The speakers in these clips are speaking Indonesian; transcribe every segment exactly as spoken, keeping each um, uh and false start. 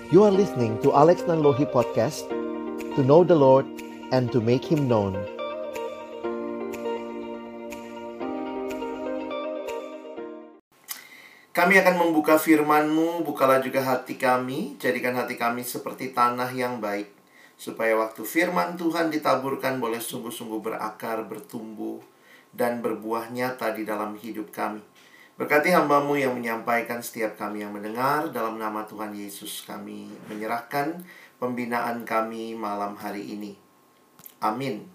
You are listening to Alex Nanlohi Podcast, to know the Lord and to make Him known. Kami akan membuka firman-Mu, bukalah juga hati kami, jadikan hati kami seperti tanah yang baik, supaya waktu firman Tuhan ditaburkan boleh sungguh-sungguh berakar, bertumbuh, dan berbuah nyata di dalam hidup kami. Berkati hamba-Mu yang menyampaikan, setiap kami yang mendengar, dalam nama Tuhan Yesus kami menyerahkan pembinaan kami malam hari ini. Amin.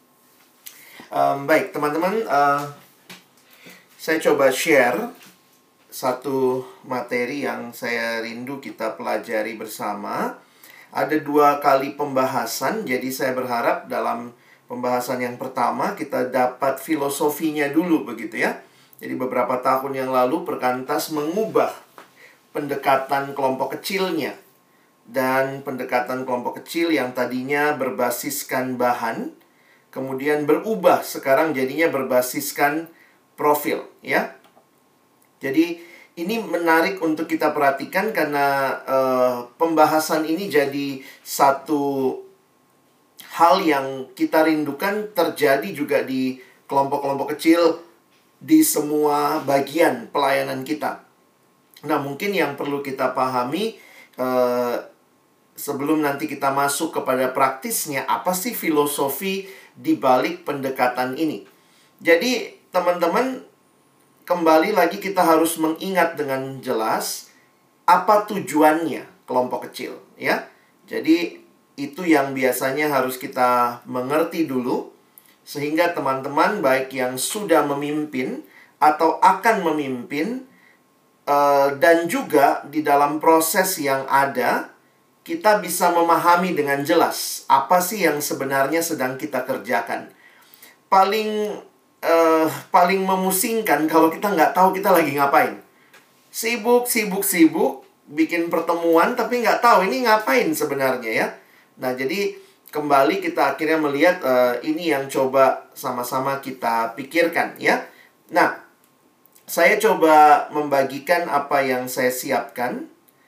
Um, baik, teman-teman, uh, saya coba share satu materi yang saya rindu kita pelajari bersama. Ada dua kali pembahasan, jadi saya berharap dalam pembahasan yang pertama kita dapat filosofinya dulu, begitu ya. Jadi beberapa tahun yang lalu Perkantas mengubah pendekatan kelompok kecilnya. Dan pendekatan kelompok kecil yang tadinya berbasiskan bahan, kemudian berubah sekarang jadinya berbasiskan profil, ya. Jadi ini menarik untuk kita perhatikan karena uh, pembahasan ini jadi satu hal yang kita rindukan terjadi juga di kelompok-kelompok kecil di semua bagian pelayanan kita. Nah, mungkin yang perlu kita pahami uh, sebelum nanti kita masuk kepada praktisnya, apa sih filosofi di balik pendekatan ini? Jadi, teman-teman, kembali lagi kita harus mengingat dengan jelas apa tujuannya kelompok kecil, ya. Jadi itu yang biasanya harus kita mengerti dulu, sehingga teman-teman baik yang sudah memimpin atau akan memimpin uh, dan juga di dalam proses yang ada, kita bisa memahami dengan jelas apa sih yang sebenarnya sedang kita kerjakan. Paling Uh, paling memusingkan kalau kita nggak tahu kita lagi ngapain. Sibuk, sibuk, sibuk, bikin pertemuan tapi nggak tahu ini ngapain sebenarnya, ya. Nah, jadi kembali kita akhirnya melihat uh, ini yang coba sama-sama kita pikirkan, ya. Nah, saya coba membagikan apa yang saya siapkan.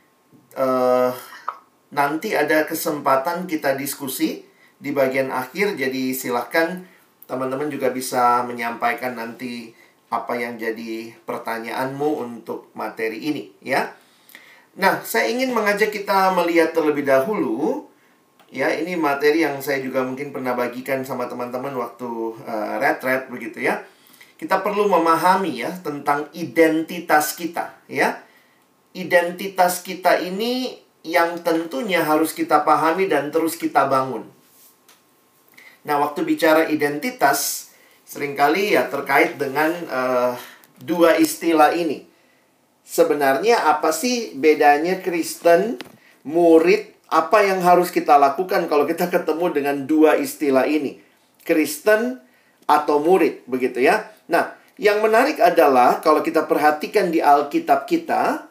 Uh, nanti ada kesempatan kita diskusi di bagian akhir, jadi silahkan teman-teman juga bisa menyampaikan nanti apa yang jadi pertanyaanmu untuk materi ini, ya. Nah, saya ingin mengajak kita melihat terlebih dahulu, ya, ini materi yang saya juga mungkin pernah bagikan sama teman-teman waktu uh, retret, begitu ya. Kita perlu memahami ya tentang identitas kita, ya. Identitas kita ini yang tentunya harus kita pahami dan terus kita bangun. Nah, waktu bicara identitas, seringkali ya terkait dengan uh, dua istilah ini. Sebenarnya apa sih bedanya Kristen, murid, apa yang harus kita lakukan kalau kita ketemu dengan dua istilah ini? Kristen atau murid, begitu ya. Nah, yang menarik adalah kalau kita perhatikan di Alkitab kita,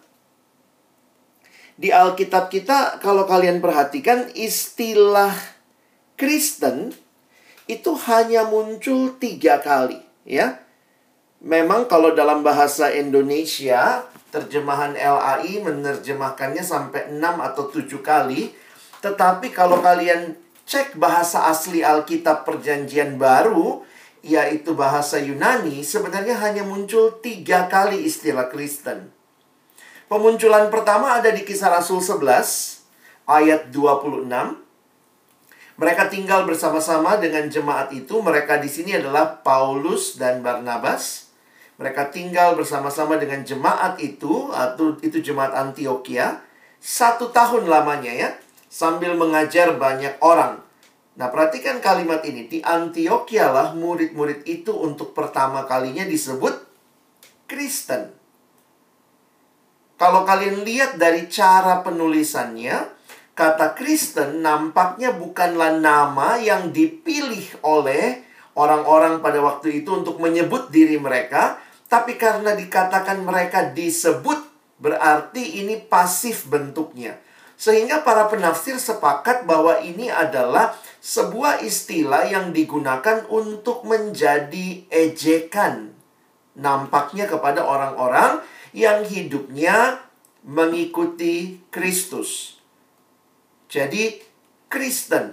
di Alkitab kita kalau kalian perhatikan istilah Kristen itu hanya muncul tiga kali, ya. Memang kalau dalam bahasa Indonesia, terjemahan L A I menerjemahkannya sampai enam atau tujuh kali. Tetapi kalau kalian cek bahasa asli Alkitab Perjanjian Baru, yaitu bahasa Yunani, sebenarnya hanya muncul tiga kali istilah Kristen. Pemunculan pertama ada di Kisah Rasul sebelas, ayat dua puluh enam. Mereka tinggal bersama-sama dengan jemaat itu. Mereka di sini adalah Paulus dan Barnabas. Mereka tinggal bersama-sama dengan jemaat itu, atau itu jemaat Antioquia, satu tahun lamanya, ya, sambil mengajar banyak orang. Nah, perhatikan kalimat ini. Di Antioquia lah murid-murid itu untuk pertama kalinya disebut Kristen. Kalau kalian lihat dari cara penulisannya, kata Kristen nampaknya bukanlah nama yang dipilih oleh orang-orang pada waktu itu untuk menyebut diri mereka, tapi karena dikatakan mereka disebut, berarti ini pasif bentuknya. Sehingga para penafsir sepakat bahwa ini adalah sebuah istilah yang digunakan untuk menjadi ejekan, nampaknya kepada orang-orang yang hidupnya mengikuti Kristus. Jadi Kristen.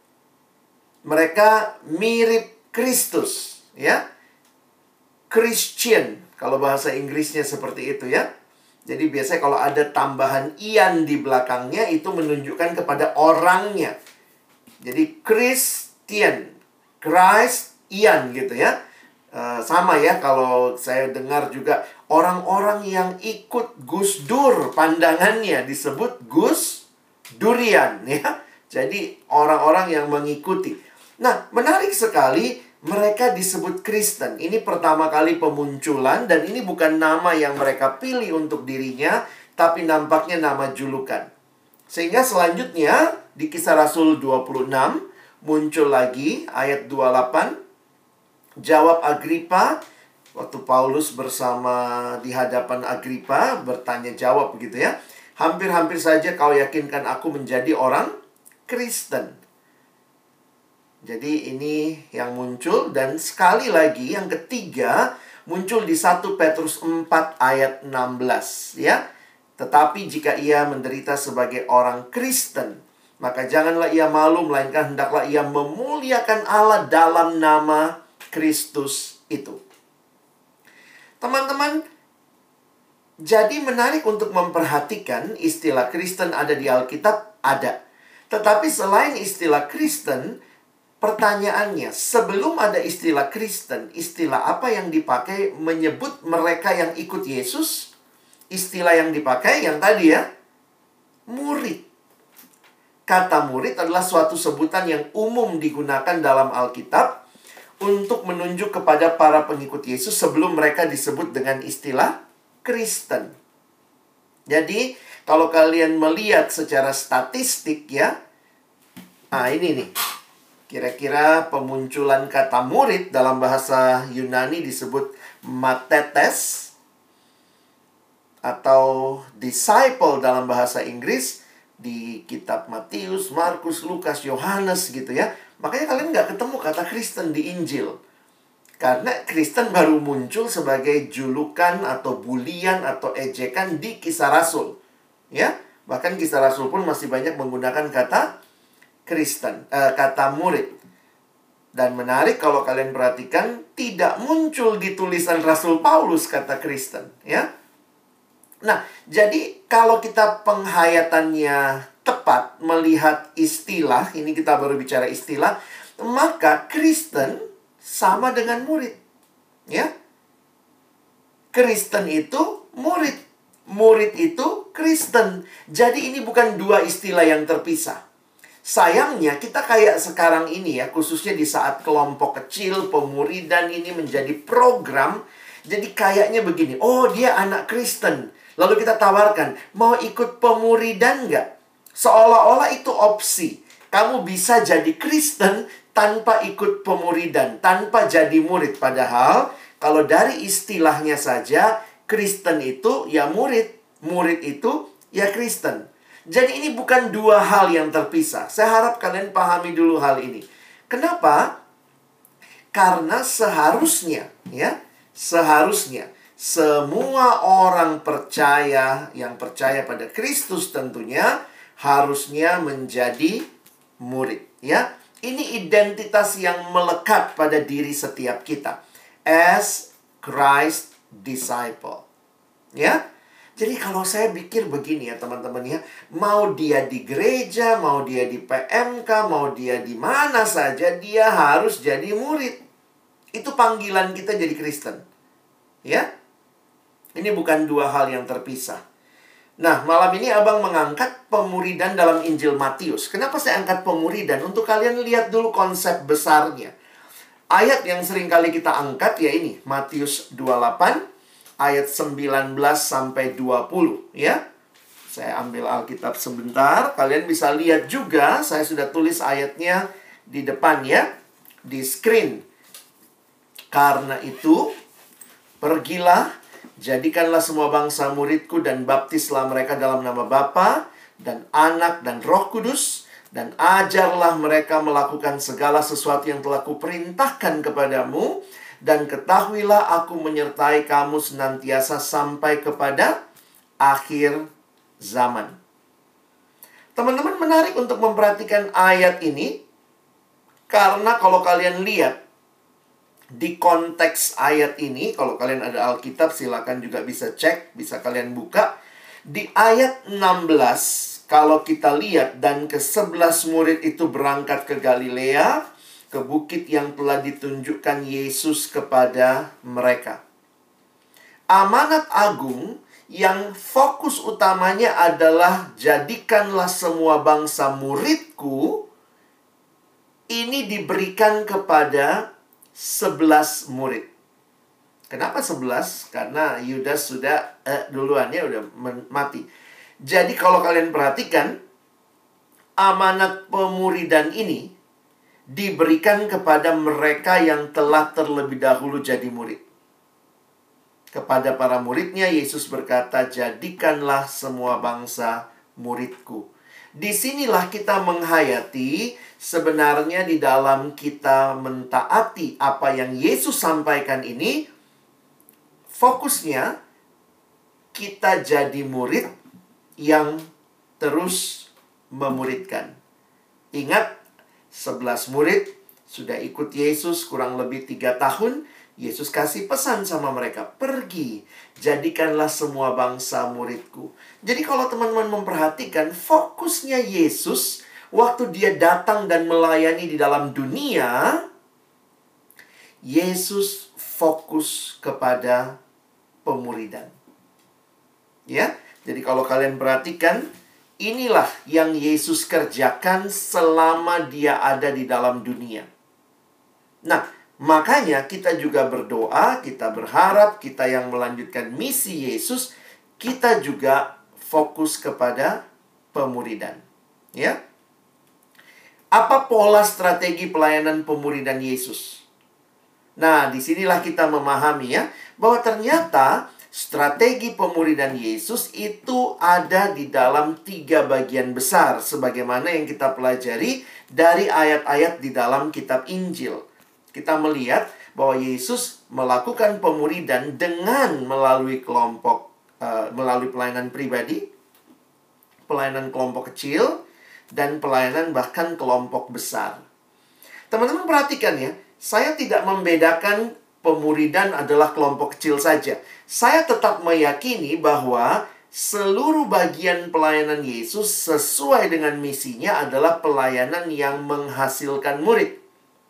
Mereka mirip Kristus, ya. Christian, kalau bahasa Inggrisnya seperti itu, ya. Jadi biasanya kalau ada tambahan ian di belakangnya, itu menunjukkan kepada orangnya. Jadi Christian, Christ, ian gitu ya. Uh, sama ya kalau saya dengar juga orang-orang yang ikut Gus Dur, pandangannya disebut Gus Durian, ya. Jadi orang-orang yang mengikuti. Nah, menarik sekali. Mereka disebut Kristen. Ini pertama kali pemunculan, dan ini bukan nama yang mereka pilih untuk dirinya, tapi nampaknya nama julukan. Sehingga selanjutnya di Kisah Rasul dua puluh enam muncul lagi ayat dua puluh delapan. Jawab Agripa, waktu Paulus bersama di hadapan Agripa bertanya jawab begitu ya. Hampir-hampir saja kau yakinkan aku menjadi orang Kristen. Jadi ini yang muncul, dan sekali lagi yang ketiga muncul di satu Petrus empat ayat enam belas, ya. Tetapi jika ia menderita sebagai orang Kristen, maka janganlah ia malu, melainkan hendaklah ia memuliakan Allah dalam nama Kristus itu. Teman-teman, jadi menarik untuk memperhatikan istilah Kristen ada di Alkitab, ada. Tetapi selain istilah Kristen, pertanyaannya, sebelum ada istilah Kristen, istilah apa yang dipakai menyebut mereka yang ikut Yesus? Istilah yang dipakai yang tadi ya, murid. Kata murid adalah suatu sebutan yang umum digunakan dalam Alkitab untuk menunjuk kepada para pengikut Yesus sebelum mereka disebut dengan istilah Kristen. Jadi, kalau kalian melihat secara statistik ya, nah ini nih. Kira-kira pemunculan kata murid dalam bahasa Yunani disebut matetes, atau disciple dalam bahasa Inggris di kitab Matius, Markus, Lukas, Yohanes gitu ya. Makanya kalian nggak ketemu kata Kristen di Injil. Karena Kristen baru muncul sebagai julukan atau bulian atau ejekan di Kisah Rasul. Ya, bahkan Kisah Rasul pun masih banyak menggunakan kata Kristen, uh, kata murid. Dan menarik kalau kalian perhatikan, tidak muncul di tulisan Rasul Paulus kata Kristen, ya. Nah, jadi kalau kita penghayatannya tepat melihat istilah, ini kita baru bicara istilah, maka Kristen sama dengan murid, ya. Kristen itu murid, murid itu Kristen. Jadi ini bukan dua istilah yang terpisah. Sayangnya kita kayak sekarang ini ya, khususnya di saat kelompok kecil, pemuridan ini menjadi program. Jadi kayaknya begini, oh dia anak Kristen. Lalu kita tawarkan, mau ikut pemuridan nggak? Seolah-olah itu opsi. Kamu bisa jadi Kristen tanpa ikut pemuridan, tanpa jadi murid. Padahal kalau dari istilahnya saja, Kristen itu ya murid, murid itu ya Kristen. Jadi ini bukan dua hal yang terpisah. Saya harap kalian pahami dulu hal ini. Kenapa? Karena seharusnya, ya, seharusnya semua orang percaya yang percaya pada Kristus tentunya harusnya menjadi murid, ya. Ini identitas yang melekat pada diri setiap kita as Christ disciple, ya. Jadi kalau saya pikir begini ya teman-teman ya, mau dia di gereja, mau dia di P M K, mau dia di mana saja, dia harus jadi murid. Itu panggilan kita jadi Kristen. Ya. Ini bukan dua hal yang terpisah. Nah, malam ini Abang mengangkat pemuridan dalam Injil Matius. Kenapa saya angkat pemuridan? Untuk kalian lihat dulu konsep besarnya. Ayat yang sering kali kita angkat ya ini, Matius dua puluh delapan. Ayat sembilan belas sampai dua puluh, ya. Saya ambil Alkitab sebentar. Kalian bisa lihat juga, saya sudah tulis ayatnya di depan ya, di screen. Karena itu, pergilah, jadikanlah semua bangsa muridku dan baptislah mereka dalam nama Bapa dan Anak dan Roh Kudus, dan ajarlah mereka melakukan segala sesuatu yang telah kuperintahkan kepadamu. Dan ketahuilah aku menyertai kamu senantiasa sampai kepada akhir zaman. Teman-teman, menarik untuk memperhatikan ayat ini. Karena kalau kalian lihat di konteks ayat ini, kalau kalian ada Alkitab silakan juga bisa cek, bisa kalian buka. Di ayat enam belas, kalau kita lihat, dan kesebelas murid itu berangkat ke Galilea, ke bukit yang telah ditunjukkan Yesus kepada mereka. Amanat agung yang fokus utamanya adalah jadikanlah semua bangsa muridku, ini diberikan kepada sebelas murid. Kenapa sebelas? Karena Yudas sudah eh, duluannya udah mati. Jadi kalau kalian perhatikan, amanat pemuridan ini diberikan kepada mereka yang telah terlebih dahulu jadi murid. Kepada para muridnya, Yesus berkata, jadikanlah semua bangsa muridku. Disinilah kita menghayati sebenarnya di dalam kita mentaati apa yang Yesus sampaikan ini, fokusnya kita jadi murid yang terus memuridkan. Ingat, sebelas murid sudah ikut Yesus kurang lebih tiga tahun. Yesus kasih pesan sama mereka, pergi, jadikanlah semua bangsa muridku. Jadi kalau teman-teman memperhatikan, fokusnya Yesus waktu dia datang dan melayani di dalam dunia, Yesus fokus kepada pemuridan. Ya, jadi kalau kalian perhatikan, inilah yang Yesus kerjakan selama dia ada di dalam dunia. Nah, makanya kita juga berdoa, kita berharap, kita yang melanjutkan misi Yesus, kita juga fokus kepada pemuridan. Ya. Apa pola strategi pelayanan pemuridan Yesus? Nah, disinilah kita memahami ya, bahwa ternyata strategi pemuridan Yesus itu ada di dalam tiga bagian besar, sebagaimana yang kita pelajari dari ayat-ayat di dalam kitab Injil. Kita melihat bahwa Yesus melakukan pemuridan dengan melalui kelompok, uh, melalui pelayanan pribadi, pelayanan kelompok kecil, dan pelayanan bahkan kelompok besar. Teman-teman perhatikan ya, saya tidak membedakan pemuridan adalah kelompok kecil saja. Saya tetap meyakini bahwa seluruh bagian pelayanan Yesus sesuai dengan misinya adalah pelayanan yang menghasilkan murid.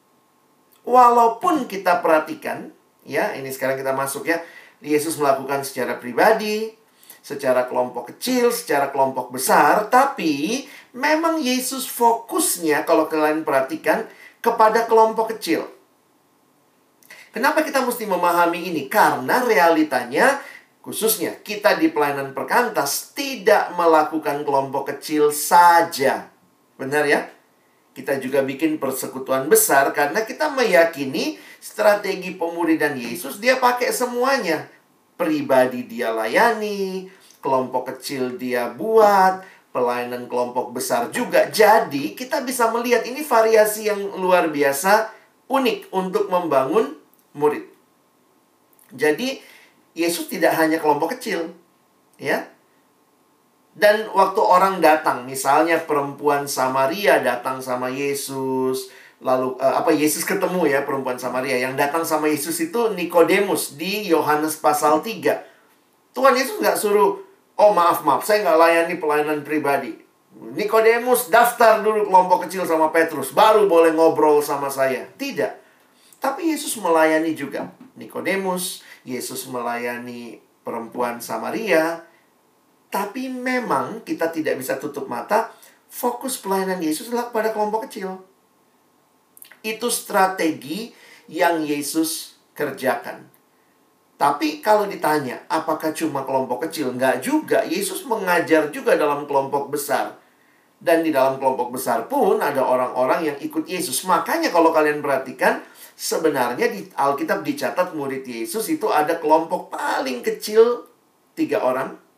Walaupun kita perhatikan, ya, ini sekarang kita masuk ya, Yesus melakukan secara pribadi, secara kelompok kecil, secara kelompok besar, tapi memang Yesus fokusnya, kalau kalian perhatikan, kepada kelompok kecil. Kenapa kita mesti memahami ini? Karena realitanya, khususnya kita di pelayanan perkantas, tidak melakukan kelompok kecil saja. Benar ya? Kita juga bikin persekutuan besar karena kita meyakini strategi pemuridan Yesus dia pakai semuanya. Pribadi dia layani, kelompok kecil dia buat, pelayanan kelompok besar juga. Jadi kita bisa melihat ini variasi yang luar biasa, unik untuk membangun murid. Jadi Yesus tidak hanya kelompok kecil, ya. Dan waktu orang datang, misalnya perempuan Samaria datang sama Yesus, lalu uh, apa Yesus ketemu ya perempuan Samaria. Yang datang sama Yesus itu Nikodemus di Yohanes pasal tiga. Tuhan Yesus nggak suruh, oh maaf maaf, saya nggak layani pelayanan pribadi. Nikodemus daftar dulu kelompok kecil sama Petrus, baru boleh ngobrol sama saya. Tidak. Tapi Yesus melayani juga Nikodemus, Yesus melayani perempuan Samaria. Tapi memang kita tidak bisa tutup mata, fokus pelayanan Yesus adalah pada kelompok kecil. Itu strategi yang Yesus kerjakan. Tapi kalau ditanya, apakah cuma kelompok kecil? Enggak juga, Yesus mengajar juga dalam kelompok besar. Dan di dalam kelompok besar pun ada orang-orang yang ikut Yesus. Makanya kalau kalian perhatikan, sebenarnya di Alkitab dicatat murid Yesus itu ada kelompok paling kecil, tiga orang.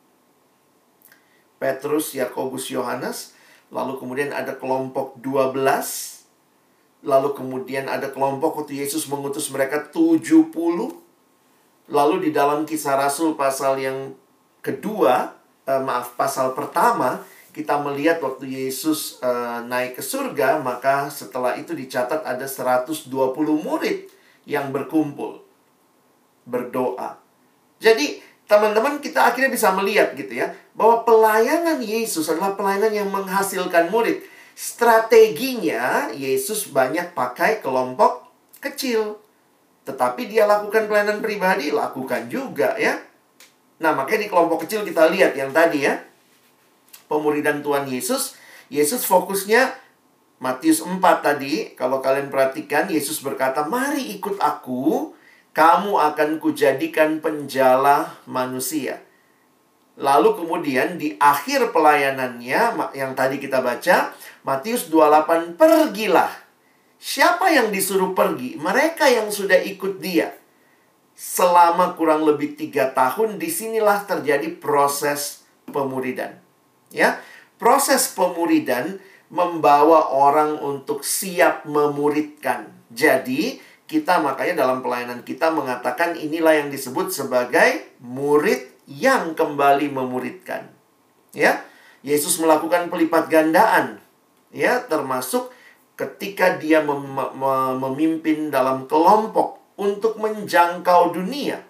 Petrus, Yakobus, Yohanes. Lalu kemudian ada kelompok dua belas. Lalu kemudian ada kelompok waktu Yesus mengutus mereka tujuh puluh. Lalu di dalam Kisah Rasul pasal yang kedua, eh, maaf, pasal pertama, kita melihat waktu Yesus uh, naik ke surga, maka setelah itu dicatat ada seratus dua puluh murid yang berkumpul, berdoa. Jadi, teman-teman, kita akhirnya bisa melihat gitu ya, bahwa pelayanan Yesus adalah pelayanan yang menghasilkan murid. Strateginya, Yesus banyak pakai kelompok kecil. Tetapi dia lakukan pelayanan pribadi, lakukan juga ya. Nah, makanya di kelompok kecil kita lihat yang tadi ya, pemuridan Tuhan Yesus. Yesus fokusnya Matius empat tadi, kalau kalian perhatikan, Yesus berkata, "Mari ikut aku, kamu akan kujadikan penjala manusia." Lalu kemudian di akhir pelayanannya, yang tadi kita baca, Matius dua puluh delapan, "Pergilah." Siapa yang disuruh pergi? Mereka yang sudah ikut dia. Selama kurang lebih tiga tahun, disinilah terjadi proses pemuridan. Ya, proses pemuridan membawa orang untuk siap memuridkan. Jadi, kita makanya dalam pelayanan kita mengatakan inilah yang disebut sebagai murid yang kembali memuridkan. Ya, Yesus melakukan pelipat gandaan. Ya, termasuk ketika dia mem mem memimpin dalam kelompok untuk menjangkau dunia.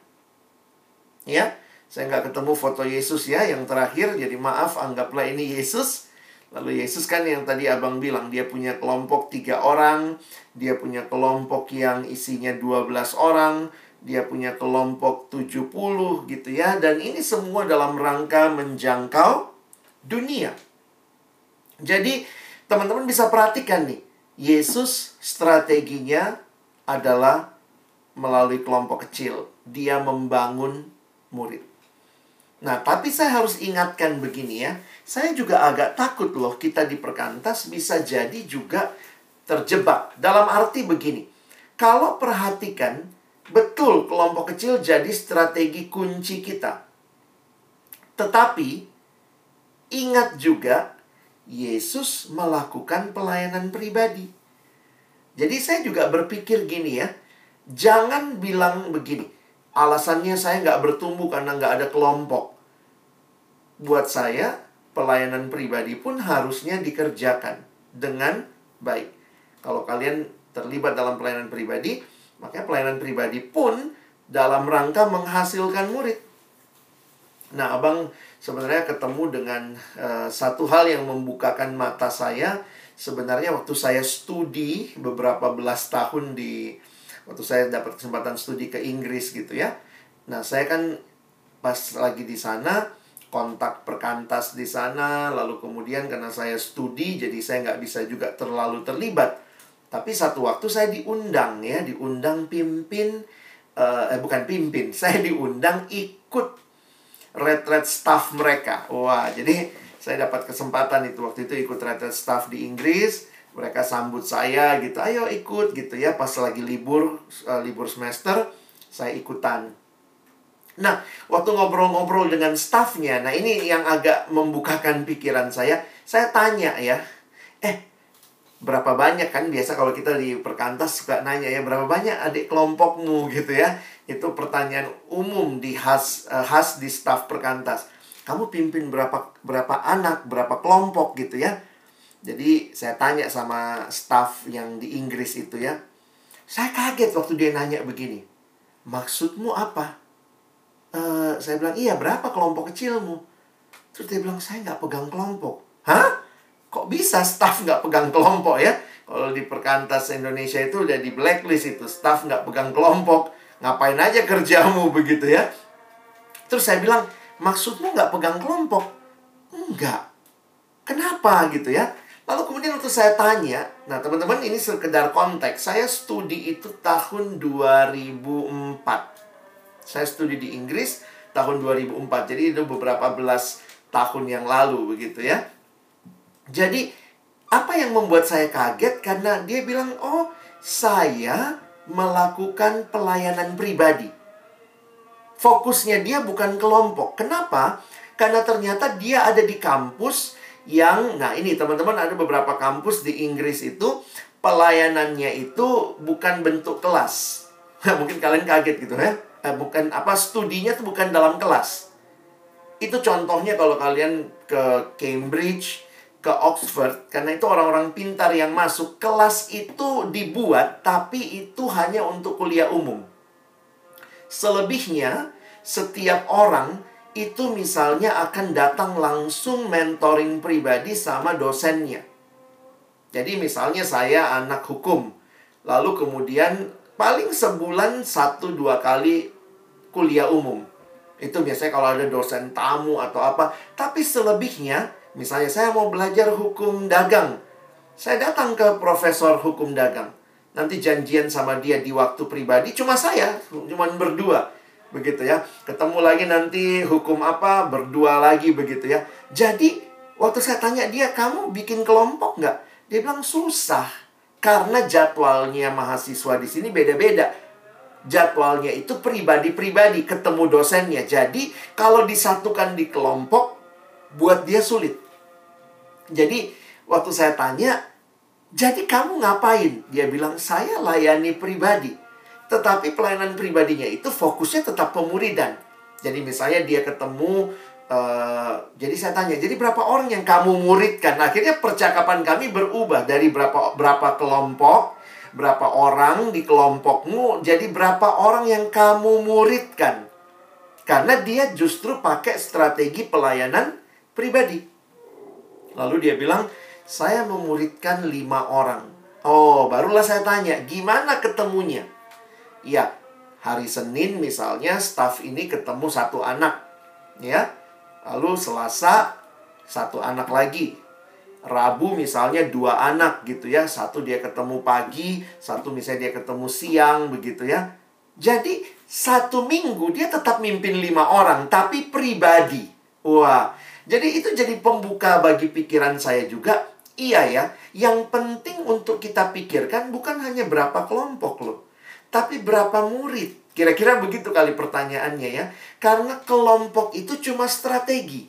Ya, saya nggak ketemu foto Yesus ya yang terakhir, jadi maaf, anggaplah ini Yesus. Lalu Yesus kan yang tadi abang bilang, dia punya kelompok tiga orang, dia punya kelompok yang isinya dua belas orang, dia punya kelompok tujuh puluh gitu ya. Dan ini semua dalam rangka menjangkau dunia. Jadi teman-teman bisa perhatikan nih, Yesus strateginya adalah melalui kelompok kecil. Dia membangun murid. Nah, tapi saya harus ingatkan begini ya. Saya juga agak takut loh kita di Perkantas bisa jadi juga terjebak. Dalam arti begini. Kalau perhatikan, betul kelompok kecil jadi strategi kunci kita. Tetapi, ingat juga, Yesus melakukan pelayanan pribadi. Jadi saya juga berpikir gini ya. Jangan bilang begini, alasannya saya nggak bertumbuh karena nggak ada kelompok. Buat saya, pelayanan pribadi pun harusnya dikerjakan dengan baik. Kalau kalian terlibat dalam pelayanan pribadi, maka pelayanan pribadi pun dalam rangka menghasilkan murid. Nah, abang sebenarnya ketemu dengan uh, satu hal yang membukakan mata saya. Sebenarnya waktu saya studi beberapa belas tahun di... Waktu saya dapat kesempatan studi ke Inggris gitu ya. Nah, saya kan pas lagi di sana, kontak Perkantas di sana. Lalu kemudian karena saya studi, jadi saya nggak bisa juga terlalu terlibat. Tapi satu waktu saya diundang ya, diundang pimpin, uh, eh bukan pimpin, saya diundang ikut retret staff mereka. Wah, jadi saya dapat kesempatan itu waktu itu ikut retret staff di Inggris. Mereka sambut saya gitu, ayo ikut gitu ya. Pas lagi libur, uh, libur semester, saya ikutan. Nah, waktu ngobrol-ngobrol dengan staffnya, nah ini yang agak membukakan pikiran saya. Saya tanya ya, eh berapa banyak, kan biasa kalau kita di Perkantas suka nanya ya, berapa banyak adik kelompokmu gitu ya. Itu pertanyaan umum di khas, uh, khas di staf Perkantas. Kamu pimpin berapa berapa anak, berapa kelompok gitu ya. Jadi saya tanya sama staff yang di Inggris itu ya. Saya kaget waktu dia nanya begini. Maksudmu apa? Uh, saya bilang, iya, berapa kelompok kecilmu? Terus dia bilang, saya nggak pegang kelompok. Hah? Kok bisa staff nggak pegang kelompok ya? Kalau di Perkantas Indonesia itu udah di blacklist itu. Staff nggak pegang kelompok. Ngapain aja kerjamu begitu ya? Terus saya bilang, maksudmu nggak pegang kelompok? Enggak. Kenapa gitu ya? Lalu kemudian waktu saya tanya, nah teman-teman ini sekedar konteks. Saya studi itu tahun dua ribu empat. Saya studi di Inggris tahun dua ribu empat. Jadi itu beberapa belas tahun yang lalu begitu ya. Jadi apa yang membuat saya kaget? Karena dia bilang, oh saya melakukan pelayanan pribadi. Fokusnya dia bukan kelompok. Kenapa? Karena ternyata dia ada di kampus yang, nah ini teman-teman, ada beberapa kampus di Inggris itu pelayanannya itu bukan bentuk kelas. Mungkin kalian kaget gitu ya. Eh, bukan apa studinya tuh bukan dalam kelas. Itu contohnya kalau kalian ke Cambridge, ke Oxford, karena itu orang-orang pintar yang masuk. Kelas itu dibuat, tapi itu hanya untuk kuliah umum. Selebihnya, setiap orang itu misalnya akan datang langsung mentoring pribadi sama dosennya. Jadi misalnya saya anak hukum, lalu kemudian paling sebulan satu dua kali kuliah umum. Itu biasanya kalau ada dosen tamu atau apa. Tapi selebihnya, misalnya saya mau belajar hukum dagang, saya datang ke profesor hukum dagang. Nanti janjian sama dia di waktu pribadi, cuma saya, cuma berdua. Begitu ya. Ketemu lagi nanti hukum apa, berdua lagi begitu ya. Jadi, waktu saya tanya dia, kamu bikin kelompok nggak? Dia bilang susah. Karena jadwalnya mahasiswa di sini beda-beda. Jadwalnya itu pribadi-pribadi, ketemu dosennya. Jadi, kalau disatukan di kelompok, buat dia sulit. Jadi, waktu saya tanya, jadi kamu ngapain? Dia bilang, saya layani pribadi. Tetapi pelayanan pribadinya itu fokusnya tetap pemuridan. Jadi misalnya dia ketemu, uh, jadi saya tanya, jadi berapa orang yang kamu muridkan? Nah, akhirnya percakapan kami berubah dari berapa berapa kelompok, berapa orang di kelompokmu, jadi berapa orang yang kamu muridkan. Karena dia justru pakai strategi pelayanan pribadi. Lalu dia bilang, saya memuridkan lima orang. Oh, barulah saya tanya, gimana ketemunya? Ya, hari Senin misalnya staf ini ketemu satu anak, ya. Lalu Selasa satu anak lagi. Rabu misalnya dua anak gitu ya. Satu dia ketemu pagi, satu misalnya dia ketemu siang begitu ya. Jadi satu minggu dia tetap mimpin lima orang, tapi pribadi. Wah, jadi itu jadi pembuka bagi pikiran saya juga. Iya ya, yang penting untuk kita pikirkan bukan hanya berapa kelompok loh, tapi berapa murid. Kira-kira begitu kali pertanyaannya ya. Karena kelompok itu cuma strategi.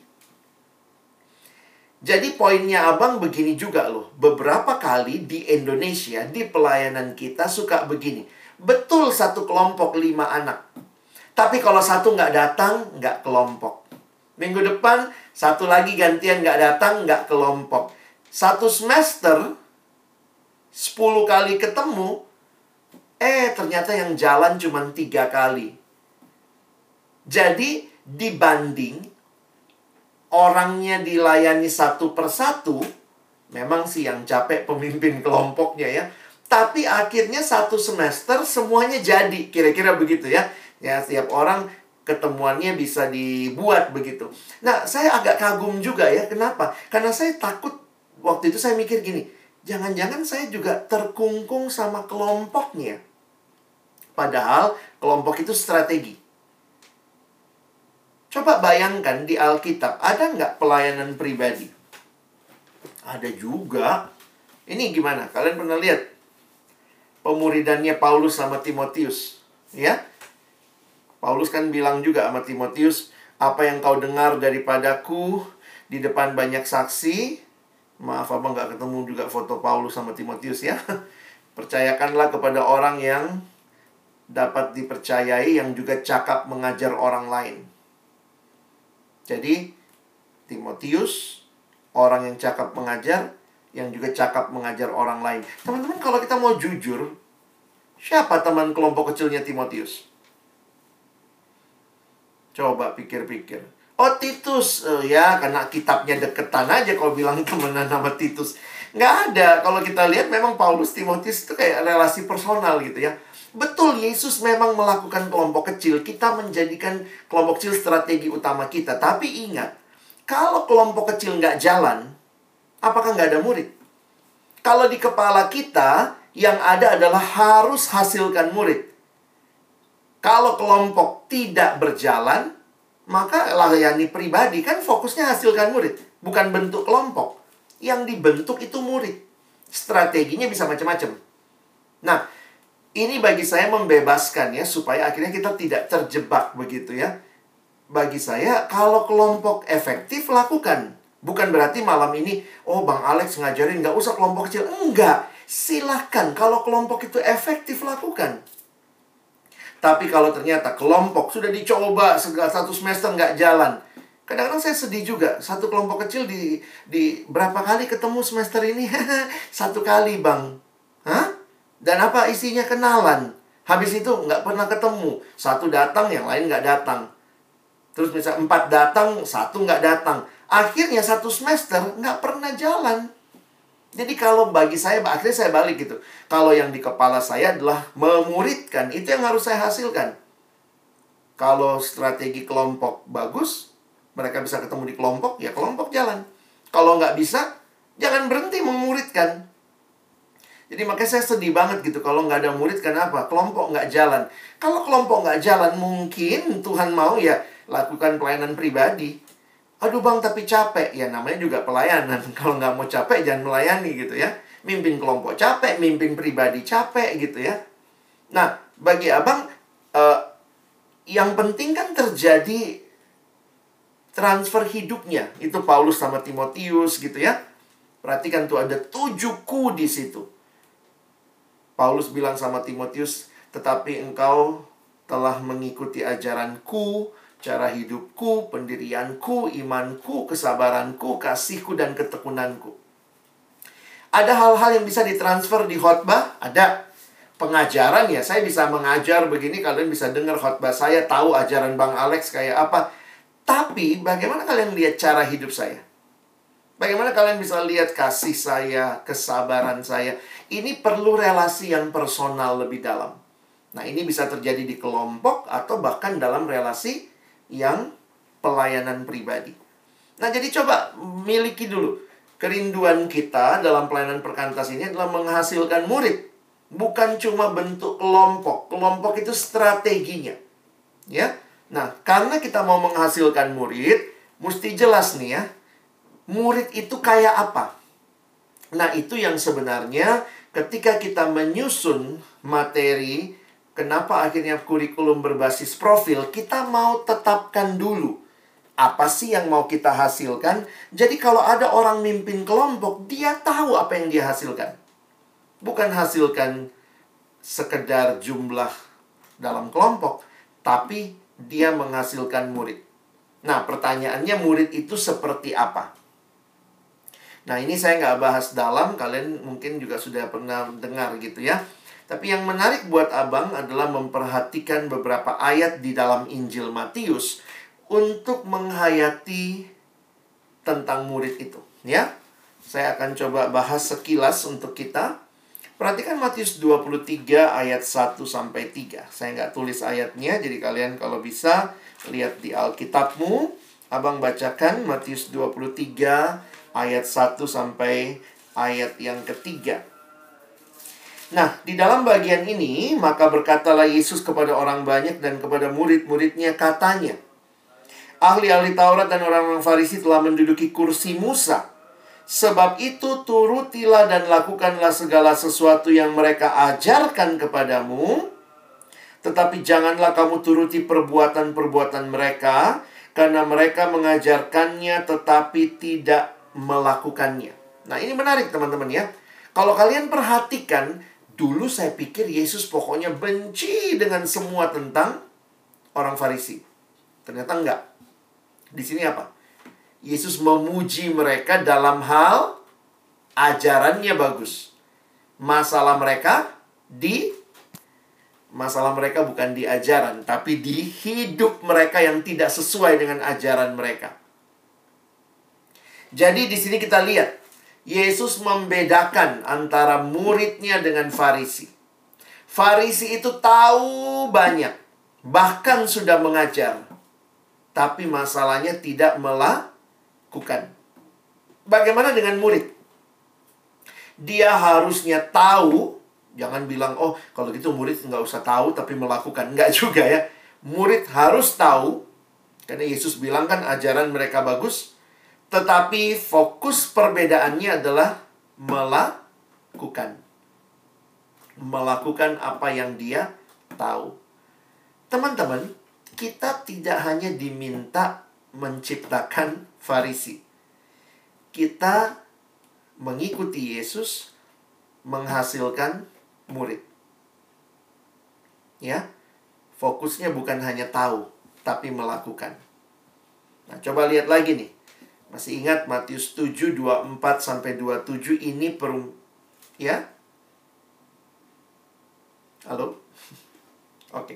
Jadi poinnya abang begini juga loh. Beberapa kali di Indonesia, di pelayanan kita suka begini. Betul satu kelompok lima anak. Tapi kalau satu nggak datang, nggak kelompok. Minggu depan, satu lagi gantian nggak datang, nggak kelompok. Satu semester, sepuluh kali ketemu, Eh, ternyata yang jalan cuma tiga kali. Jadi, dibanding orangnya dilayani satu persatu, memang sih yang capek pemimpin kelompoknya ya. Tapi akhirnya satu semester semuanya jadi. Kira-kira begitu ya. Ya, setiap orang ketemuannya bisa dibuat begitu. Nah, saya agak kagum juga ya. Kenapa? Karena saya takut, waktu itu saya mikir gini, jangan-jangan saya juga terkungkung sama kelompoknya. Padahal kelompok itu strategi. Coba bayangkan di Alkitab, ada nggak pelayanan pribadi? Ada juga. Ini gimana? Kalian pernah lihat pemuridannya Paulus sama Timotius? Ya? Paulus kan bilang juga sama Timotius, apa yang kau dengar daripadaku di depan banyak saksi. Maaf, abang nggak ketemu juga foto Paulus sama Timotius ya. Percayakanlah kepada orang yang dapat dipercayai, yang juga cakap mengajar orang lain. Jadi, Timotius, orang yang cakap mengajar, yang juga cakap mengajar orang lain. Teman-teman, kalau kita mau jujur, siapa teman kelompok kecilnya Timotius? Coba pikir-pikir. Oh, Titus. Oh, ya, karena kitabnya deketan aja kalau bilang temenan sama Titus. Nggak ada. Kalau kita lihat, memang Paulus, Timotius itu kayak relasi personal gitu ya. Betul, Yesus memang melakukan kelompok kecil. Kita menjadikan kelompok kecil strategi utama kita. Tapi ingat, kalau kelompok kecil nggak jalan, apakah nggak ada murid? Kalau di kepala kita, yang ada adalah harus hasilkan murid. Kalau kelompok tidak berjalan, maka layani pribadi. Kan fokusnya hasilkan murid, bukan bentuk kelompok. Yang dibentuk itu murid. Strateginya bisa macam-macam. Nah, ini bagi saya membebaskan ya, supaya akhirnya kita tidak terjebak begitu ya. Bagi saya, kalau kelompok efektif, lakukan. Bukan berarti malam ini, oh Bang Alex ngajarin nggak usah kelompok kecil. Enggak, silahkan. Kalau kelompok itu efektif, lakukan. Tapi kalau ternyata kelompok sudah dicoba segala satu semester nggak jalan, Kadang-kadang saya sedih juga. Satu kelompok kecil di di berapa kali ketemu semester ini? Satu kali, Bang. Hah? Dan apa isinya? Kenalan. Habis itu nggak pernah ketemu. Satu datang, yang lain nggak datang. Terus misalnya empat datang, satu nggak datang. Akhirnya satu semester nggak pernah jalan. Jadi kalau bagi saya, akhirnya saya balik gitu. Kalau yang di kepala saya adalah memuridkan, itu yang harus saya hasilkan. Kalau strategi kelompok bagus, mereka bisa ketemu di kelompok, ya kelompok jalan. Kalau nggak bisa, jangan berhenti memuridkan. Jadi makanya saya sedih banget gitu. Kalau nggak ada murid, kenapa? Kelompok nggak jalan. Kalau kelompok nggak jalan, mungkin Tuhan mau ya lakukan pelayanan pribadi. Aduh bang, tapi capek. Ya namanya juga pelayanan. Kalau nggak mau capek, jangan melayani gitu ya. Mimpin kelompok capek, mimpin pribadi capek gitu ya. Nah, bagi abang, uh, yang penting kan terjadi transfer hidupnya. Itu Paulus sama Timotius gitu ya. Perhatikan tuh ada tujuh ku di situ. Paulus bilang sama Timotius, tetapi engkau telah mengikuti ajaranku, cara hidupku, pendirianku, imanku, kesabaranku, kasihku, dan ketekunanku. Ada hal-hal yang bisa ditransfer di khotbah? Ada. Pengajaran ya, saya bisa mengajar begini, kalian bisa dengar khotbah saya, tahu ajaran Bang Alex kayak apa. Tapi bagaimana kalian lihat cara hidup saya? Bagaimana kalian bisa lihat kasih saya, kesabaran saya? Ini perlu relasi yang personal lebih dalam. Nah, ini bisa terjadi di kelompok atau bahkan dalam relasi yang pelayanan pribadi. Nah, jadi coba miliki dulu. Kerinduan kita dalam pelayanan perkantas ini adalah menghasilkan murid. Bukan cuma bentuk kelompok. Kelompok itu strateginya. Ya. Nah, karena kita mau menghasilkan murid, mesti jelas nih ya. Murid itu kayak apa? Nah, itu yang sebenarnya ketika kita menyusun materi, kenapa akhirnya kurikulum berbasis profil, kita mau tetapkan dulu. Apa sih yang mau kita hasilkan? Jadi kalau ada orang mimpin kelompok, dia tahu apa yang dia hasilkan. Bukan hasilkan sekedar jumlah dalam kelompok, tapi dia menghasilkan murid. Nah, pertanyaannya murid itu seperti apa? Nah, ini saya nggak bahas dalam, kalian mungkin juga sudah pernah dengar gitu ya. Tapi yang menarik buat abang adalah memperhatikan beberapa ayat di dalam Injil Matius untuk menghayati tentang murid itu. Ya, saya akan coba bahas sekilas untuk kita. Perhatikan Matius dua puluh tiga ayat satu sampai tiga. Saya nggak tulis ayatnya, jadi kalian kalau bisa lihat di Alkitabmu. Abang bacakan Matius dua puluh tiga ayat satu sampai ayat yang ketiga. Nah, di dalam bagian ini, maka berkatalah Yesus kepada orang banyak dan kepada murid-muridnya, katanya, ahli-ahli Taurat dan orang-orang Farisi telah menduduki kursi Musa. Sebab itu turutilah dan lakukanlah segala sesuatu yang mereka ajarkan kepadamu. Tetapi janganlah kamu turuti perbuatan-perbuatan mereka, karena mereka mengajarkannya tetapi tidak melakukannya. Nah, ini menarik teman-teman ya. Kalau kalian perhatikan, dulu saya pikir Yesus pokoknya benci dengan semua tentang orang Farisi. Ternyata enggak. Di sini apa? Yesus memuji mereka dalam hal ajarannya bagus. Masalah mereka di masalah mereka bukan di ajaran, tapi di hidup mereka yang tidak sesuai dengan ajaran mereka. Jadi di sini kita lihat Yesus membedakan antara muridnya dengan Farisi. Farisi itu tahu banyak, bahkan sudah mengajar, tapi masalahnya tidak melakukan. Bagaimana dengan murid? Dia harusnya tahu. Jangan bilang, oh kalau gitu murid nggak usah tahu tapi melakukan. Nggak juga ya. Murid harus tahu. Karena Yesus bilang kan ajaran mereka bagus. Tetapi fokus perbedaannya adalah melakukan. Melakukan apa yang dia tahu. Teman-teman, kita tidak hanya diminta menciptakan Farisi. Kita mengikuti Yesus menghasilkan murid. Ya. Fokusnya bukan hanya tahu, tapi melakukan. Nah, coba lihat lagi nih. Masih ingat Matius tujuh, dua puluh empat sampai dua puluh tujuh ini perum... Ya? Halo? Oke.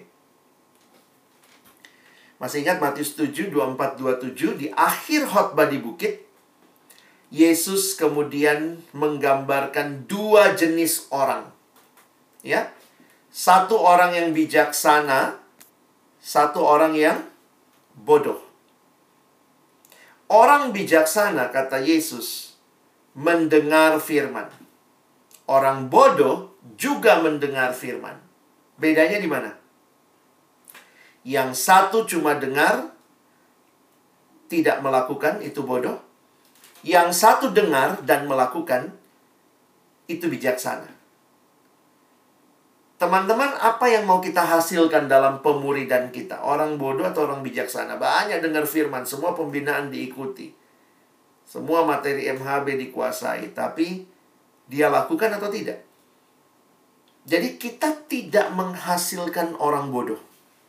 Masih ingat Matius tujuh, dua puluh empat, dua puluh tujuh? Di akhir khotbah di bukit, Yesus kemudian menggambarkan dua jenis orang. Ya? Satu orang yang bijaksana, satu orang yang bodoh. Orang bijaksana, kata Yesus, mendengar firman. Orang bodoh juga mendengar firman. Bedanya di mana? Yang satu cuma dengar, tidak melakukan, itu bodoh. Yang satu dengar dan melakukan, itu bijaksana. Teman-teman, apa yang mau kita hasilkan dalam pemuridan kita? Orang bodoh atau orang bijaksana? Banyak dengar firman, semua pembinaan diikuti. Semua materi M H B dikuasai, tapi dia lakukan atau tidak? Jadi kita tidak menghasilkan orang bodoh.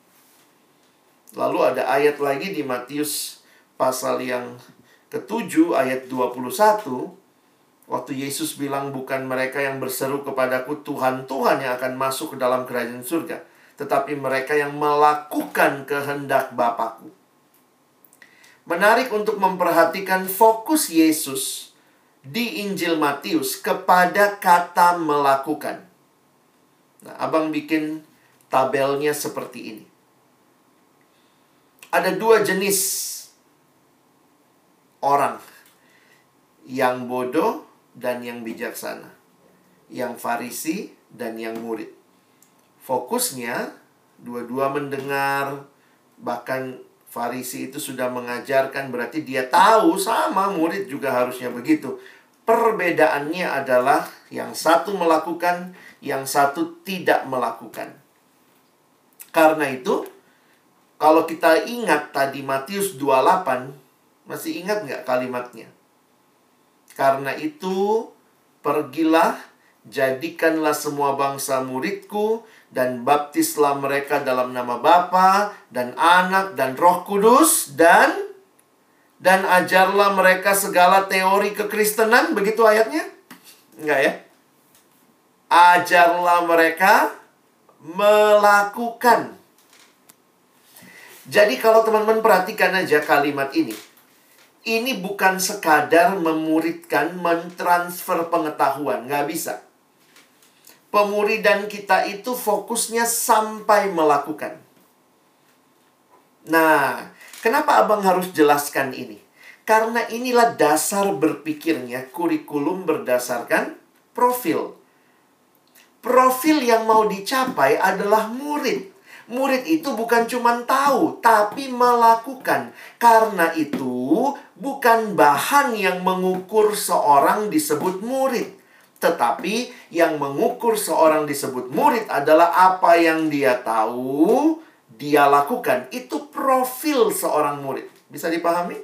Lalu ada ayat lagi di Matius pasal yang ketujuh ayat dua puluh satu. Waktu Yesus bilang, bukan mereka yang berseru kepadaku Tuhan, Tuhan yang akan masuk ke dalam kerajaan surga, tetapi mereka yang melakukan kehendak Bapakku. Menarik untuk memperhatikan fokus Yesus di Injil Matius kepada kata melakukan. Nah, abang bikin tabelnya seperti ini. Ada dua jenis orang, yang bodoh dan yang bijaksana, yang Farisi dan yang murid. Fokusnya dua-dua mendengar, bahkan Farisi itu sudah mengajarkan, berarti dia tahu, sama murid juga harusnya begitu. Perbedaannya adalah yang satu melakukan, yang satu tidak melakukan. Karena itu, kalau kita ingat tadi Matius dua puluh delapan, masih ingat nggak kalimatnya? Karena itu, pergilah, jadikanlah semua bangsa muridku, dan baptislah mereka dalam nama Bapa dan Anak dan Roh Kudus, dan dan ajarlah mereka segala teori kekristenan. Begitu ayatnya? Enggak ya? Ajarlah mereka melakukan. Jadi kalau teman-teman perhatikan aja kalimat ini, ini bukan sekadar memuridkan, mentransfer pengetahuan. Nggak bisa. Pemuridan kita itu fokusnya sampai melakukan. Nah, kenapa abang harus jelaskan ini? Karena inilah dasar berpikirnya kurikulum berdasarkan profil. Profil yang mau dicapai adalah murid. Murid itu bukan cuma tahu, tapi melakukan. Karena itu, bukan bahan yang mengukur seorang disebut murid. Tetapi yang mengukur seorang disebut murid adalah apa yang dia tahu, dia lakukan. Itu profil seorang murid. Bisa dipahami?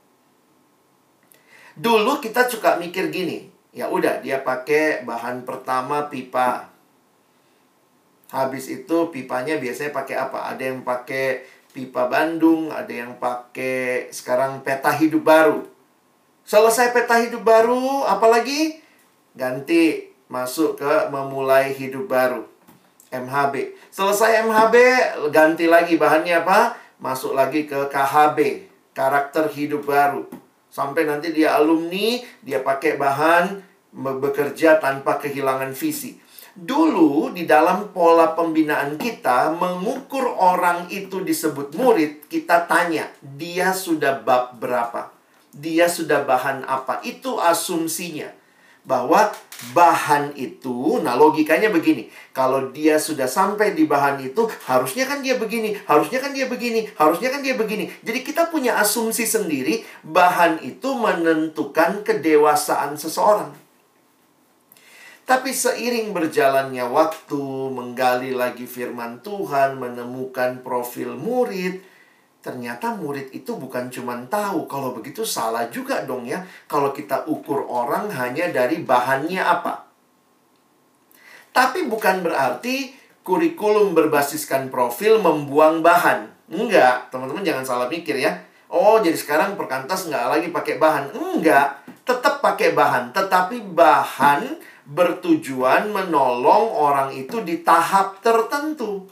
Dulu kita suka mikir gini, ya udah dia pakai bahan pertama pipa. Habis itu pipanya biasanya pakai apa? Ada yang pakai pipa Bandung, ada yang pakai sekarang peta hidup baru. Selesai peta hidup baru, apalagi? Ganti masuk ke memulai hidup baru. M H B. Selesai M H B, ganti lagi bahannya apa? Masuk lagi ke K H B, karakter hidup baru. Sampai nanti dia alumni, dia pakai bahan bekerja tanpa kehilangan visi. Dulu di dalam pola pembinaan kita, mengukur orang itu disebut murid, kita tanya, dia sudah bab berapa? Dia sudah bahan apa? Itu asumsinya. Bahwa bahan itu, nah logikanya begini, kalau dia sudah sampai di bahan itu, harusnya kan dia begini, harusnya kan dia begini, harusnya kan dia begini. Jadi kita punya asumsi sendiri, bahan itu menentukan kedewasaan seseorang. Tapi seiring berjalannya waktu, menggali lagi firman Tuhan, menemukan profil murid, ternyata murid itu bukan cuma tahu. Kalau begitu salah juga dong ya, kalau kita ukur orang hanya dari bahannya apa. Tapi bukan berarti kurikulum berbasiskan profil membuang bahan. Enggak, teman-teman jangan salah mikir ya. Oh, jadi sekarang perkantas nggak lagi pakai bahan. Enggak, tetap pakai bahan. Tetapi bahan bertujuan menolong orang itu di tahap tertentu.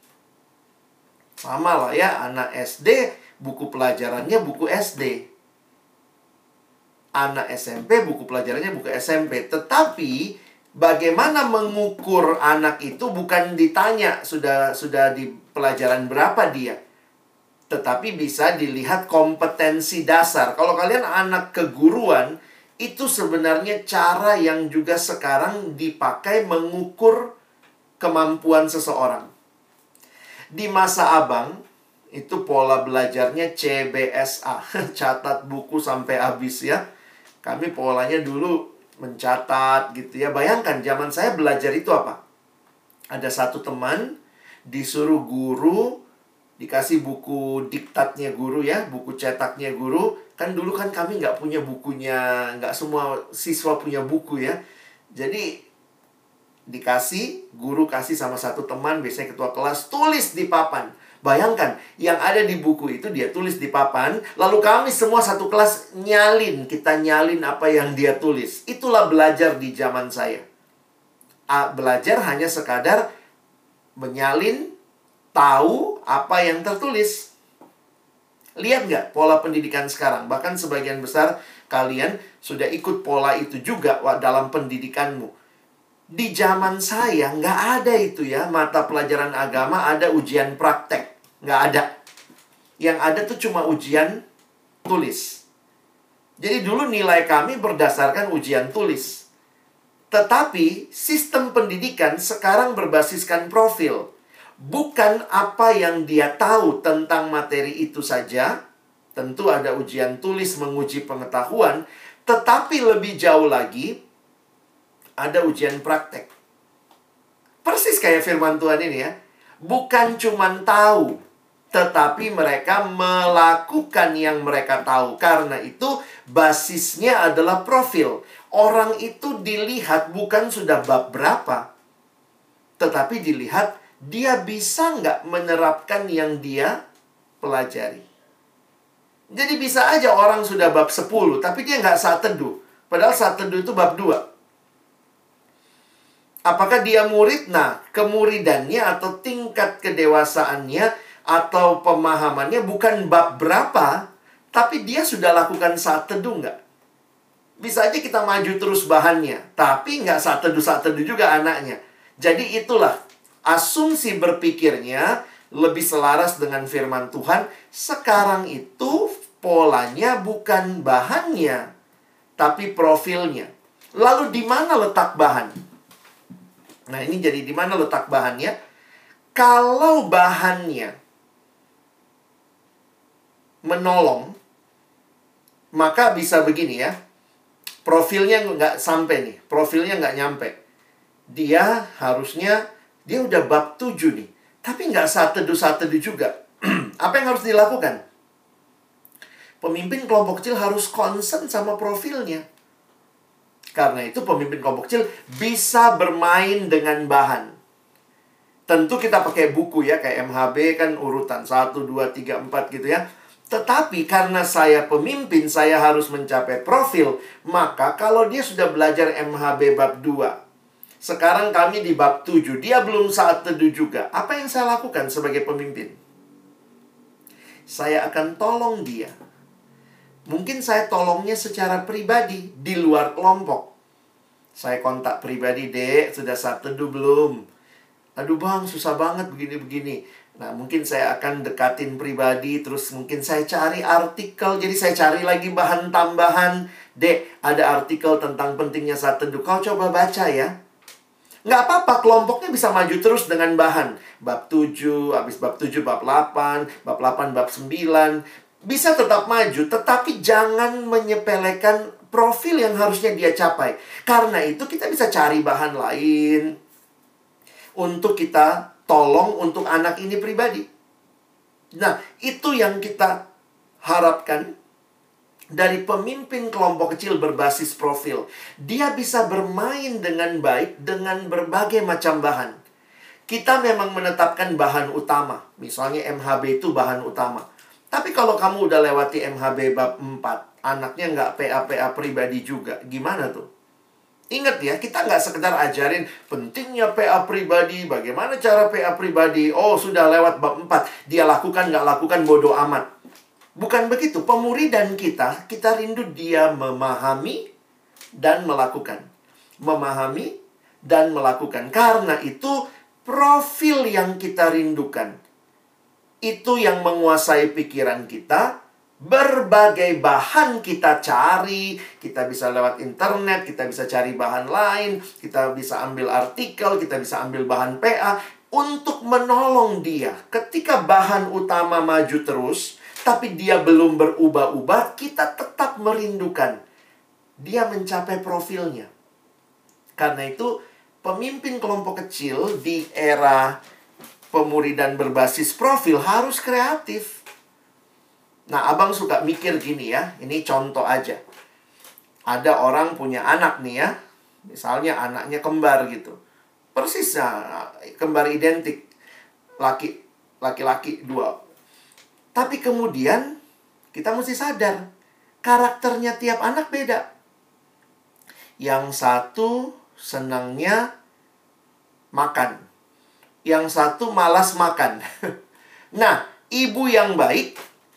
Sama lah ya, anak S D, buku pelajarannya buku S D. Anak S M P, buku pelajarannya buku S M P. Tetapi, bagaimana mengukur anak itu bukan ditanya sudah sudah di pelajaran berapa dia. Tetapi bisa dilihat kompetensi dasar. Kalau kalian anak keguruan, itu sebenarnya cara yang juga sekarang dipakai mengukur kemampuan seseorang. Di masa abang, itu pola belajarnya C B S A. Catat buku sampai habis ya. Kami polanya dulu mencatat gitu ya. Bayangkan zaman saya belajar itu apa? Ada satu teman disuruh guru, dikasih buku diktatnya guru ya, buku cetaknya guru. Kan dulu kan kami nggak punya bukunya, nggak semua siswa punya buku ya. Jadi dikasih, guru kasih sama satu teman, biasanya ketua kelas, tulis di papan. Bayangkan, yang ada di buku itu dia tulis di papan, lalu kami semua satu kelas nyalin, kita nyalin apa yang dia tulis. Itulah belajar di zaman saya. A, belajar hanya sekadar menyalin, tahu apa yang tertulis. Lihat nggak pola pendidikan sekarang? Bahkan sebagian besar kalian sudah ikut pola itu juga dalam pendidikanmu. Di zaman saya nggak ada itu ya, mata pelajaran agama ada ujian praktek. Nggak ada. Yang ada tuh cuma ujian tulis. Jadi dulu nilai kami berdasarkan ujian tulis. Tetapi sistem pendidikan sekarang berbasiskan profil. Bukan apa yang dia tahu tentang materi itu saja. Tentu ada ujian tulis menguji pengetahuan. Tetapi lebih jauh lagi, ada ujian praktek. Persis kayak firman Tuhan ini ya. Bukan cuma tahu, tetapi mereka melakukan yang mereka tahu. Karena itu basisnya adalah profil. Orang itu dilihat bukan sudah bab berapa, tetapi dilihat dia bisa nggak menerapkan yang dia pelajari. Jadi bisa aja orang sudah bab sepuluh, tapi dia nggak saat teduh. Padahal saat teduh itu bab dua. Apakah dia murid? Nah, kemuridannya atau tingkat kedewasaannya atau pemahamannya bukan bab berapa, tapi dia sudah lakukan saat teduh nggak? Bisa aja kita maju terus bahannya, tapi nggak saat teduh-saat teduh juga anaknya. Jadi itulah asumsi berpikirnya lebih selaras dengan firman Tuhan. Sekarang itu polanya bukan bahannya, tapi profilnya. Lalu di mana letak bahan? Nah, ini jadi di mana letak bahannya? Kalau bahannya menolong, maka bisa begini ya. Profilnya nggak sampai nih. Profilnya nggak nyampe. Dia harusnya, dia udah bab tujuh nih. Tapi nggak saat teduh-saat teduh juga. Apa yang harus dilakukan? Pemimpin kelompok kecil harus concern sama profilnya. Karena itu pemimpin kelompok kecil bisa bermain dengan bahan. Tentu kita pakai buku ya, kayak M H B kan urutan satu, dua, tiga, empat gitu ya. Tetapi karena saya pemimpin, saya harus mencapai profil. Maka kalau dia sudah belajar M H B bab dua, sekarang kami di bab tujuh, dia belum saat teduh juga. Apa yang saya lakukan sebagai pemimpin? Saya akan tolong dia. Mungkin saya tolongnya secara pribadi, di luar kelompok. Saya kontak pribadi, Dek, sudah saat teduh belum? Aduh bang, susah banget begini-begini. Nah, mungkin saya akan dekatin pribadi, terus mungkin saya cari artikel. Jadi saya cari lagi bahan tambahan. Dek, ada artikel tentang pentingnya saat teduh. Kau coba baca ya. Nggak apa-apa, kelompoknya bisa maju terus dengan bahan. Bab tujuh, habis bab tujuh, bab delapan, bab delapan, bab sembilan. Bisa tetap maju, tetapi jangan menyepelekan profil yang harusnya dia capai. Karena itu kita bisa cari bahan lain untuk kita tolong untuk anak ini pribadi. Nah, itu yang kita harapkan dari pemimpin kelompok kecil berbasis profil. Dia bisa bermain dengan baik dengan berbagai macam bahan. Kita memang menetapkan bahan utama. Misalnya M H B itu bahan utama. Tapi kalau kamu udah lewati M H B bab empat, anaknya nggak P A-P A pribadi juga, gimana tuh? Ingat ya, kita nggak sekedar ajarin pentingnya P A pribadi, bagaimana cara P A pribadi. Oh, sudah lewat bab empat, dia lakukan nggak lakukan bodoh amat. Bukan begitu, pemuridan kita, kita rindu dia memahami dan melakukan. Memahami dan melakukan. Karena itu profil yang kita rindukan. Itu yang menguasai pikiran kita. Berbagai bahan kita cari. Kita bisa lewat internet, kita bisa cari bahan lain, kita bisa ambil artikel, kita bisa ambil bahan P A untuk menolong dia. Ketika bahan utama maju terus, tapi dia belum berubah-ubah, kita tetap merindukan dia mencapai profilnya. Karena itu, pemimpin kelompok kecil di era pemuridan berbasis profil harus kreatif. Nah, abang suka mikir gini ya. Ini contoh aja. Ada orang punya anak nih ya. Misalnya anaknya kembar gitu. Persis ya, kembar identik. Laki, laki-laki dua. Tapi kemudian kita mesti sadar. Karakternya tiap anak beda. Yang satu senangnya makan. Yang satu malas makan. Nah, ibu yang baik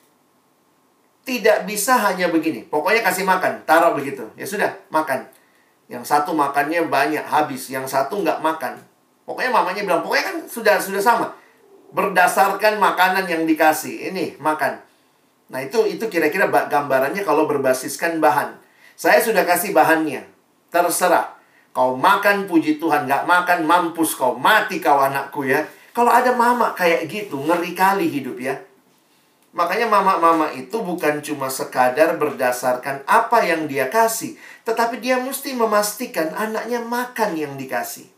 tidak bisa hanya begini. Pokoknya kasih makan, taruh begitu. Ya sudah, makan. Yang satu makannya banyak, habis. Yang satu nggak makan. Pokoknya mamanya bilang, pokoknya kan sudah sudah sama. Berdasarkan makanan yang dikasih. Ini, makan. Nah, itu itu kira-kira gambarannya kalau berbasiskan bahan. Saya sudah kasih bahannya. Terserah. Kau makan, puji Tuhan. Nggak makan, mampus kau. Mati kau anakku ya. Kalau ada mama kayak gitu, ngeri kali hidup ya. Makanya mama-mama itu bukan cuma sekadar berdasarkan apa yang dia kasih. Tetapi dia mesti memastikan anaknya makan yang dikasih.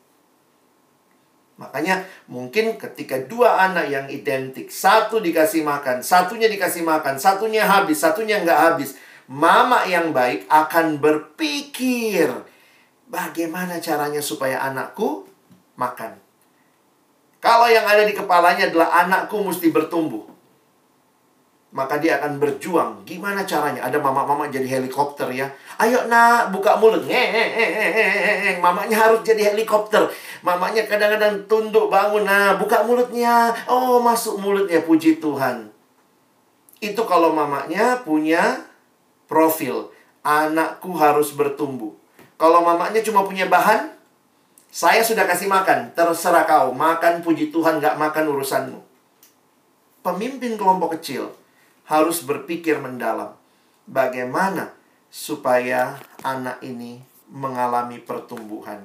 Makanya mungkin ketika dua anak yang identik. Satu dikasih makan, satunya dikasih makan, satunya habis, satunya nggak habis. Mama yang baik akan berpikir, bagaimana caranya supaya anakku makan? Kalau yang ada di kepalanya adalah anakku mesti bertumbuh, maka dia akan berjuang. Gimana caranya? Ada mama-mama jadi helikopter ya. Ayo nak, buka mulut. Ngeng, mamanya harus jadi helikopter. Mamanya kadang-kadang tunduk bangun. Nah, buka mulutnya. Oh, masuk mulutnya. Puji Tuhan. Itu kalau mamanya punya profil. Anakku harus bertumbuh. Kalau mamanya cuma punya bahan, saya sudah kasih makan, terserah kau. Makan, puji Tuhan, gak makan urusanmu. Pemimpin kelompok kecil harus berpikir mendalam. Bagaimana supaya anak ini mengalami pertumbuhan.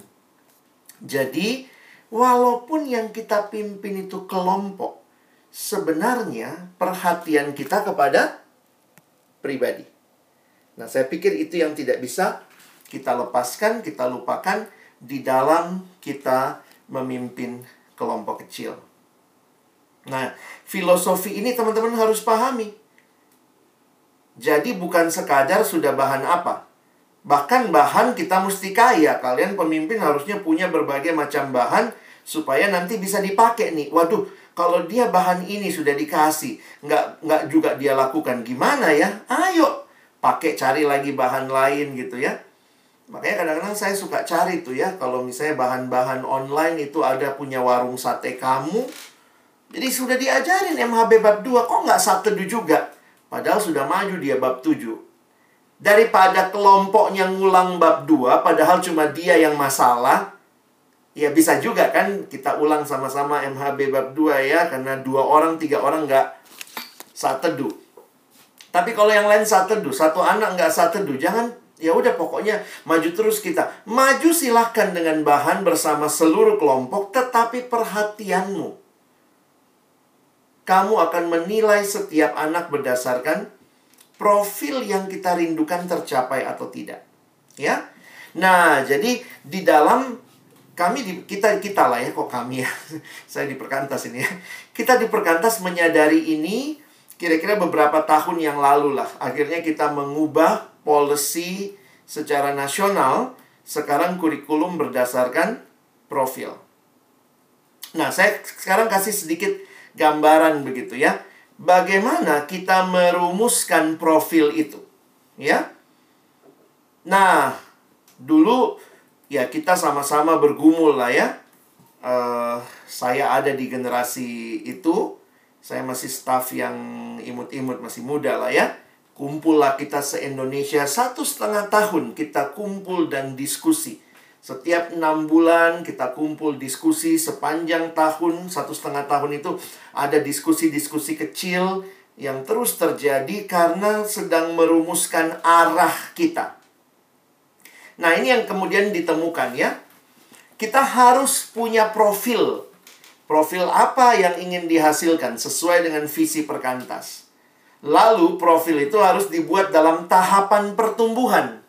Jadi, walaupun yang kita pimpin itu kelompok, sebenarnya perhatian kita kepada pribadi. Nah, saya pikir itu yang tidak bisa kita lepaskan, kita lupakan di dalam kita memimpin kelompok kecil. Nah, filosofi ini teman-teman harus pahami. Jadi bukan sekadar sudah bahan apa. Bahkan bahan kita mesti kaya. Kalian pemimpin harusnya punya berbagai macam bahan supaya nanti bisa dipakai nih. Waduh, kalau dia bahan ini sudah dikasih, nggak, nggak juga dia lakukan, gimana ya? Ayo, pakai cari lagi bahan lain gitu ya. Makanya kadang-kadang saya suka cari tuh ya. Kalau misalnya bahan-bahan online itu ada punya warung sate kamu. Jadi sudah diajarin M H B bab dua. Kok nggak satedu juga? Padahal sudah maju dia bab tujuh. Daripada kelompoknya ngulang bab dua. Padahal cuma dia yang masalah. Ya bisa juga kan kita ulang sama-sama M H B bab dua ya. Karena dua orang, tiga orang nggak satedu. Tapi kalau yang lain satedu, satu anak nggak satedu, jangan. Ya udah pokoknya maju terus kita. Maju silahkan dengan bahan bersama seluruh kelompok. Tetapi perhatianmu, kamu akan menilai setiap anak berdasarkan profil yang kita rindukan tercapai atau tidak. Ya. Nah, jadi di dalam kami di, kita kita lah ya kok kami ya. Saya di Perkantas ini ya. Kita di Perkantas menyadari ini kira-kira beberapa tahun yang lalu lah. Akhirnya kita mengubah policy secara nasional. Sekarang kurikulum berdasarkan profil. Nah, saya sekarang kasih sedikit gambaran begitu ya. bagaimana kita merumuskan profil itu, ya? Nah, dulu ya kita sama-sama bergumul lah ya. Uh, saya ada di generasi itu. Saya masih staff yang imut-imut, masih muda lah ya. Kumpullah kita se-Indonesia satu setengah tahun kita kumpul dan diskusi. Setiap enam bulan kita kumpul diskusi sepanjang tahun. Satu setengah tahun itu ada diskusi-diskusi kecil yang terus terjadi karena sedang merumuskan arah kita. Nah, ini yang kemudian ditemukan ya. Kita harus punya profil. Profil apa yang ingin dihasilkan sesuai dengan visi Perkantas. Lalu profil itu harus dibuat dalam tahapan pertumbuhan.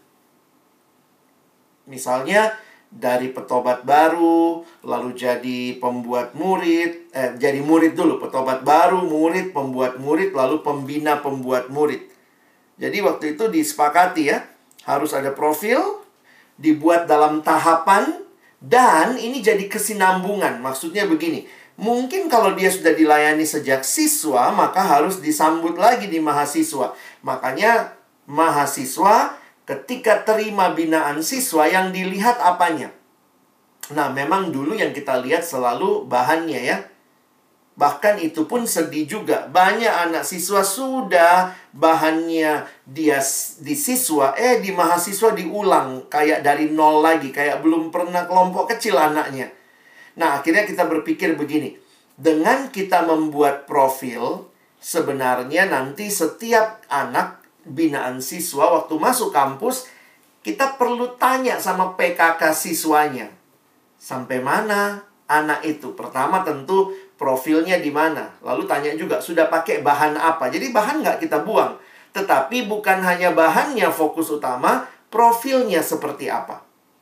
Misalnya dari petobat baru, lalu jadi pembuat murid, eh, jadi murid dulu, petobat baru, murid, pembuat murid, lalu pembina pembuat murid. Jadi waktu itu disepakati ya, harus ada profil, dibuat dalam tahapan. Dan ini jadi kesinambungan. Maksudnya begini, mungkin kalau dia sudah dilayani sejak siswa, maka harus disambut lagi di mahasiswa. Makanya mahasiswa ketika terima binaan siswa yang dilihat apanya. Nah, memang dulu yang kita lihat selalu bahannya ya. Bahkan itu pun sedih juga. Banyak anak siswa sudah bahannya dia di siswa, eh di mahasiswa diulang. Kayak dari nol lagi, kayak belum pernah kelompok kecil anaknya. Nah, akhirnya kita berpikir begini. Dengan kita membuat profil, sebenarnya nanti setiap anak binaan siswa waktu masuk kampus, kita perlu tanya sama P K K siswanya. Sampai mana anak itu? Pertama tentu profilnya di mana. Lalu tanya juga, sudah pakai bahan apa? Jadi bahan nggak kita buang. Tetapi bukan hanya bahannya fokus utama, profilnya seperti apa.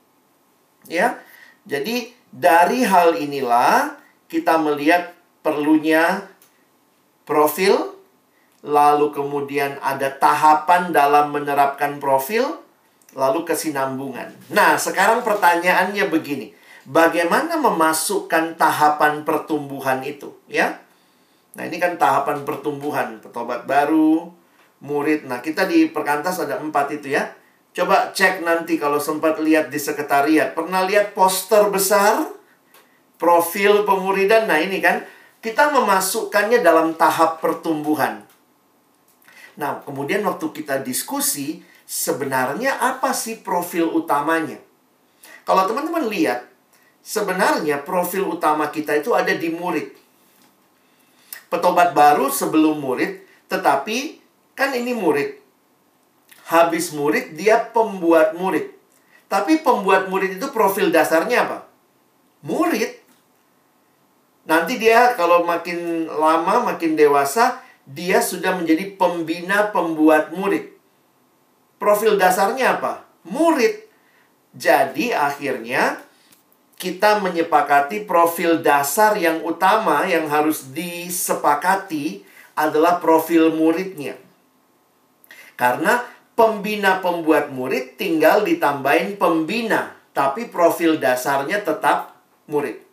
Ya, jadi dari hal inilah kita melihat perlunya profil. Lalu kemudian ada tahapan dalam menerapkan profil. Lalu kesinambungan. Nah, sekarang pertanyaannya begini. Bagaimana memasukkan tahapan pertumbuhan itu, ya? Nah, ini kan tahapan pertumbuhan, petobat baru, murid. Nah, kita di Perkantas ada empat itu ya. Coba cek nanti kalau sempat lihat di sekretariat. Pernah lihat poster besar? Profil pemuridan. Nah, ini kan kita memasukkannya dalam tahap pertumbuhan. Nah, kemudian waktu kita diskusi, sebenarnya apa sih profil utamanya? Kalau teman-teman lihat, sebenarnya profil utama kita itu ada di murid. Petobat baru sebelum murid, tetapi kan ini murid. Habis murid, dia pembuat murid. Tapi pembuat murid itu profil dasarnya apa? Murid. Nanti dia kalau makin lama, makin dewasa, dia sudah menjadi pembina pembuat murid. Profil dasarnya apa? Murid. Jadi akhirnya kita menyepakati profil dasar yang utama yang harus disepakati adalah profil muridnya. Karena pembina pembuat murid tinggal ditambahin pembina, tapi profil dasarnya tetap murid.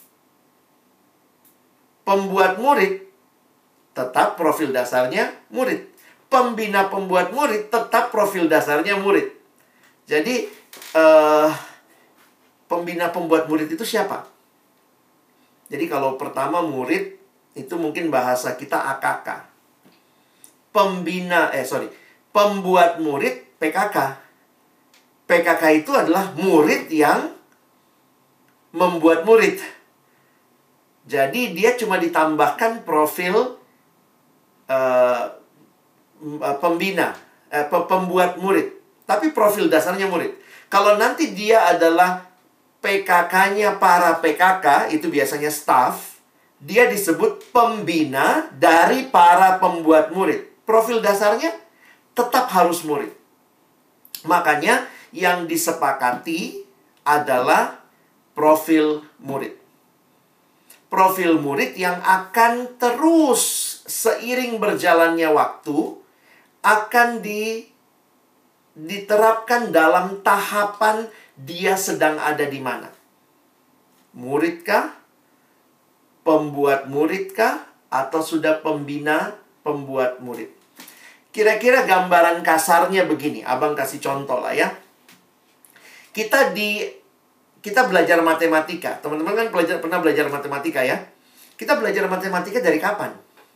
Pembuat murid tetap profil dasarnya murid. Pembina pembuat murid tetap profil dasarnya murid. Jadi eh pembina pembuat murid itu siapa? Jadi kalau pertama murid, itu mungkin bahasa kita A K K. Pembina, eh sorry, pembuat murid P K K. P K K itu adalah murid yang membuat murid. Jadi dia cuma ditambahkan profil uh, pembina, uh, pembuat murid. Tapi profil dasarnya murid. Kalau nanti dia adalah P K K-nya para P K K, itu biasanya staff, dia disebut pembina dari para pembuat murid. Profil dasarnya tetap harus murid. Makanya yang disepakati adalah profil murid. Profil murid yang akan terus seiring berjalannya waktu akan di, diterapkan dalam tahapan dia sedang ada di mana? Muridkah? Pembuat muridkah? atau sudah pembina pembuat murid. Kira-kira gambaran kasarnya begini, Abang kasih contoh lah ya. Kita di kita belajar matematika. Teman-teman kan belajar, pernah belajar matematika ya? Kita belajar matematika dari kapan?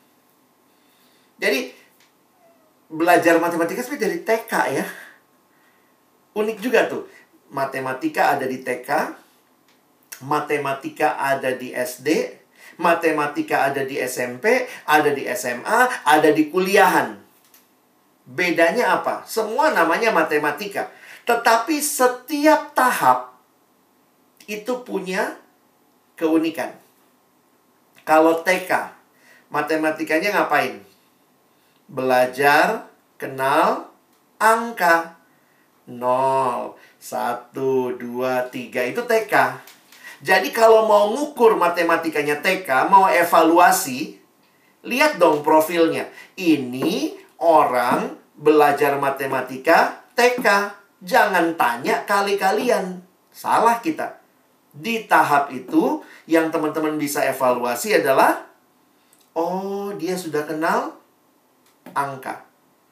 Jadi belajar matematika sebenarnya dari T K ya. Unik juga tuh. Matematika ada di T K, matematika ada di S D, matematika ada di S M P, ada di S M A, ada di kuliahan. Bedanya apa? Semua namanya matematika. Tetapi setiap tahap itu punya keunikan. Kalau T K, matematikanya ngapain? Belajar, kenal, angka. Nol, satu, dua, tiga, itu T K. Jadi kalau mau ngukur matematikanya T K, mau evaluasi, lihat dong profilnya. Ini orang belajar matematika T K. Jangan tanya kali-kalian. Salah kita. Di tahap itu, yang teman-teman bisa evaluasi adalah, oh, dia sudah kenal angka.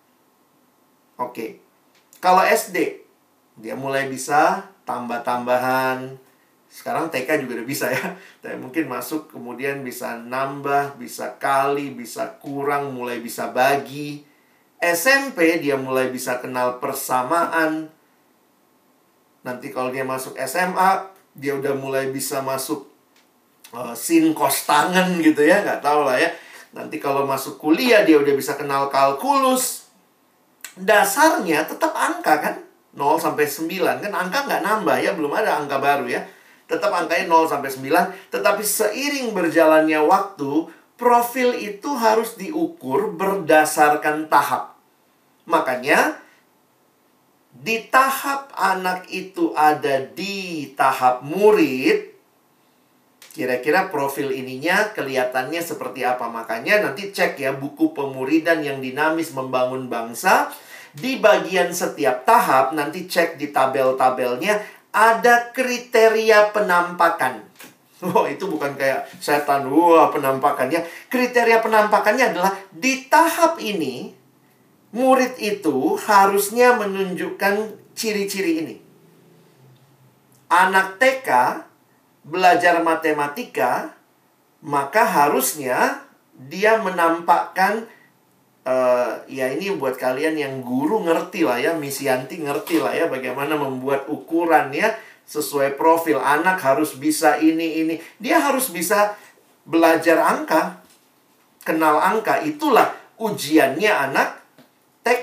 Oke. Kalau S D, dia mulai bisa tambah-tambahan. Sekarang T K juga udah bisa ya. Tapi mungkin masuk kemudian bisa nambah, bisa kali, bisa kurang, mulai bisa bagi. S M P dia mulai bisa kenal persamaan. Nanti kalau dia masuk S M A, dia udah mulai bisa masuk uh, sin cos tangan gitu ya. Nggak tahu lah ya. Nanti kalau masuk kuliah, dia udah bisa kenal kalkulus. Dasarnya tetap angka kan, nol sampai sembilan. Kan angka nggak nambah ya, belum ada angka baru ya. Tetap angkanya nol sampai sembilan. Tetapi seiring berjalannya waktu, profil itu harus diukur berdasarkan tahap. Makanya, di tahap anak itu ada di tahap murid, kira-kira profil ininya kelihatannya seperti apa. Makanya nanti cek ya buku Pemuridan yang Dinamis Membangun Bangsa. Di bagian setiap tahap, nanti cek di tabel-tabelnya, ada kriteria penampakan. Oh, itu bukan kayak setan, wah penampakannya. Kriteria penampakannya adalah, di tahap ini, murid itu harusnya menunjukkan ciri-ciri ini. Anak T K belajar matematika, maka harusnya dia menampakkan, Uh, ya ini buat kalian yang guru ngerti lah ya, Miss Yanti ngerti lah ya bagaimana membuat ukuran ya sesuai profil. Anak harus bisa ini, ini. Dia harus bisa belajar angka, kenal angka. Itulah ujiannya anak T K.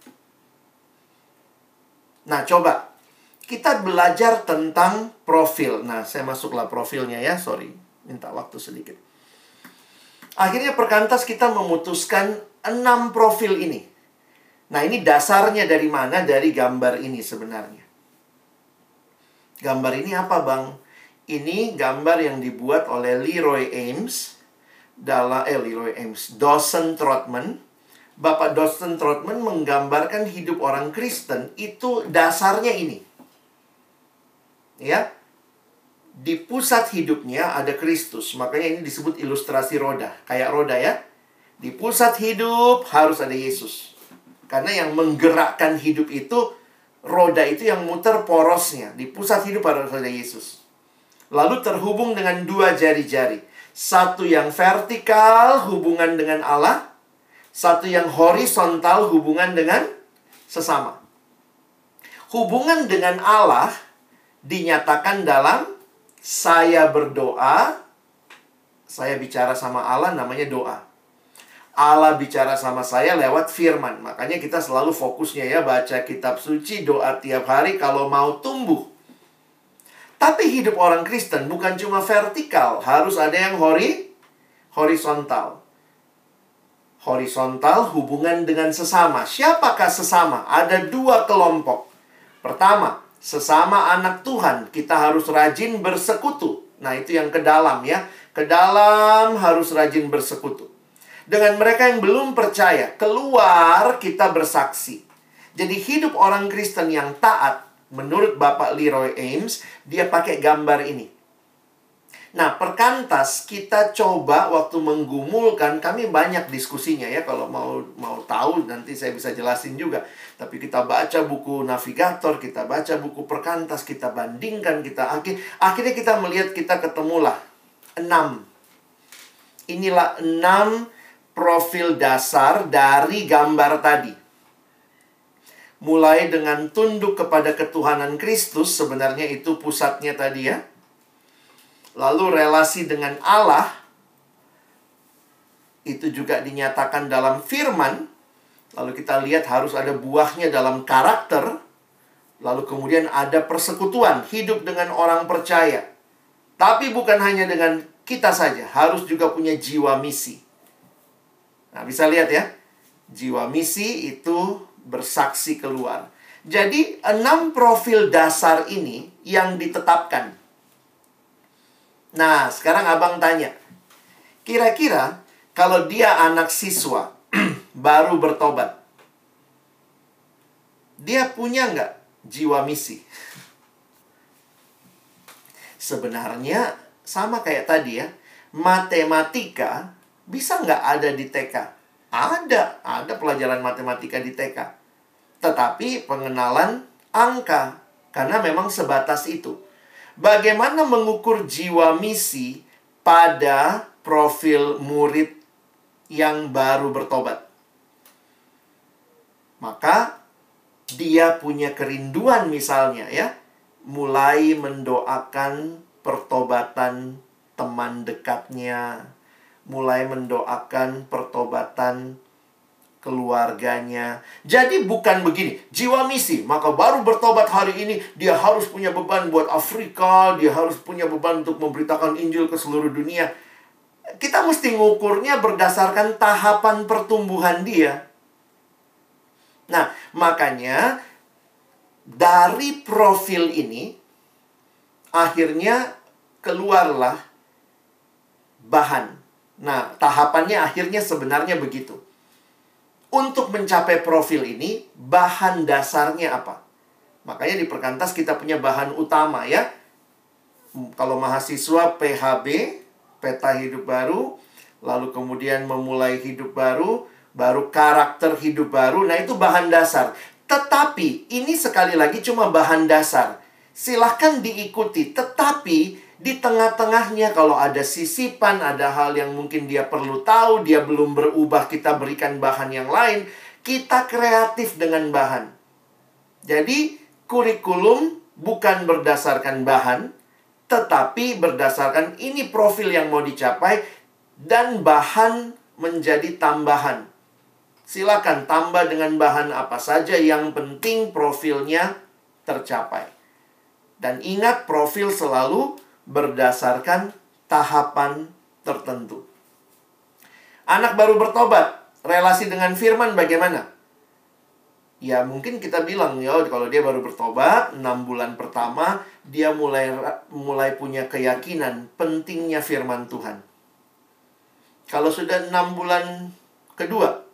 Nah coba, kita belajar tentang profil. Nah saya masuklah profilnya ya, sorry, minta waktu sedikit. Akhirnya perkantas kita memutuskan enam profil ini. Nah, ini dasarnya dari mana? Dari gambar ini sebenarnya. Gambar ini apa, Bang? Ini gambar yang dibuat oleh Leroy Ames. Dalam, eh, Leroy Ames. Dawson Trotman. Bapak Dawson Trotman menggambarkan hidup orang Kristen. Itu dasarnya ini. Ya. Di pusat hidupnya ada Kristus. Makanya ini disebut ilustrasi roda. Kayak roda ya. Di pusat hidup harus ada Yesus. Karena yang menggerakkan hidup itu, roda itu yang muter porosnya. Di pusat hidup harus ada Yesus. Lalu terhubung dengan dua jari-jari. Satu yang vertikal hubungan dengan Allah. Satu yang horizontal hubungan dengan sesama. Hubungan dengan Allah dinyatakan dalam saya berdoa. Saya bicara sama Allah, namanya doa. Allah bicara sama saya lewat firman. Makanya kita selalu fokusnya ya baca kitab suci, doa tiap hari kalau mau tumbuh. Tapi hidup orang Kristen bukan cuma vertikal, harus ada yang hori, horizontal. Horizontal hubungan dengan sesama. Siapakah sesama? Ada dua kelompok. Pertama, sesama anak Tuhan, kita harus rajin bersekutu. Nah, itu yang ke dalam ya. Ke dalam harus rajin bersekutu. Dengan mereka yang belum percaya, keluar kita bersaksi. Jadi hidup orang Kristen yang taat, menurut Bapak Leroy Ames, dia pakai gambar ini. Nah, perkantas kita coba waktu menggumulkan, kami banyak diskusinya ya. Kalau mau mau tahu nanti saya bisa jelasin juga. Tapi kita baca buku navigator, kita baca buku perkantas, kita bandingkan, kita akhir akhirnya kita melihat, kita ketemulah enam. Inilah enam profil dasar dari gambar tadi. Mulai dengan tunduk kepada ketuhanan Kristus, sebenarnya itu pusatnya tadi ya. Lalu relasi dengan Allah, itu juga dinyatakan dalam firman. Lalu kita lihat harus ada buahnya dalam karakter. Lalu kemudian ada persekutuan, hidup dengan orang percaya. Tapi bukan hanya dengan kita saja, harus juga punya jiwa misi. Nah, bisa lihat ya, jiwa misi itu bersaksi keluar. Jadi, enam profil dasar ini yang ditetapkan. Nah, sekarang abang tanya, kira-kira kalau dia anak siswa, baru bertobat, dia punya nggak jiwa misi? Sebenarnya sama kayak tadi ya, matematika bisa nggak ada di T K? Ada, ada pelajaran matematika di T K. Tetapi pengenalan angka, karena memang sebatas itu. Bagaimana mengukur jiwa misi pada profil murid yang baru bertobat? Maka dia punya kerinduan misalnya ya, mulai mendoakan pertobatan teman dekatnya, mulai mendoakan pertobatan keluarganya. Jadi bukan begini, jiwa misi, maka baru bertobat hari ini, dia harus punya beban buat Afrika, dia harus punya beban untuk memberitakan Injil ke seluruh dunia. Kita mesti ngukurnya berdasarkan tahapan pertumbuhan dia. Nah, makanya dari profil ini, akhirnya keluarlah bahan. Nah, tahapannya akhirnya sebenarnya begitu. Untuk mencapai profil ini, bahan dasarnya apa? Makanya di perkantas kita punya bahan utama ya. Kalau mahasiswa P H B, peta hidup baru, lalu kemudian memulai hidup baru, baru karakter hidup baru. Nah, itu bahan dasar. Tetapi ini sekali lagi cuma bahan dasar. Silahkan diikuti, tetapi di tengah-tengahnya kalau ada sisipan, ada hal yang mungkin dia perlu tahu, dia belum berubah, kita berikan bahan yang lain. Kita kreatif dengan bahan. Jadi, kurikulum bukan berdasarkan bahan, tetapi berdasarkan ini profil yang mau dicapai, dan bahan menjadi tambahan. Silakan tambah dengan bahan apa saja, yang penting profilnya tercapai. Dan ingat, profil selalu berdasarkan tahapan tertentu. Anak baru bertobat, relasi dengan firman bagaimana? Ya mungkin kita bilang, ya kalau dia baru bertobat, enam bulan pertama, dia mulai mulai punya keyakinan pentingnya firman Tuhan. Kalau sudah enam bulan kedua,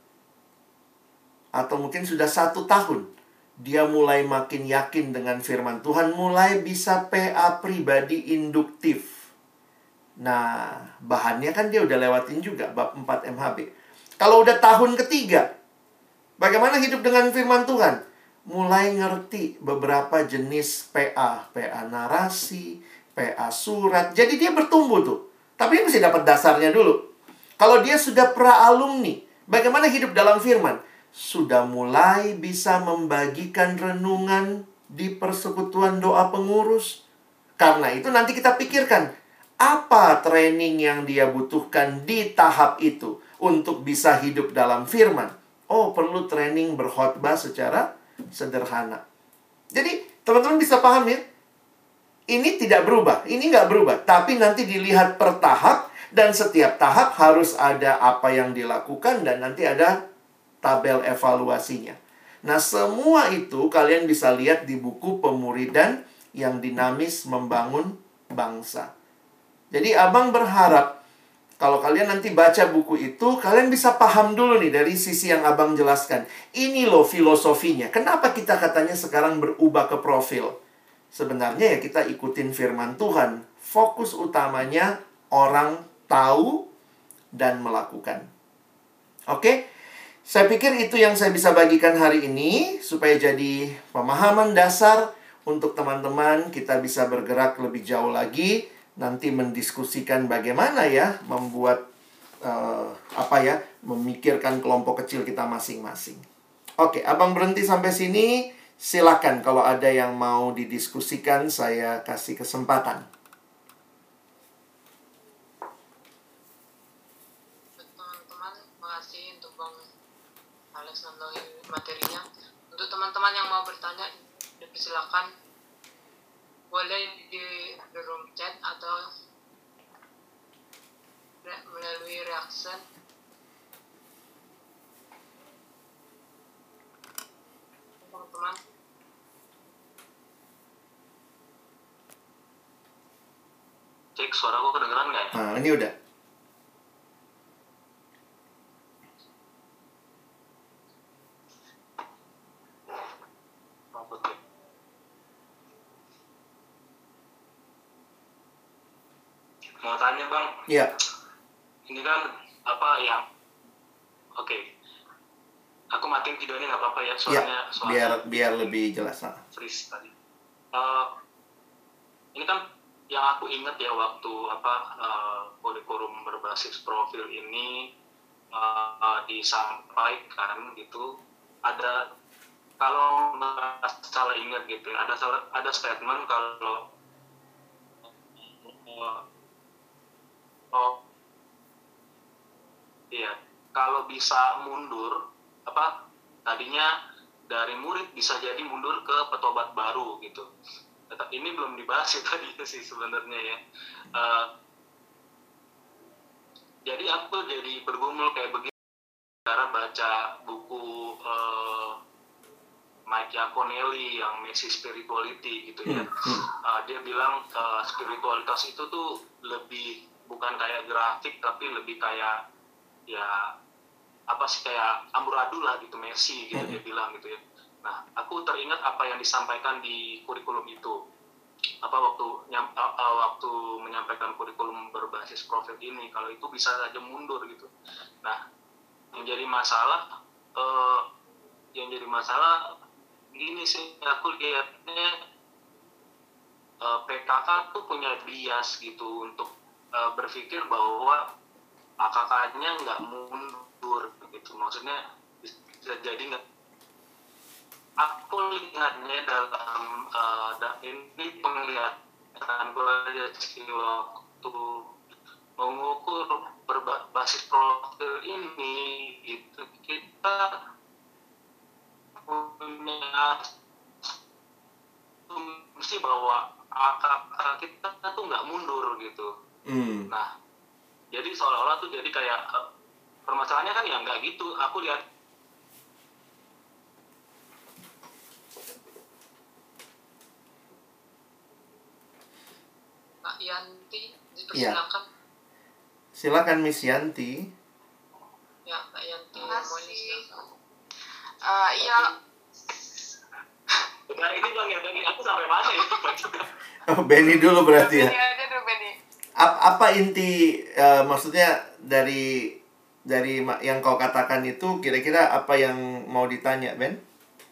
atau mungkin sudah satu tahun, dia mulai makin yakin dengan firman Tuhan, mulai bisa P A pribadi induktif. Nah, bahannya kan dia udah lewatin juga, bab empat M H B. Kalau udah tahun ketiga, bagaimana hidup dengan firman Tuhan? Mulai ngerti beberapa jenis P A. P A narasi, P A surat. Jadi dia bertumbuh tuh. Tapi dia mesti dapat dasarnya dulu. Kalau dia sudah pra-alumni, bagaimana hidup dalam firman? Sudah mulai bisa membagikan renungan di persekutuan doa pengurus. Karena itu nanti kita pikirkan, apa training yang dia butuhkan di tahap itu untuk bisa hidup dalam firman. Oh, perlu training berkhotbah secara sederhana. Jadi, teman-teman bisa paham ya? Ini tidak berubah, ini nggak berubah. Tapi nanti dilihat per tahap, dan setiap tahap harus ada apa yang dilakukan, dan nanti ada tabel evaluasinya. Nah, semua itu kalian bisa lihat di buku Pemuridan yang Dinamis Membangun Bangsa. Jadi abang berharap kalau kalian nanti baca buku itu, kalian bisa paham dulu nih dari sisi yang abang jelaskan. Ini loh filosofinya. Kenapa kita katanya sekarang berubah ke profil? sebenarnya ya kita ikutin firman Tuhan. Fokus utamanya orang tahu dan melakukan. Oke? Saya pikir itu yang saya bisa bagikan hari ini, supaya jadi pemahaman dasar untuk teman-teman. Kita bisa bergerak lebih jauh lagi, nanti mendiskusikan bagaimana ya membuat uh, apa ya, memikirkan kelompok kecil kita masing-masing. Oke, abang berhenti sampai sini. Silakan kalau ada yang mau didiskusikan, saya kasih kesempatan. Materinya. Untuk teman-teman yang mau bertanya, silakan boleh di room chat atau melalui reaction. Teman-teman. Cek suaraku kedengeran nggak ya? Nah, ini udah. Mau tanya bang, Iya. Ini kan apa yang, oke, okay. Aku matiin videonya nggak apa-apa ya, soalnya, Ya, soalnya biar biar lebih jelas. freeze tadi. Uh, ini kan yang aku ingat ya waktu apa uh, kurikulum berbasis profil ini uh, uh, disampaikan gitu, ada, kalau nggak salah ingat gitu, ada salah, ada statement kalau uh, oh iya, kalau bisa mundur apa tadinya dari murid bisa jadi mundur ke petobat baru gitu. Tetapi ini belum dibahas ya tadi sih sebenarnya ya. Uh, jadi aku jadi bergumul kayak begini cara baca buku uh, Mike Yaconelli yang Messi Spirituality gitu ya. Uh, dia bilang uh, spiritualitas itu tuh lebih bukan kayak grafik tapi lebih kayak ya apa sih, kayak amburadul lah gitu, Messi gitu, dia bilang gitu ya. Nah, aku teringat apa yang disampaikan di kurikulum itu. Apa waktu nyam, uh, uh, waktu menyampaikan kurikulum berbasis profil ini, kalau itu bisa saja mundur gitu. Nah, yang jadi masalah uh, yang jadi masalah gini sih, aku lihatnya uh, P K K tuh punya bias gitu untuk uh, berpikir bahwa A K K-nya nggak mundur gitu, maksudnya bisa jadi nggak. Aku lihatnya dalam uh, ini penglihatan gue aja sih waktu mengukur berbasis profil ini gitu, kita punya asumsi bahwa A K K kita tuh nggak mundur gitu. Hmm. Nah, jadi seolah-olah tuh jadi kayak uh, permasalahannya kan ya nggak gitu. Aku lihat Kak Yanti, dipersilakan. Ya. Silakan Miss Yanti. Ya, Kak Yanti. Terima kasih. Uh, iya. Nah, ini bang ya, bagi aku sampai mana ya? Oh, Benny dulu berarti ya. Benny aja dulu, Benny. Apa inti uh, maksudnya dari dari yang kau katakan itu, kira-kira apa yang mau ditanya, Ben?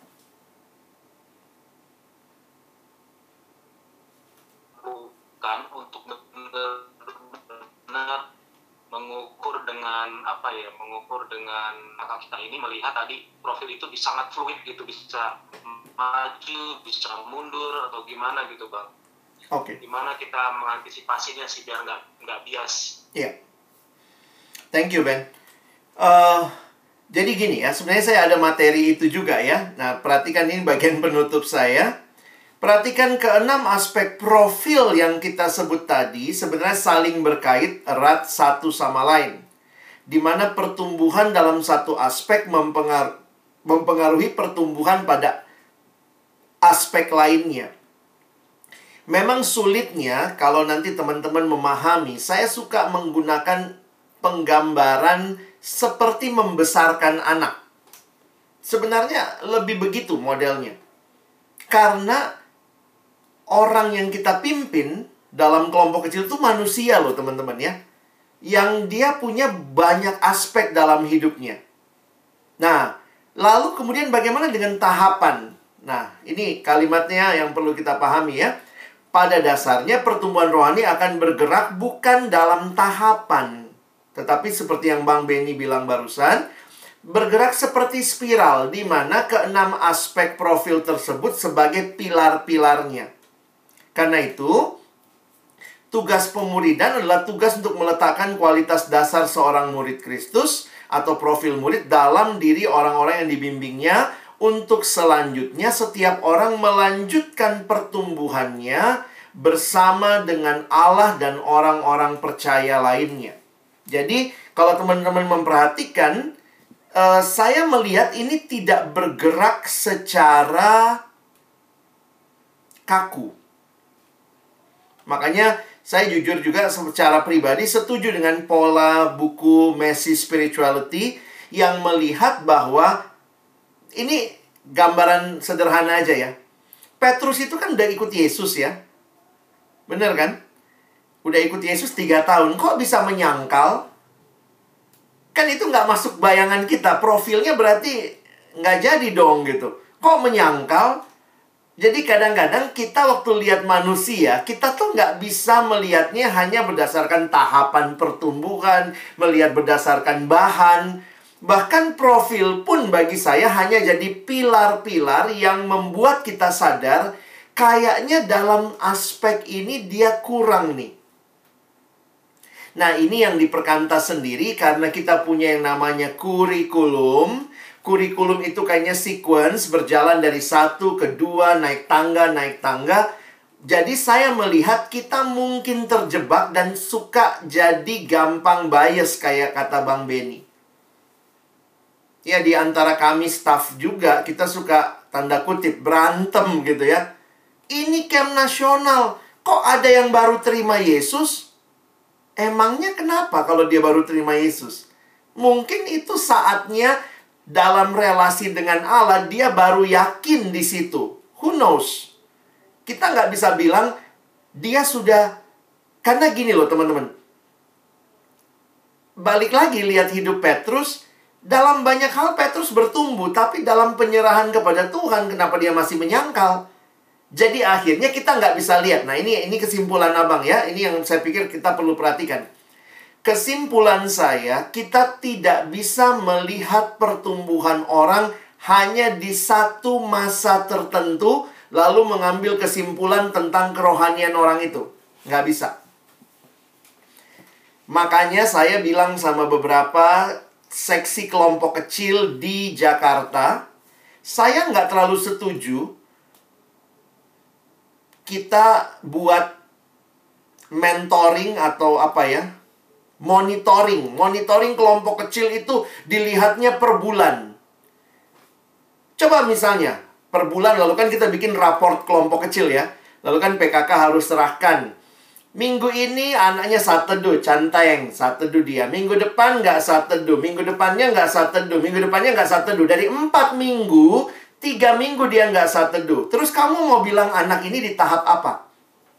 Bukan untuk benar-benar mengukur dengan apa ya, mengukur dengan mata kita ini, melihat tadi profil itu bisa sangat fluid gitu, bisa maju, bisa mundur atau gimana gitu bang. Oke. Okay. Gimana kita mengantisipasinya sih biar nggak nggak bias. Iya. Yeah. Thank you Ben. Uh, jadi gini ya, sebenarnya saya ada materi itu juga ya. Nah, perhatikan ini bagian penutup saya. Perhatikan keenam aspek profil yang kita sebut tadi sebenarnya saling berkait erat satu sama lain. Di mana pertumbuhan dalam satu aspek mempengar- mempengaruhi pertumbuhan pada aspek lainnya. Memang sulitnya kalau nanti teman-teman memahami, saya suka menggunakan penggambaran seperti membesarkan anak. Sebenarnya lebih begitu modelnya. Karena orang yang kita pimpin dalam kelompok kecil itu manusia loh teman-teman ya. Yang dia punya banyak aspek dalam hidupnya. Nah, lalu kemudian bagaimana dengan tahapan? Nah, ini kalimatnya yang perlu kita pahami ya. Pada dasarnya pertumbuhan rohani akan bergerak bukan dalam tahapan. Tetapi seperti yang Bang Benny bilang barusan, bergerak seperti spiral, di mana keenam aspek profil tersebut sebagai pilar-pilarnya. Karena itu, tugas pemuridan adalah tugas untuk meletakkan kualitas dasar seorang murid Kristus atau profil murid dalam diri orang-orang yang dibimbingnya. Untuk selanjutnya, setiap orang melanjutkan pertumbuhannya bersama dengan Allah dan orang-orang percaya lainnya. Jadi, kalau teman-teman memperhatikan, uh, saya melihat ini tidak bergerak secara kaku. Makanya, saya jujur juga secara pribadi setuju dengan pola buku Messy Spirituality yang melihat bahwa ini gambaran sederhana aja ya. Petrus itu kan udah ikut Yesus ya. Bener kan? Udah ikut Yesus tiga tahun. Kok bisa menyangkal? Kan itu nggak masuk bayangan kita. Profilnya berarti nggak jadi dong gitu. Kok menyangkal? Jadi kadang-kadang kita waktu lihat manusia, kita tuh nggak bisa melihatnya hanya berdasarkan tahapan pertumbuhan, melihat berdasarkan bahan. Bahkan profil pun bagi saya hanya jadi pilar-pilar yang membuat kita sadar kayaknya dalam aspek ini dia kurang nih. Nah, ini yang diperkantas sendiri karena kita punya yang namanya kurikulum. Kurikulum itu kayaknya sequence berjalan dari satu ke dua, naik tangga, naik tangga. Jadi saya melihat kita mungkin terjebak dan suka jadi gampang bias kayak kata Bang Benny. Ya, di antara kami staff juga, kita suka, tanda kutip, berantem gitu ya. Ini camp nasional, kok ada yang baru terima Yesus? Emangnya kenapa kalau dia baru terima Yesus? Mungkin itu saatnya dalam relasi dengan Allah, dia baru yakin di situ. Who knows? Kita nggak bisa bilang, dia sudah... Karena gini loh teman-teman. Balik lagi lihat hidup Petrus. Dalam banyak hal Petrus bertumbuh, tapi dalam penyerahan kepada Tuhan, kenapa dia masih menyangkal? Jadi akhirnya kita nggak bisa lihat. Nah, ini ini kesimpulan abang ya. Ini yang saya pikir kita perlu perhatikan. Kesimpulan saya, kita tidak bisa melihat pertumbuhan orang hanya di satu masa tertentu, lalu mengambil kesimpulan tentang kerohanian orang itu. Nggak bisa. Makanya saya bilang sama beberapa seksi kelompok kecil di Jakarta, saya nggak terlalu setuju kita buat mentoring atau apa ya, monitoring. Monitoring kelompok kecil itu dilihatnya per bulan. Coba misalnya, per bulan lalu kan kita bikin raport kelompok kecil ya. Lalu kan P K K harus serahkan. Minggu ini anaknya saat teduh, canteng, saat teduh dia. Minggu depan nggak saat teduh, minggu depannya nggak saat teduh, minggu depannya nggak saat teduh. Dari empat minggu, tiga minggu dia nggak saat teduh. Terus kamu mau bilang anak ini di tahap apa?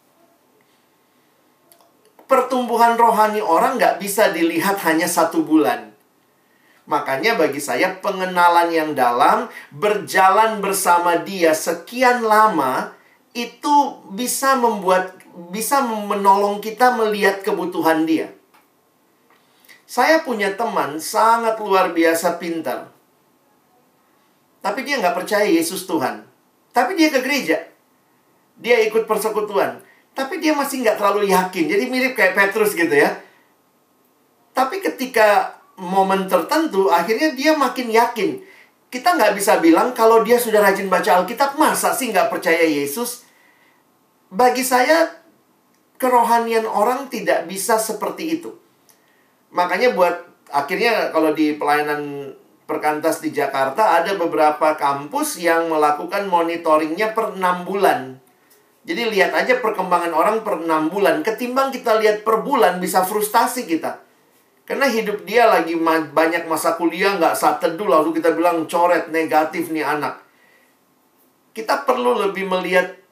Pertumbuhan rohani orang nggak bisa dilihat hanya satu bulan. Makanya bagi saya pengenalan yang dalam, berjalan bersama dia sekian lama, itu bisa membuat bisa menolong kita melihat kebutuhan dia. Saya punya teman sangat luar biasa pintar. Tapi dia nggak percaya Yesus Tuhan. Tapi dia ke gereja. Dia ikut persekutuan. Tapi dia masih nggak terlalu yakin. Jadi mirip kayak Petrus gitu ya. Tapi ketika momen tertentu, akhirnya dia makin yakin. Kita nggak bisa bilang kalau dia sudah rajin baca Alkitab, masa sih nggak percaya Yesus? Bagi saya, kerohanian orang tidak bisa seperti itu. Makanya buat akhirnya kalau di pelayanan perkantas di Jakarta ada beberapa kampus yang melakukan monitoringnya per enam bulan. Jadi lihat aja perkembangan orang per enam bulan. Ketimbang kita lihat per bulan bisa frustasi kita. Karena hidup dia lagi ma- banyak masa kuliah nggak saat teduh lalu kita bilang coret negatif nih anak. Kita perlu lebih melihat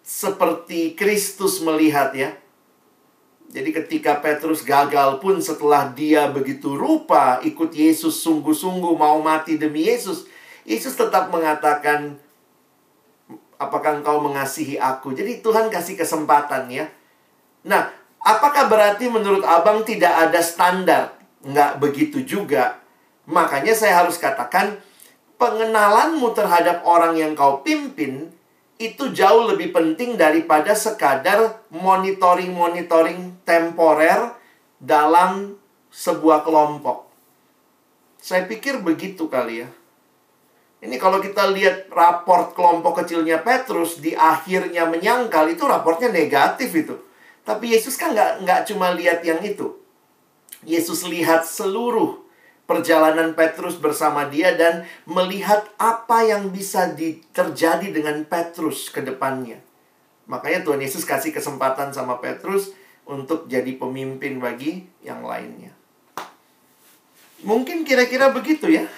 seperti Kristus melihat ya. Jadi ketika Petrus gagal pun setelah dia begitu rupa ikut Yesus sungguh-sungguh mau mati demi Yesus, Yesus tetap mengatakan, apakah engkau mengasihi aku? Jadi Tuhan kasih kesempatan ya. Nah, apakah berarti menurut abang tidak ada standar? Nggak begitu juga. Makanya saya harus katakan, pengenalanmu terhadap orang yang kau pimpin itu jauh lebih penting daripada sekadar monitoring-monitoring temporer dalam sebuah kelompok. Saya pikir begitu kali ya. Ini kalau kita lihat raport kelompok kecilnya Petrus, di akhirnya menyangkal, itu raportnya negatif itu. Tapi Yesus kan nggak, nggak cuma lihat yang itu. Yesus lihat seluruh perjalanan Petrus bersama dia dan melihat apa yang bisa di, terjadi dengan Petrus ke depannya. Makanya Tuhan Yesus kasih kesempatan sama Petrus untuk jadi pemimpin bagi yang lainnya. Mungkin kira-kira begitu ya.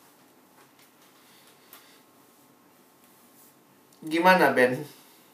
Gimana, Ben?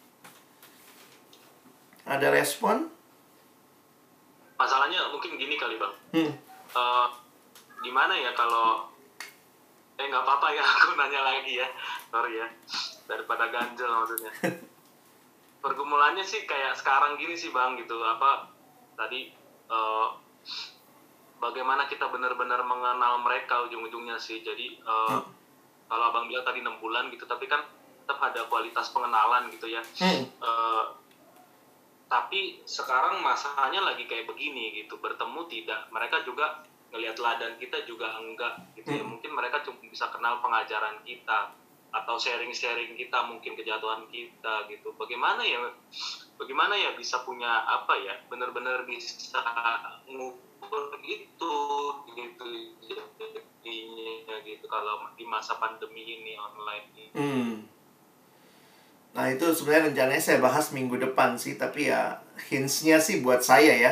Ada respon? Masalahnya mungkin gini kali, Bang. Hmm. Uh, gimana ya kalau... Eh, nggak apa-apa ya, aku nanya lagi ya. Sorry ya. Daripada ganjel maksudnya. Pergumulannya sih kayak sekarang gini sih, Bang, gitu. Apa, tadi... Uh, bagaimana kita benar-benar mengenal mereka ujung-ujungnya sih. Jadi, uh, hmm. kalau Abang bilang tadi enam bulan gitu, tapi kan tetap ada kualitas pengenalan gitu ya. Hmm. Uh, tapi sekarang masanya lagi kayak begini gitu, bertemu tidak, mereka juga ngelihat ladan kita juga enggak gitu ya. Mungkin mereka cuma bisa kenal pengajaran kita atau sharing-sharing kita, mungkin kejatuhan kita gitu. Bagaimana ya, bagaimana ya bisa punya apa ya, benar-benar bisa ngukur itu gitu jadinya gitu kalau di masa pandemi ini online ini. Hmm. Nah itu sebenarnya rencananya saya bahas minggu depan sih. Tapi ya hints-nya sih buat saya ya,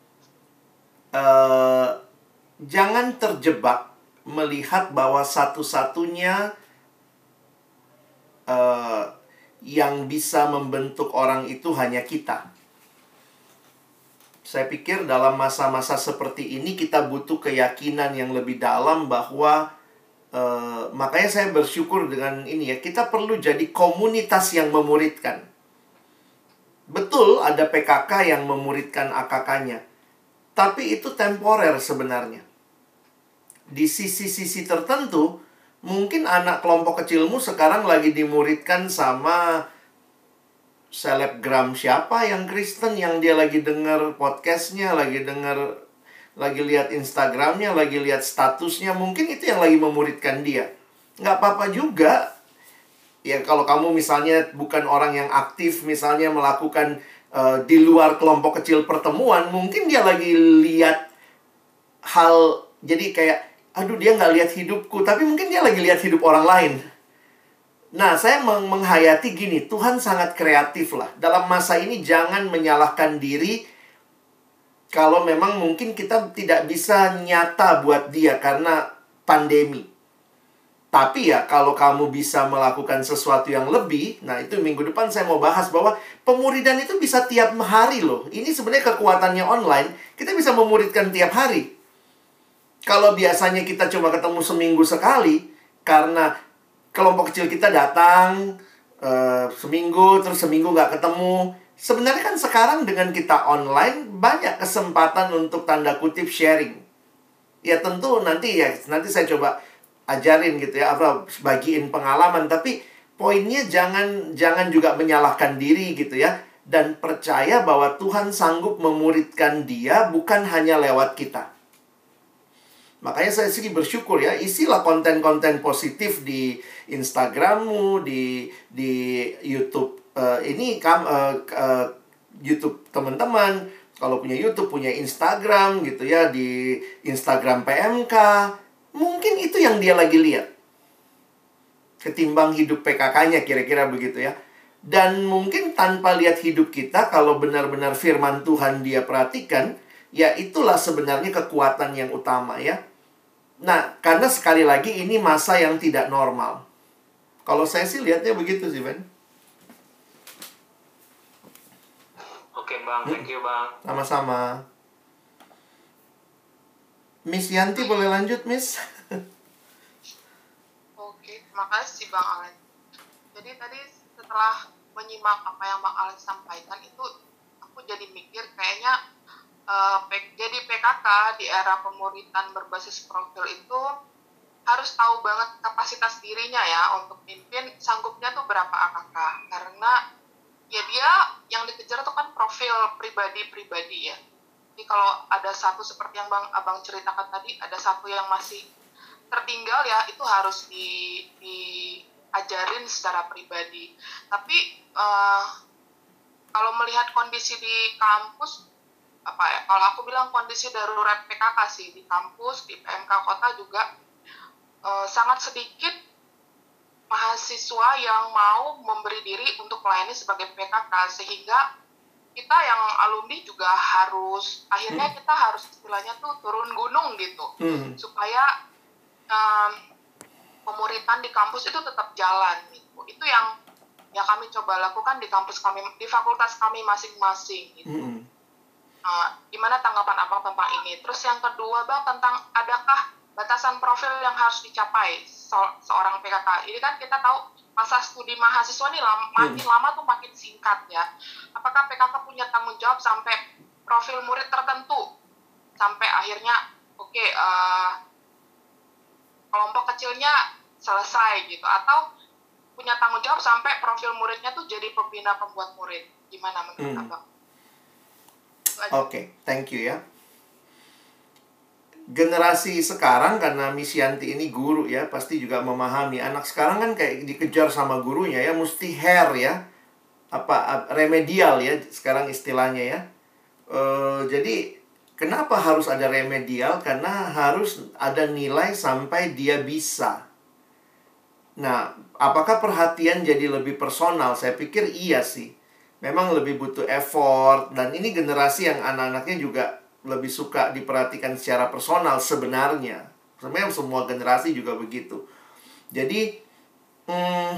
uh, jangan terjebak melihat bahwa satu-satunya uh, yang bisa membentuk orang itu hanya kita. Saya pikir dalam masa-masa seperti ini kita butuh keyakinan yang lebih dalam bahwa Uh, makanya saya bersyukur dengan ini ya, kita perlu jadi komunitas yang memuridkan. Betul ada P K K yang memuridkan A K K-nya, tapi itu temporer sebenarnya. Di sisi-sisi tertentu, mungkin anak kelompok kecilmu sekarang lagi dimuridkan sama selebgram siapa yang Kristen, yang dia lagi dengar podcastnya, lagi dengar, lagi lihat Instagramnya, lagi lihat statusnya. Mungkin itu yang lagi memuridkan dia. Nggak apa-apa juga. Ya kalau kamu misalnya bukan orang yang aktif, misalnya melakukan uh, di luar kelompok kecil pertemuan, mungkin dia lagi lihat hal, jadi kayak, aduh dia nggak lihat hidupku, tapi mungkin dia lagi lihat hidup orang lain. Nah, saya meng menghayati gini, Tuhan sangat kreatif lah. Dalam masa ini jangan menyalahkan diri kalau memang mungkin kita tidak bisa nyata buat dia karena pandemi. Tapi ya, kalau kamu bisa melakukan sesuatu yang lebih, nah itu minggu depan saya mau bahas bahwa pemuridan itu bisa tiap hari loh. Ini sebenarnya kekuatannya online, kita bisa memuridkan tiap hari. Kalau biasanya kita cuma ketemu seminggu sekali, karena kelompok kecil kita datang uh, seminggu, terus seminggu nggak ketemu. Sebenarnya kan sekarang dengan kita online, banyak kesempatan untuk tanda kutip sharing. Ya tentu nanti ya, nanti saya coba ajarin gitu ya, apa bagiin pengalaman. Tapi poinnya jangan jangan juga menyalahkan diri gitu ya. Dan percaya bahwa Tuhan sanggup memuridkan dia bukan hanya lewat kita. Makanya saya sih bersyukur ya, isilah konten-konten positif di Instagrammu, di di YouTube. Uh, ini kam, uh, uh, YouTube teman-teman, kalau punya YouTube, punya Instagram gitu ya, di Instagram P M K, mungkin itu yang dia lagi lihat ketimbang hidup P K K-nya, kira-kira begitu ya. Dan mungkin tanpa lihat hidup kita, kalau benar-benar firman Tuhan dia perhatikan, ya itulah sebenarnya kekuatan yang utama ya. Nah, karena sekali lagi ini masa yang tidak normal. Kalau saya sih lihatnya begitu sih, Ben. Bang. Thank you, Bang. Sama-sama. Miss Yanti boleh lanjut, Miss? Oke, terima kasih Bang Alex. Jadi tadi setelah menyimak apa yang Bang Alex sampaikan itu, aku jadi mikir kayaknya uh, P- jadi P K K di era pemuritan berbasis profil itu harus tahu banget kapasitas dirinya ya untuk mimpin, sanggupnya tuh berapa A K K. Karena ya dia yang dikejar tuh kan profil pribadi-pribadi ya. Jadi kalau ada satu seperti yang Bang Abang ceritakan tadi, ada satu yang masih tertinggal ya, itu harus di, diajarin secara pribadi. Tapi uh, kalau melihat kondisi di kampus, apa ya? Kalau aku bilang kondisi darurat P K K sih di kampus, di P M K kota juga uh, sangat sedikit mahasiswa yang mau memberi diri untuk melayani sebagai P K K, sehingga kita yang alumni juga harus akhirnya kita harus istilahnya tuh turun gunung gitu Hmm. supaya um, pemuritan di kampus itu tetap jalan gitu. Itu yang yang kami coba lakukan di kampus kami, di fakultas kami masing-masing gitu. Hmm. Uh, gimana tanggapan Abang tentang ini? Terus yang kedua Bang, tentang adakah batasan profil yang harus dicapai se- seorang P K K? Ini kan kita tahu masa studi mahasiswa nih lam- makin Hmm. lama tuh makin singkat ya. Apakah P K K punya tanggung jawab sampai profil murid tertentu? Sampai akhirnya, oke, okay, uh, kelompok kecilnya selesai gitu. Atau punya tanggung jawab sampai profil muridnya tuh jadi pembina pembuat murid. Gimana menurut Hmm. Abang? Oke, thank you ya. Generasi sekarang, karena Miss Yanti ini guru ya, pasti juga memahami. Anak sekarang kan kayak dikejar sama gurunya ya, mesti hair ya. Apa, remedial ya, sekarang istilahnya ya. Eh, jadi, kenapa harus ada remedial? Karena harus ada nilai sampai dia bisa. Nah, apakah perhatian jadi lebih personal? Saya pikir iya sih. Memang lebih butuh effort. Dan ini generasi yang anak-anaknya juga lebih suka diperhatikan secara personal sebenarnya. Sebenarnya semua generasi juga begitu. Jadi, hmm,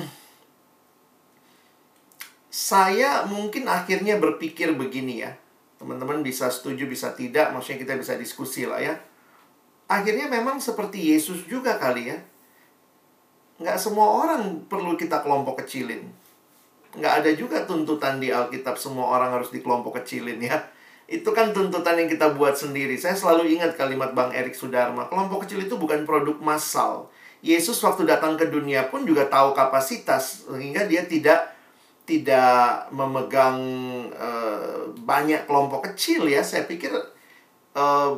saya mungkin akhirnya berpikir begini ya. Teman-teman bisa setuju, bisa tidak. Maksudnya kita bisa diskusi lah ya. Akhirnya memang seperti Yesus juga kali ya. Nggak semua orang perlu kita kelompok kecilin. Nggak ada juga tuntutan di Alkitab semua orang harus di kelompok kecilin ya. Itu kan tuntutan yang kita buat sendiri. Saya selalu ingat kalimat Bang Erik Sudarma. Kelompok kecil itu bukan produk massal. Yesus waktu datang ke dunia pun juga tahu kapasitas. Sehingga dia tidak tidak memegang uh, banyak kelompok kecil ya. Saya pikir uh,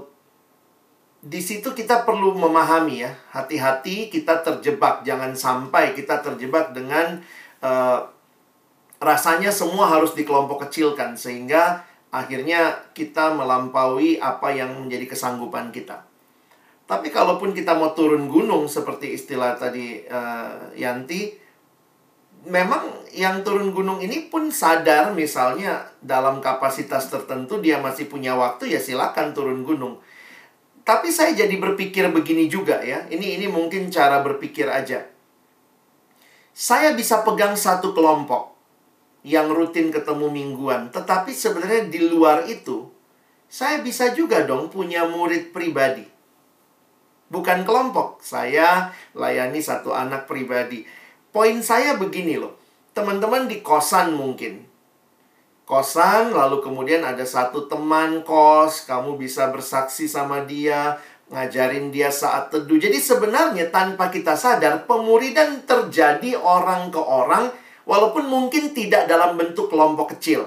di situ kita perlu memahami ya. Hati-hati kita terjebak. Jangan sampai kita terjebak dengan uh, rasanya semua harus dikelompok kecilkan. Sehingga akhirnya kita melampaui apa yang menjadi kesanggupan kita. Tapi kalaupun kita mau turun gunung seperti istilah tadi uh, Yanti, memang yang turun gunung ini pun sadar misalnya dalam kapasitas tertentu dia masih punya waktu, ya silakan turun gunung. Tapi saya jadi berpikir begini juga ya. Ini ini mungkin cara berpikir aja. Saya bisa pegang satu kelompok yang rutin ketemu mingguan. Tetapi sebenarnya di luar itu, saya bisa juga dong punya murid pribadi. Bukan kelompok. Saya layani satu anak pribadi. Poin saya begini loh. Teman-teman di kosan mungkin. Kosan, lalu kemudian ada satu teman kos. Kamu bisa bersaksi sama dia. Ngajarin dia saat teduh. Jadi sebenarnya tanpa kita sadar, pemuridan terjadi orang ke orang. Walaupun mungkin tidak dalam bentuk kelompok kecil.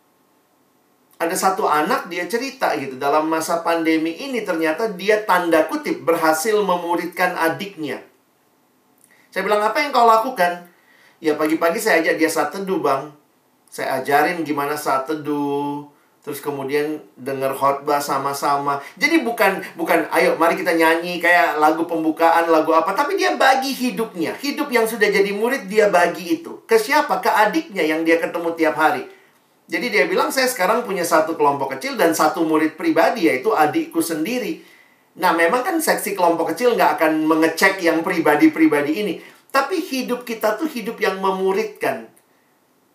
Ada satu anak dia cerita gitu. Dalam masa pandemi ini ternyata dia tanda kutip berhasil memuridkan adiknya. Saya bilang, apa yang kau lakukan? Ya pagi-pagi saya ajak dia saat teduh bang. Saya ajarin gimana saat teduh. Terus kemudian dengar khotbah sama-sama. Jadi bukan, bukan ayo mari kita nyanyi kayak lagu pembukaan, lagu apa. Tapi dia bagi hidupnya. Hidup yang sudah jadi murid dia bagi itu. Ke siapa? Ke adiknya yang dia ketemu tiap hari. Jadi dia bilang saya sekarang punya satu kelompok kecil dan satu murid pribadi, yaitu adikku sendiri. Nah memang kan seksi kelompok kecil nggak akan mengecek yang pribadi-pribadi ini. Tapi hidup kita tuh hidup yang memuridkan.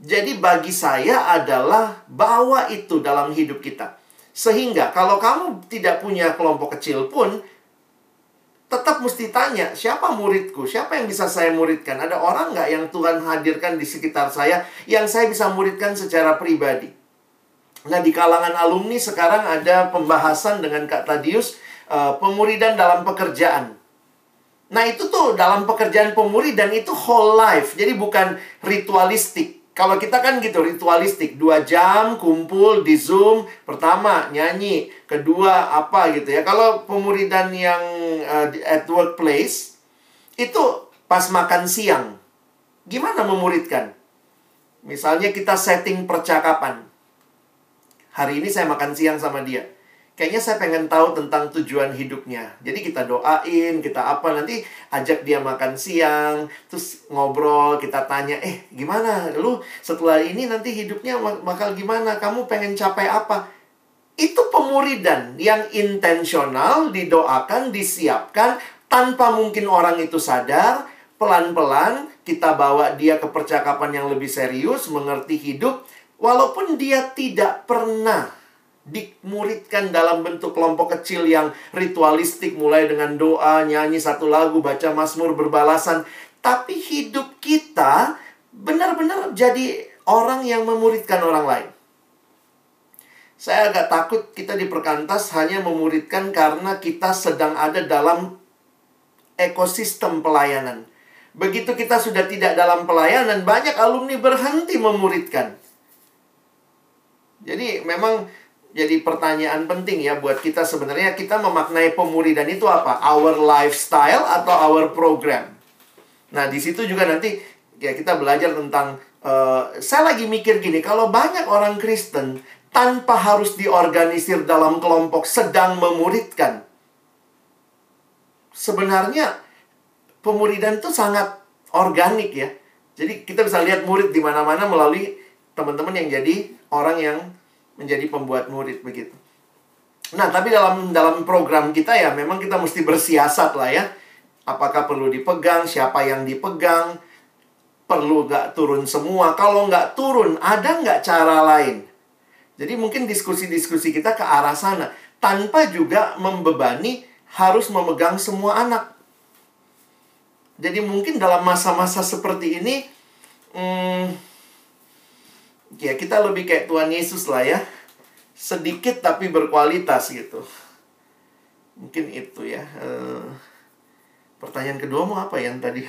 Jadi bagi saya adalah bawa itu dalam hidup kita. Sehingga kalau kamu tidak punya kelompok kecil pun, tetap mesti tanya, siapa muridku? Siapa yang bisa saya muridkan? Ada orang nggak yang Tuhan hadirkan di sekitar saya yang saya bisa muridkan secara pribadi? Nah, di kalangan alumni sekarang ada pembahasan dengan Kak Tadius, uh, pemuridan dalam pekerjaan. Nah, itu tuh dalam pekerjaan pemuridan itu whole life. Jadi bukan ritualistik. Kalau kita kan gitu, ritualistik. Dua jam kumpul di Zoom. Pertama, nyanyi. Kedua, apa gitu ya. Kalau pemuridan yang uh, at workplace, itu pas makan siang. Gimana memuridkan? Misalnya kita setting percakapan. Hari ini saya makan siang sama dia. Kayaknya saya pengen tahu tentang tujuan hidupnya. Jadi kita doain, kita apa, nanti ajak dia makan siang, terus ngobrol, kita tanya, eh gimana lu setelah ini nanti hidupnya bakal gimana? Kamu pengen capai apa? Itu pemuridan yang intensional, didoakan, disiapkan, tanpa mungkin orang itu sadar. Pelan-pelan kita bawa dia ke percakapan yang lebih serius, mengerti hidup, walaupun dia tidak pernah dimuridkan dalam bentuk kelompok kecil yang ritualistik, mulai dengan doa, nyanyi satu lagu, baca Mazmur, berbalasan. Tapi hidup kita benar-benar jadi orang yang memuridkan orang lain. Saya agak takut kita di Perkantas hanya memuridkan karena kita sedang ada dalam ekosistem pelayanan. Begitu kita sudah tidak dalam pelayanan, banyak alumni berhenti memuridkan. Jadi memang jadi pertanyaan penting ya buat kita sebenarnya, kita memaknai pemuridan itu apa? Our lifestyle atau our program? Nah, di situ juga nanti ya kita belajar tentang uh, saya lagi mikir gini, kalau banyak orang Kristen tanpa harus diorganisir dalam kelompok sedang memuridkan, sebenarnya pemuridan itu sangat organik ya. Jadi kita bisa lihat murid di mana-mana melalui teman-teman yang jadi orang yang menjadi pembuat murid begitu. Nah, tapi dalam dalam program kita ya memang kita mesti bersiasat lah ya. Apakah perlu dipegang, siapa yang dipegang, perlu nggak turun semua. Kalau nggak turun, ada nggak cara lain? Jadi mungkin diskusi-diskusi kita ke arah sana, tanpa juga membebani harus memegang semua anak. Jadi mungkin dalam masa-masa seperti ini, hmm, ya kita lebih kayak Tuhan Yesus lah ya. Sedikit tapi berkualitas gitu. Mungkin itu ya. Uh, pertanyaan kedua mau apa yang tadi?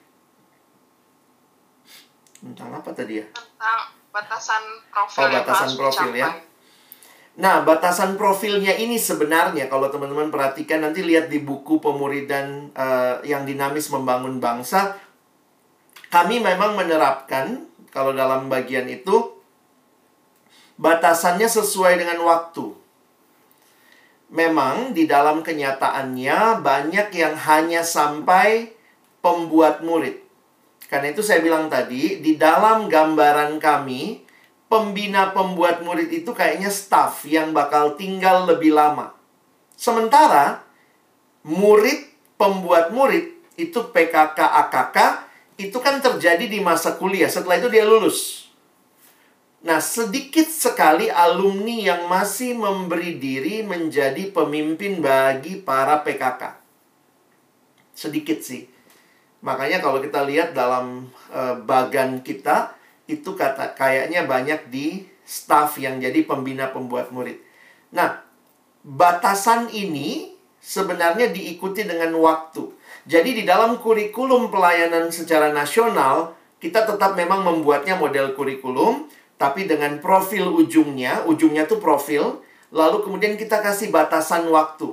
Tentang apa tadi ya? Tentang batasan profil. Oh, batasan profil ya. Nah, batasan profilnya ini sebenarnya kalau teman-teman perhatikan, nanti lihat di buku Pemuridan uh, yang Dinamis Membangun Bangsa, kami memang menerapkan kalau dalam bagian itu batasannya sesuai dengan waktu. Memang di dalam kenyataannya banyak yang hanya sampai pembuat murid. Karena itu saya bilang tadi, di dalam gambaran kami, pembina pembuat murid itu kayaknya staff yang bakal tinggal lebih lama. Sementara murid pembuat murid itu P K K A K K itu kan terjadi di masa kuliah. Setelah itu dia lulus. Nah, sedikit sekali alumni yang masih memberi diri menjadi pemimpin bagi para P K K. Sedikit sih. Makanya kalau kita lihat dalam uh, bagan kita, itu kata kayaknya banyak di staff yang jadi pembina pembuat murid. Nah, batasan ini sebenarnya diikuti dengan waktu. Jadi di dalam kurikulum pelayanan secara nasional, kita tetap memang membuatnya model kurikulum, tapi dengan profil ujungnya, ujungnya tuh profil, lalu kemudian kita kasih batasan waktu.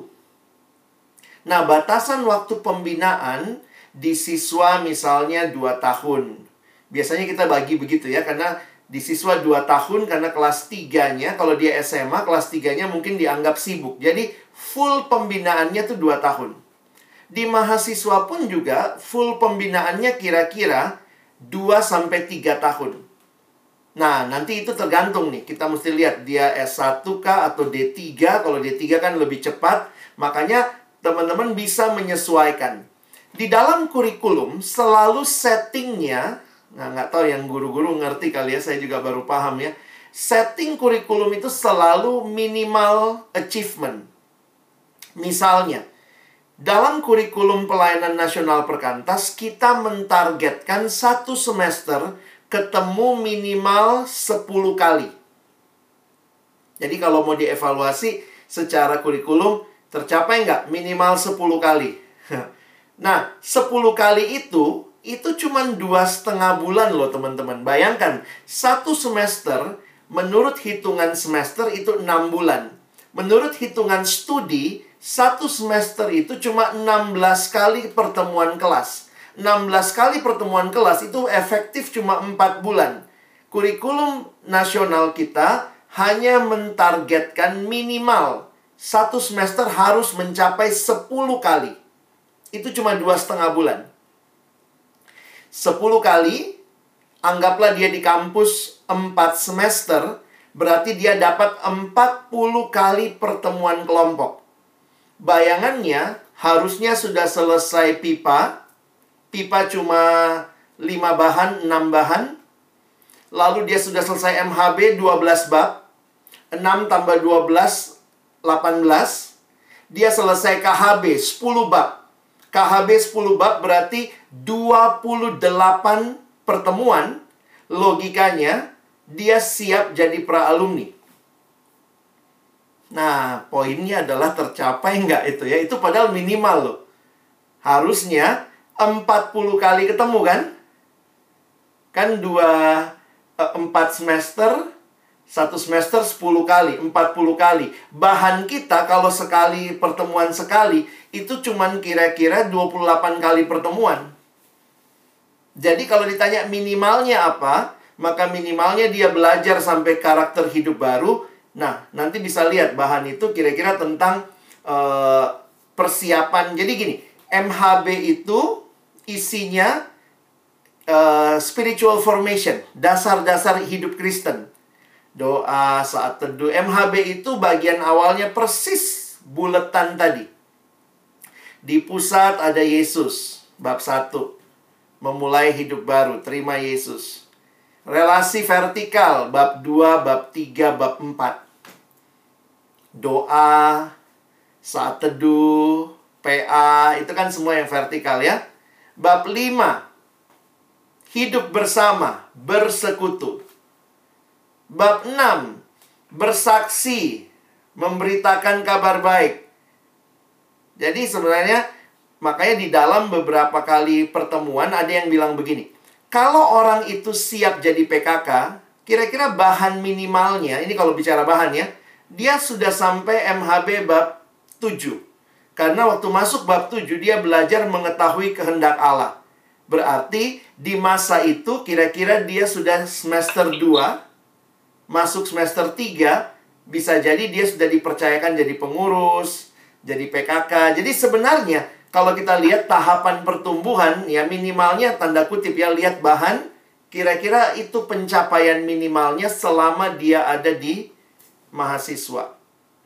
Nah, batasan waktu pembinaan di siswa misalnya dua tahun. Biasanya kita bagi begitu ya, karena di siswa dua tahun, karena kelas tiganya, kalau dia S M A, kelas tiganya mungkin dianggap sibuk. Jadi, full pembinaannya tuh dua tahun. Di mahasiswa pun juga, full pembinaannya kira-kira dua sampai tiga tahun. Nah, nanti itu tergantung nih. Kita mesti lihat dia S satu kah atau D tiga. Kalau D tiga kan lebih cepat. Makanya teman-teman bisa menyesuaikan. Di dalam kurikulum selalu settingnya Nah, nggak tahu yang guru-guru ngerti kali ya, saya juga baru paham ya. Setting kurikulum itu selalu minimal achievement. Misalnya, dalam kurikulum pelayanan nasional Perkantas, kita mentargetkan satu semester ketemu minimal sepuluh kali. Jadi kalau mau dievaluasi secara kurikulum, tercapai nggak? Minimal sepuluh kali. Nah, sepuluh kali itu, itu cuma dua setengah bulan loh teman-teman. Bayangkan, satu semester, menurut hitungan semester itu enam bulan. Menurut hitungan studi, satu semester itu cuma enam belas kali pertemuan kelas. enam belas kali pertemuan kelas itu efektif cuma empat bulan. Kurikulum nasional kita hanya mentargetkan minimal satu semester harus mencapai sepuluh kali. Itu cuma dua setengah bulan. sepuluh kali, anggaplah dia di kampus empat semester, berarti dia dapat empat puluh kali pertemuan kelompok. Bayangannya, harusnya sudah selesai pipa. Pipa cuma lima bahan, enam bahan. Lalu dia sudah selesai M H B dua belas bab. enam tambah dua belas, delapan belas. Dia selesai K H B sepuluh bab. K H B sepuluh bab berarti dua puluh delapan pertemuan. Logikanya, dia siap jadi pra-alumni. Nah, poinnya adalah tercapai nggak itu ya? Itu padahal minimal loh. Harusnya empat puluh kali ketemu kan? Kan dua, empat semester, satu semester sepuluh kali, empat puluh kali. Bahan kita kalau sekali pertemuan sekali, itu cuman kira-kira dua puluh delapan kali pertemuan. Jadi kalau ditanya minimalnya apa, maka minimalnya dia belajar sampai karakter hidup baru. Nah, nanti bisa lihat bahan itu kira-kira tentang uh, persiapan. Jadi gini, M H B itu isinya uh, spiritual formation, dasar-dasar hidup Kristen. Doa, saat teduh. M H B itu bagian awalnya persis buletan tadi. Di pusat ada Yesus, bab satu. Memulai hidup baru, terima Yesus. Relasi vertikal, bab dua, bab tiga, bab empat. Doa, saat teduh, P A, itu kan semua yang vertikal ya. Bab lima, hidup bersama, bersekutu. Bab enam, bersaksi, memberitakan kabar baik. Jadi sebenarnya, makanya di dalam beberapa kali pertemuan ada yang bilang begini. Kalau orang itu siap jadi P K K, kira-kira bahan minimalnya, ini kalau bicara bahan ya, dia sudah sampai M H B bab tujuh. Karena waktu masuk bab tujuh, dia belajar mengetahui kehendak Allah. Berarti di masa itu kira-kira dia sudah semester dua, masuk semester tiga, bisa jadi dia sudah dipercayakan jadi pengurus, jadi P K K. Jadi sebenarnya kalau kita lihat tahapan pertumbuhan, ya minimalnya tanda kutip ya, lihat bahan, kira-kira itu pencapaian minimalnya selama dia ada di mahasiswa.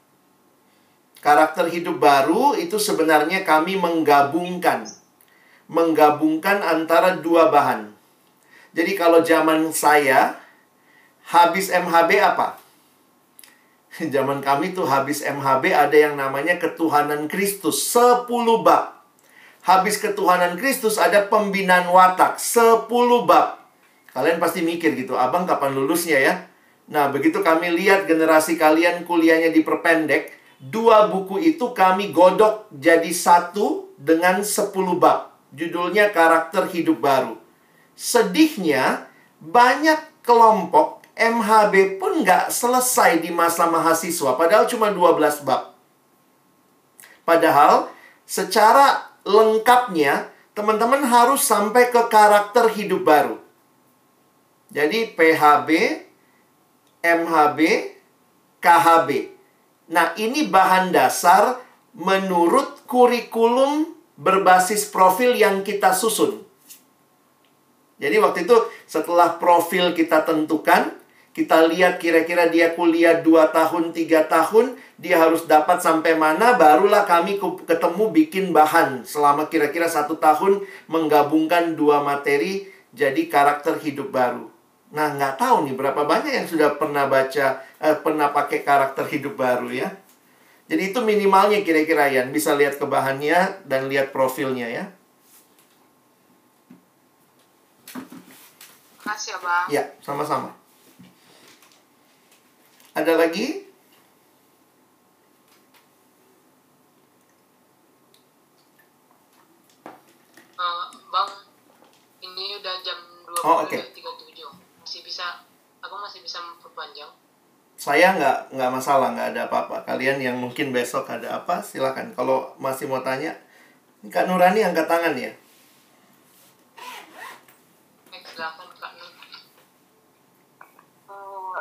Karakter hidup baru itu sebenarnya kami menggabungkan. Menggabungkan antara dua bahan. Jadi kalau zaman saya, habis M H B apa? Zaman kami tuh habis M H B ada yang namanya Ketuhanan Kristus, sepuluh bab. Habis Ketuhanan Kristus ada Pembinaan Watak, sepuluh bab. Kalian pasti mikir gitu, abang kapan lulusnya ya? Nah, begitu kami lihat generasi kalian kuliahnya diperpendek, dua buku itu kami godok jadi satu dengan sepuluh bab. Judulnya Karakter Hidup Baru. Sedihnya, banyak kelompok M H B pun nggak selesai di masa mahasiswa, padahal cuma dua belas bab. Padahal, secara lengkapnya, teman-teman harus sampai ke karakter hidup baru. Jadi, P H B, M H B, K H B. Nah, ini bahan dasar menurut kurikulum berbasis profil yang kita susun. Jadi, waktu itu setelah profil kita tentukan, kita lihat kira-kira dia kuliah dua tahun, tiga tahun, dia harus dapat sampai mana, barulah kami ketemu bikin bahan selama kira-kira satu tahun menggabungkan dua materi jadi karakter hidup baru. Nah, nggak tahu nih berapa banyak yang sudah pernah baca, eh, pernah pakai karakter hidup baru ya. Jadi itu minimalnya kira-kira Yan. Bisa lihat ke bahannya dan lihat profilnya ya. Makasih ya Bang. Ya, sama-sama. Ada lagi? Eh, Bang, ini udah jam dua Oh, puluh oke. tiga puluh tujuh. Masih bisa, aku masih bisa memperpanjang. Saya nggak nggak masalah, nggak ada apa-apa. Kalian yang mungkin besok ada apa, silakan. Kalau masih mau tanya, Kak Nurani angkat tangan ya. Eh, silakan Kak Nur. Eh,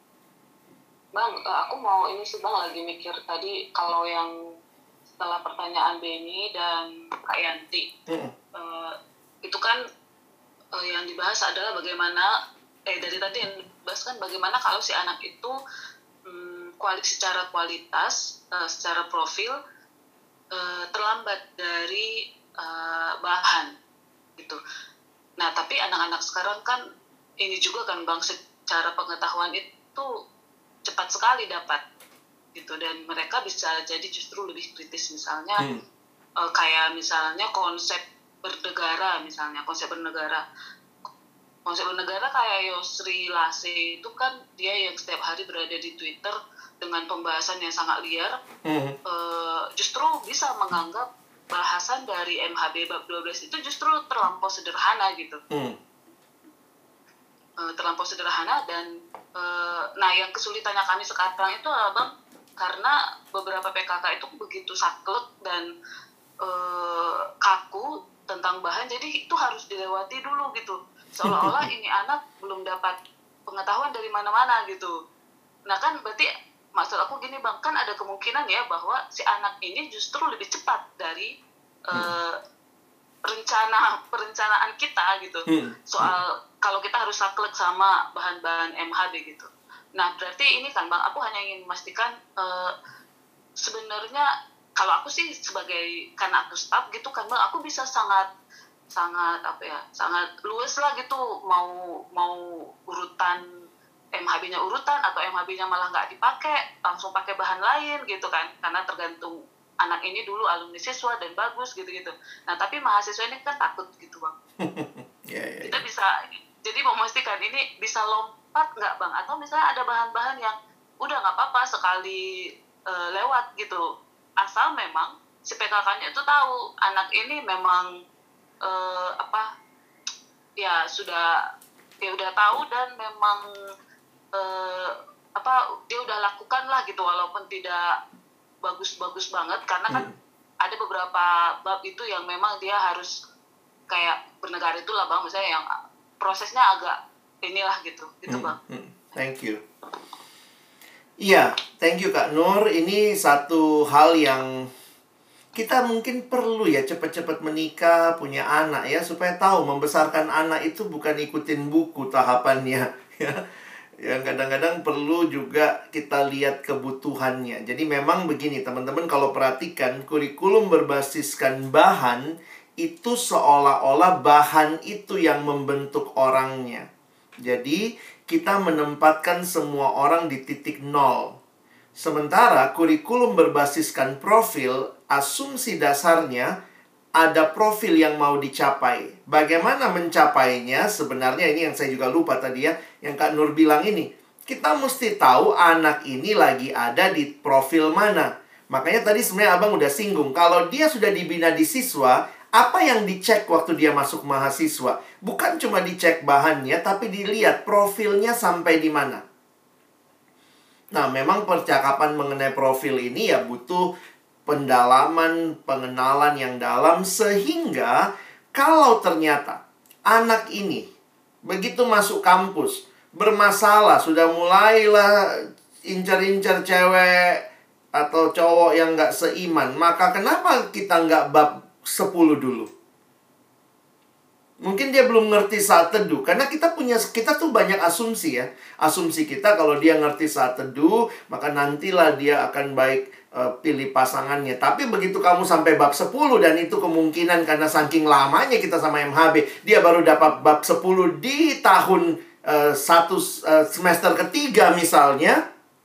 Bang, eh, aku mau ini sih Bang, lagi mikir tadi kalau yang setelah pertanyaan Benny dan Kak Yanti, Mm-mm. eh, itu kan eh, yang dibahas adalah bagaimana, eh dari tadi yang dibahas kan bagaimana kalau si anak itu hmm, kuali, secara kualitas, eh, secara profil eh, terlambat dari eh, bahan gitu. Nah, tapi anak-anak sekarang kan ini juga kan Bang, secara pengetahuan itu cepat sekali dapat gitu, dan mereka bisa jadi justru lebih kritis misalnya Hmm. eh, kayak misalnya konsep bernegara, misalnya konsep bernegara konsep bernegara kayak Yosri Lase itu kan dia yang setiap hari berada di Twitter dengan pembahasan yang sangat liar, Hmm. eh, justru bisa menganggap bahasan dari M H B bab dua belas itu justru terlampau sederhana gitu. Hmm. Uh, terlampau sederhana dan uh, nah yang kesulitannya kami sekarang itu adalah Bang, karena beberapa P K K itu begitu saklek dan uh, kaku tentang bahan, jadi itu harus dilewati dulu gitu, seolah-olah ini anak belum dapat pengetahuan dari mana-mana gitu. Nah kan berarti maksud aku gini Bang, kan ada kemungkinan ya bahwa si anak ini justru lebih cepat dari uh, rencana perencanaan kita gitu, Hmm. soal kalau kita harus saklek sama bahan-bahan M H B gitu. Nah berarti ini kan Bang, aku hanya ingin memastikan uh, sebenarnya kalau aku sih sebagai, karena aku staff gitu kan Bang, aku bisa sangat sangat apa ya sangat luas lah gitu, mau mau urutan M H B-nya urutan atau M H B-nya malah nggak dipakai, langsung pakai bahan lain gitu kan, karena tergantung anak ini dulu alumni siswa dan bagus gitu-gitu. Nah tapi mahasiswa ini kan takut gitu Bang. Ya, ya, Kita ya. bisa, jadi memastikan ini bisa lompat nggak Bang, atau misalnya ada bahan-bahan yang udah nggak apa-apa sekali uh, lewat gitu, asal memang si P K K-nya itu tahu anak ini memang uh, apa ya sudah dia udah tahu dan memang uh, apa dia udah lakukan lah gitu, walaupun tidak bagus-bagus banget, karena kan Hmm. ada beberapa bab itu yang memang dia harus kayak bernegara itulah Bang, misalnya yang prosesnya agak inilah gitu gitu Hmm. Bang. Hmm. Thank you. Iya, thank you Kak Nur. Ini satu hal yang kita mungkin perlu ya cepat-cepat menikah, punya anak ya, supaya tahu membesarkan anak itu bukan ikutin buku tahapannya ya. Yang kadang-kadang perlu juga kita lihat kebutuhannya. Jadi memang begini teman-teman, kalau perhatikan kurikulum berbasiskan bahan itu seolah-olah bahan itu yang membentuk orangnya. Jadi kita menempatkan semua orang di titik nol. Sementara kurikulum berbasiskan profil, asumsi dasarnya ada profil yang mau dicapai. Bagaimana mencapainya? Sebenarnya ini yang saya juga lupa tadi ya, yang Kak Nur bilang ini. Kita mesti tahu anak ini lagi ada di profil mana. Makanya tadi sebenarnya Abang udah singgung, kalau dia sudah dibina di siswa, apa yang dicek waktu dia masuk mahasiswa? Bukan cuma dicek bahannya, tapi dilihat profilnya sampai di mana. Nah, memang percakapan mengenai profil ini ya butuh pendalaman, pengenalan yang dalam, sehingga kalau ternyata anak ini begitu masuk kampus bermasalah, sudah mulailah incar-incar cewek atau cowok yang nggak seiman, maka kenapa kita nggak bab sepuluh dulu? Mungkin dia belum ngerti saat teduh. Karena kita punya, kita tuh banyak asumsi ya. Asumsi kita kalau dia ngerti saat teduh, maka nantilah dia akan baik uh, pilih pasangannya. Tapi begitu kamu sampai bab sepuluh, dan itu kemungkinan karena saking lamanya kita sama M H B, dia baru dapat bab sepuluh di tahun uh, satu uh, semester ketiga misalnya.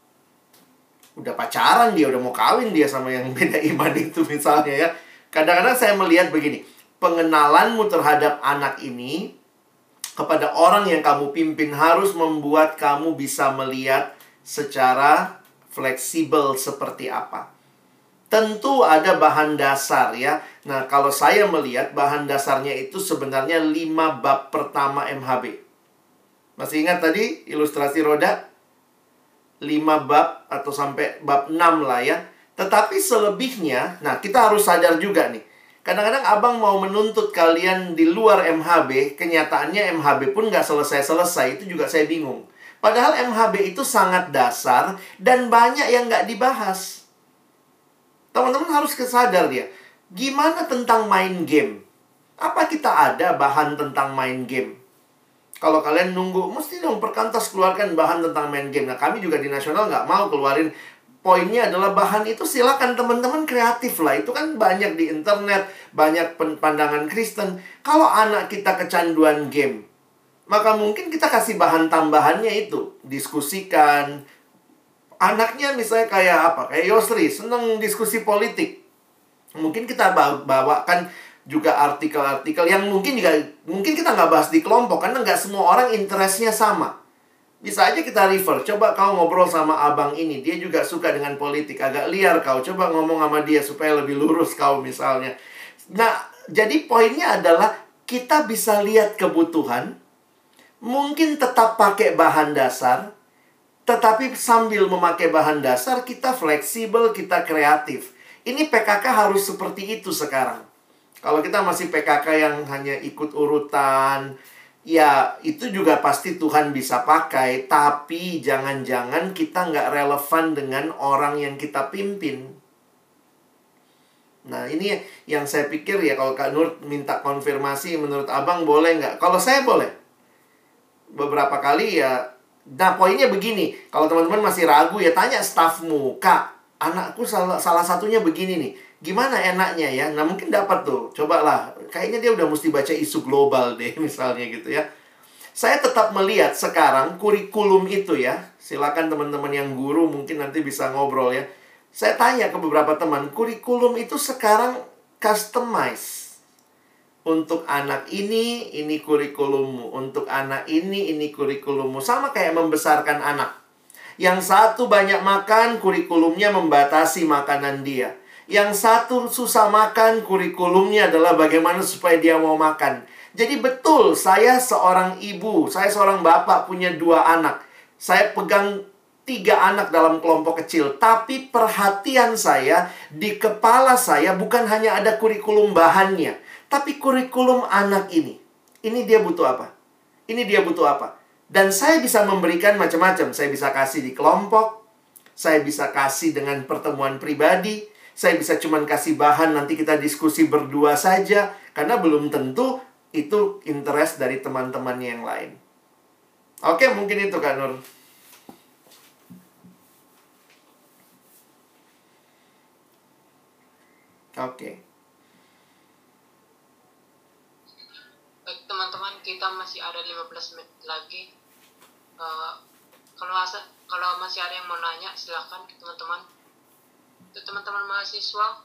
Udah pacaran dia, udah mau kawin dia sama yang beda iman itu misalnya ya. Kadang-kadang saya melihat begini. Pengenalanmu terhadap anak ini kepada orang yang kamu pimpin harus membuat kamu bisa melihat secara fleksibel seperti apa. Tentu ada bahan dasar ya. Nah, kalau saya melihat bahan dasarnya itu sebenarnya lima bab pertama M H B. Masih ingat tadi ilustrasi roda? lima bab atau sampai bab enam lah ya. Tetapi selebihnya, nah kita harus sadar juga nih. Kadang-kadang abang mau menuntut kalian di luar M H B, kenyataannya M H B pun nggak selesai-selesai. Itu juga saya bingung. Padahal M H B itu sangat dasar dan banyak yang nggak dibahas. Teman-teman harus kesadar dia. Gimana tentang main game? Apa kita ada bahan tentang main game? Kalau kalian nunggu, mesti dong Perkantas keluarkan bahan tentang main game. Nah, kami juga di nasional nggak mau keluarin. Poinnya adalah bahan itu silakan teman-teman kreatif lah. Itu kan banyak di internet, banyak pandangan Kristen. Kalau anak kita kecanduan game, maka mungkin kita kasih bahan tambahannya itu. Diskusikan. Anaknya misalnya kayak apa? Kayak Yosri, seneng diskusi politik. Mungkin kita bawakan juga artikel-artikel yang mungkin juga mungkin kita nggak bahas di kelompok karena nggak semua orang interestnya sama. Bisa aja kita refer. Coba kau ngobrol sama abang ini, dia juga suka dengan politik, agak liar kau. Coba ngomong sama dia supaya lebih lurus kau misalnya. Nah, jadi poinnya adalah kita bisa lihat kebutuhan, mungkin tetap pakai bahan dasar, tetapi sambil memakai bahan dasar kita fleksibel, kita kreatif. Ini P K K harus seperti itu sekarang. Kalau kita masih P K K yang hanya ikut urutan, ya itu juga pasti Tuhan bisa pakai. Tapi jangan-jangan kita nggak relevan dengan orang yang kita pimpin. Nah ini yang saya pikir ya, kalau Kak Nur minta konfirmasi, menurut abang boleh nggak? Kalau saya boleh. Beberapa kali ya. Nah poinnya begini, kalau teman-teman masih ragu ya tanya stafmu. Kak, anakku salah, salah satunya begini nih. Gimana enaknya ya? Nah mungkin dapat tuh. Cobalah. Kayaknya dia udah mesti baca isu global deh misalnya gitu ya. Saya tetap melihat sekarang kurikulum itu ya. Silakan teman-teman yang guru mungkin nanti bisa ngobrol ya. Saya tanya ke beberapa teman, kurikulum itu sekarang customize. Untuk anak ini, ini kurikulummu. Untuk anak ini, ini kurikulummu. Sama kayak membesarkan anak. Yang satu banyak makan, kurikulumnya membatasi makanan dia. Yang satu susah makan, kurikulumnya adalah bagaimana supaya dia mau makan. Jadi betul, saya seorang ibu, saya seorang bapak punya dua anak. Saya pegang tiga anak dalam kelompok kecil. Tapi perhatian saya, di kepala saya bukan hanya ada kurikulum bahannya. Tapi kurikulum anak ini. Ini dia butuh apa? Ini dia butuh apa? Dan saya bisa memberikan macam-macam. Saya bisa kasih di kelompok. Saya bisa kasih dengan pertemuan pribadi. Saya bisa cuman kasih bahan, nanti kita diskusi berdua saja. Karena belum tentu itu interest dari teman-temannya yang lain. Oke, mungkin itu Kak Nur. Oke. Baik teman-teman, kita masih ada lima belas menit lagi. Uh, kalau, asa, kalau masih ada yang mau nanya, silakan teman-teman. Untuk teman-teman mahasiswa,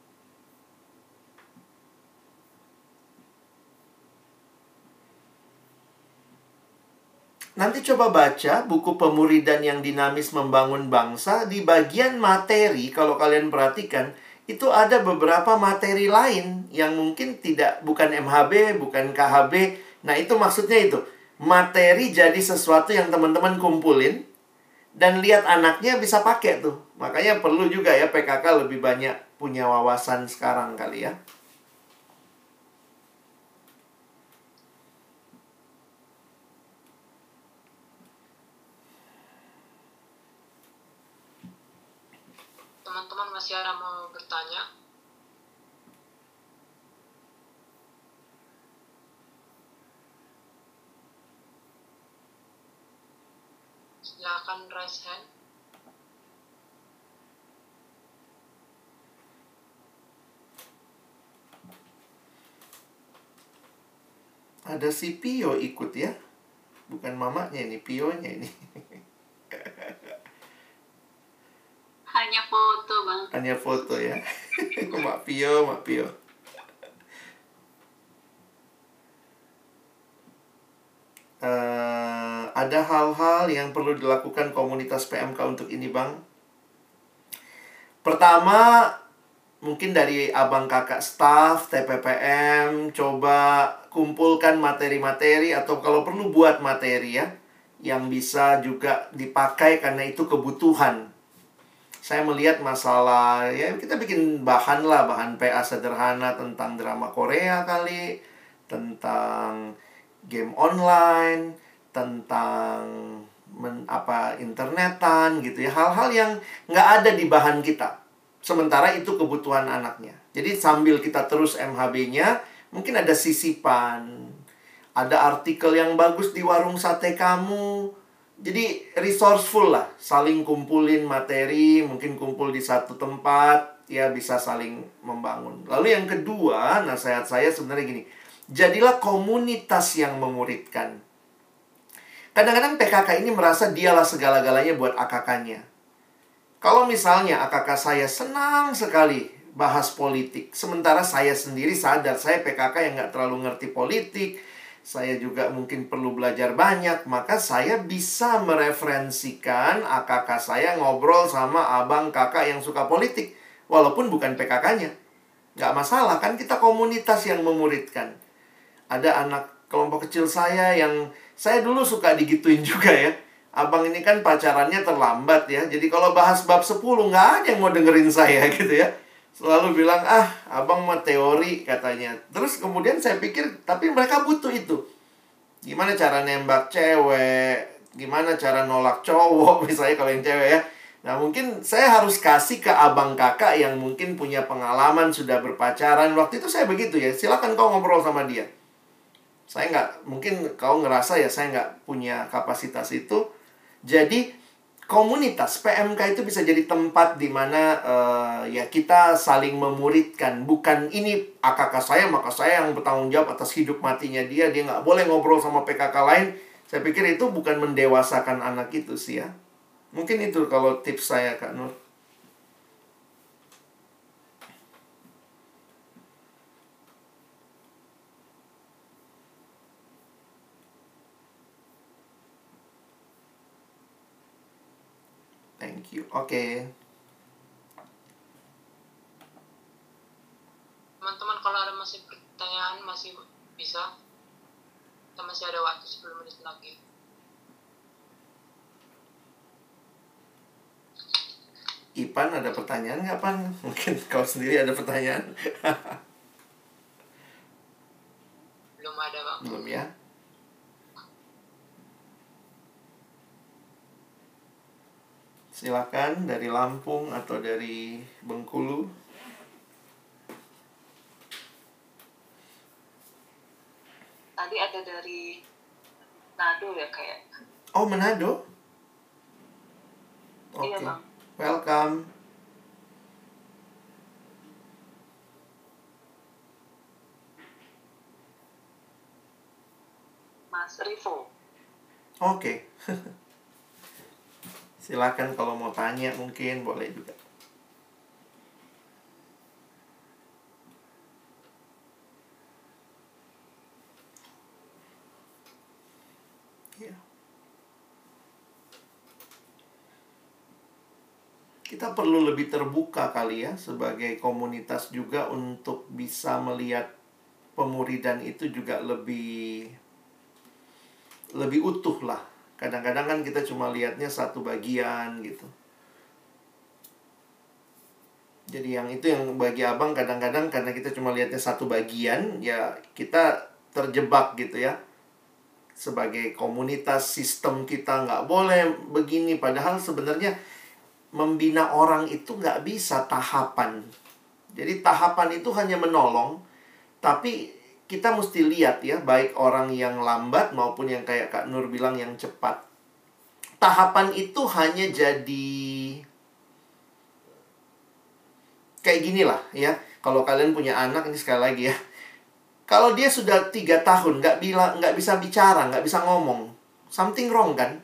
nanti coba baca buku Pemuridan yang Dinamis Membangun Bangsa. Di bagian materi, kalau kalian perhatikan, itu ada beberapa materi lain yang mungkin tidak, bukan M H B, bukan K H B. Nah itu maksudnya itu, materi jadi sesuatu yang teman-teman kumpulin dan lihat anaknya bisa pakai tuh. Makanya perlu juga ya P K K lebih banyak punya wawasan sekarang kali ya. teman-teman masih ada mau bertanya? silakan raise hand. Ada si Pio ikut ya. Bukan mamanya ini, Pionya ini. Hanya foto, Bang. Hanya foto ya. Mak Pio, Mak Pio. Uh, ada hal-hal yang perlu dilakukan komunitas P M K untuk ini, Bang. Pertama, mungkin dari abang kakak staff T P P M, coba kumpulkan materi-materi atau kalau perlu buat materi ya, yang bisa juga dipakai karena itu kebutuhan. Saya melihat masalah, ya kita bikin bahan lah, bahan P A sederhana tentang drama Korea kali, tentang game online, tentang men, apa internetan gitu ya, hal-hal yang nggak ada di bahan kita. Sementara itu kebutuhan anaknya. Jadi sambil kita terus M H B-nya, mungkin ada sisipan, ada artikel yang bagus di warung sate kamu. Jadi resourceful lah, saling kumpulin materi, mungkin kumpul di satu tempat, ya bisa saling membangun. Lalu yang kedua, nasihat saya sebenarnya gini, jadilah komunitas yang memuridkan. Kadang-kadang P K K ini merasa dialah segala-galanya buat A K K-nya. Kalau misalnya A K K saya senang sekali bahas politik, sementara saya sendiri sadar saya P K K yang nggak terlalu ngerti politik, saya juga mungkin perlu belajar banyak, maka saya bisa mereferensikan A K K saya ngobrol sama abang kakak yang suka politik, walaupun bukan P K K-nya. Nggak masalah, kan kita komunitas yang memuridkan. Ada anak kelompok kecil saya yang saya dulu suka digituin juga ya. Abang ini kan pacarannya terlambat ya. Jadi kalau bahas bab sepuluh nggak ada yang mau dengerin saya gitu ya. Selalu bilang, ah abang mau teori katanya. Terus kemudian saya pikir, tapi mereka butuh itu. Gimana cara nembak cewek, gimana cara nolak cowok misalnya kalau yang cewek ya. Nah mungkin saya harus kasih ke abang kakak yang mungkin punya pengalaman sudah berpacaran. Waktu itu saya begitu ya, silakan kau ngobrol sama dia. Saya nggak, mungkin kau ngerasa ya saya nggak punya kapasitas itu. Jadi komunitas P M K itu bisa jadi tempat di mana uh, ya kita saling memuridkan. Bukan ini A K K saya, maka saya yang bertanggung jawab atas hidup matinya dia. Dia nggak boleh ngobrol sama P K K lain. Saya pikir itu bukan mendewasakan anak itu sih ya. Mungkin itu kalau tips saya, Kak Nur. Thank you. Oke. Okay. Teman-teman kalau ada masih pertanyaan masih bisa. Kita masih ada waktu sepuluh menit lagi. Ipan ada pertanyaan nggak, Pan? Mungkin kau sendiri ada pertanyaan. Belum ada, Bang. Belum ya? Silakan dari Lampung atau dari Bengkulu. Tadi ada dari Manado ya kayak. Oh, Manado? Oke. Iya, Bang. Welcome. Mas Rivo. Oke. Silakan kalau mau tanya mungkin boleh juga. Ya. Kita perlu lebih terbuka kali ya sebagai komunitas juga untuk bisa melihat pemuridan itu juga lebih lebih utuh lah. Kadang-kadang kan kita cuma lihatnya satu bagian gitu. Jadi yang itu yang bagi abang kadang-kadang karena kita cuma lihatnya satu bagian, ya kita terjebak gitu ya. Sebagai komunitas, sistem kita nggak boleh begini. Padahal sebenarnya membina orang itu nggak bisa tahapan. Jadi tahapan itu hanya menolong. Tapi kita mesti lihat ya, baik orang yang lambat maupun yang kayak Kak Nur bilang yang cepat. tahapan itu hanya jadi kayak gini lah ya. Kalau kalian punya anak, ini sekali lagi ya, kalau dia sudah tiga tahun nggak bilang, nggak bisa bicara, nggak bisa ngomong, something wrong kan?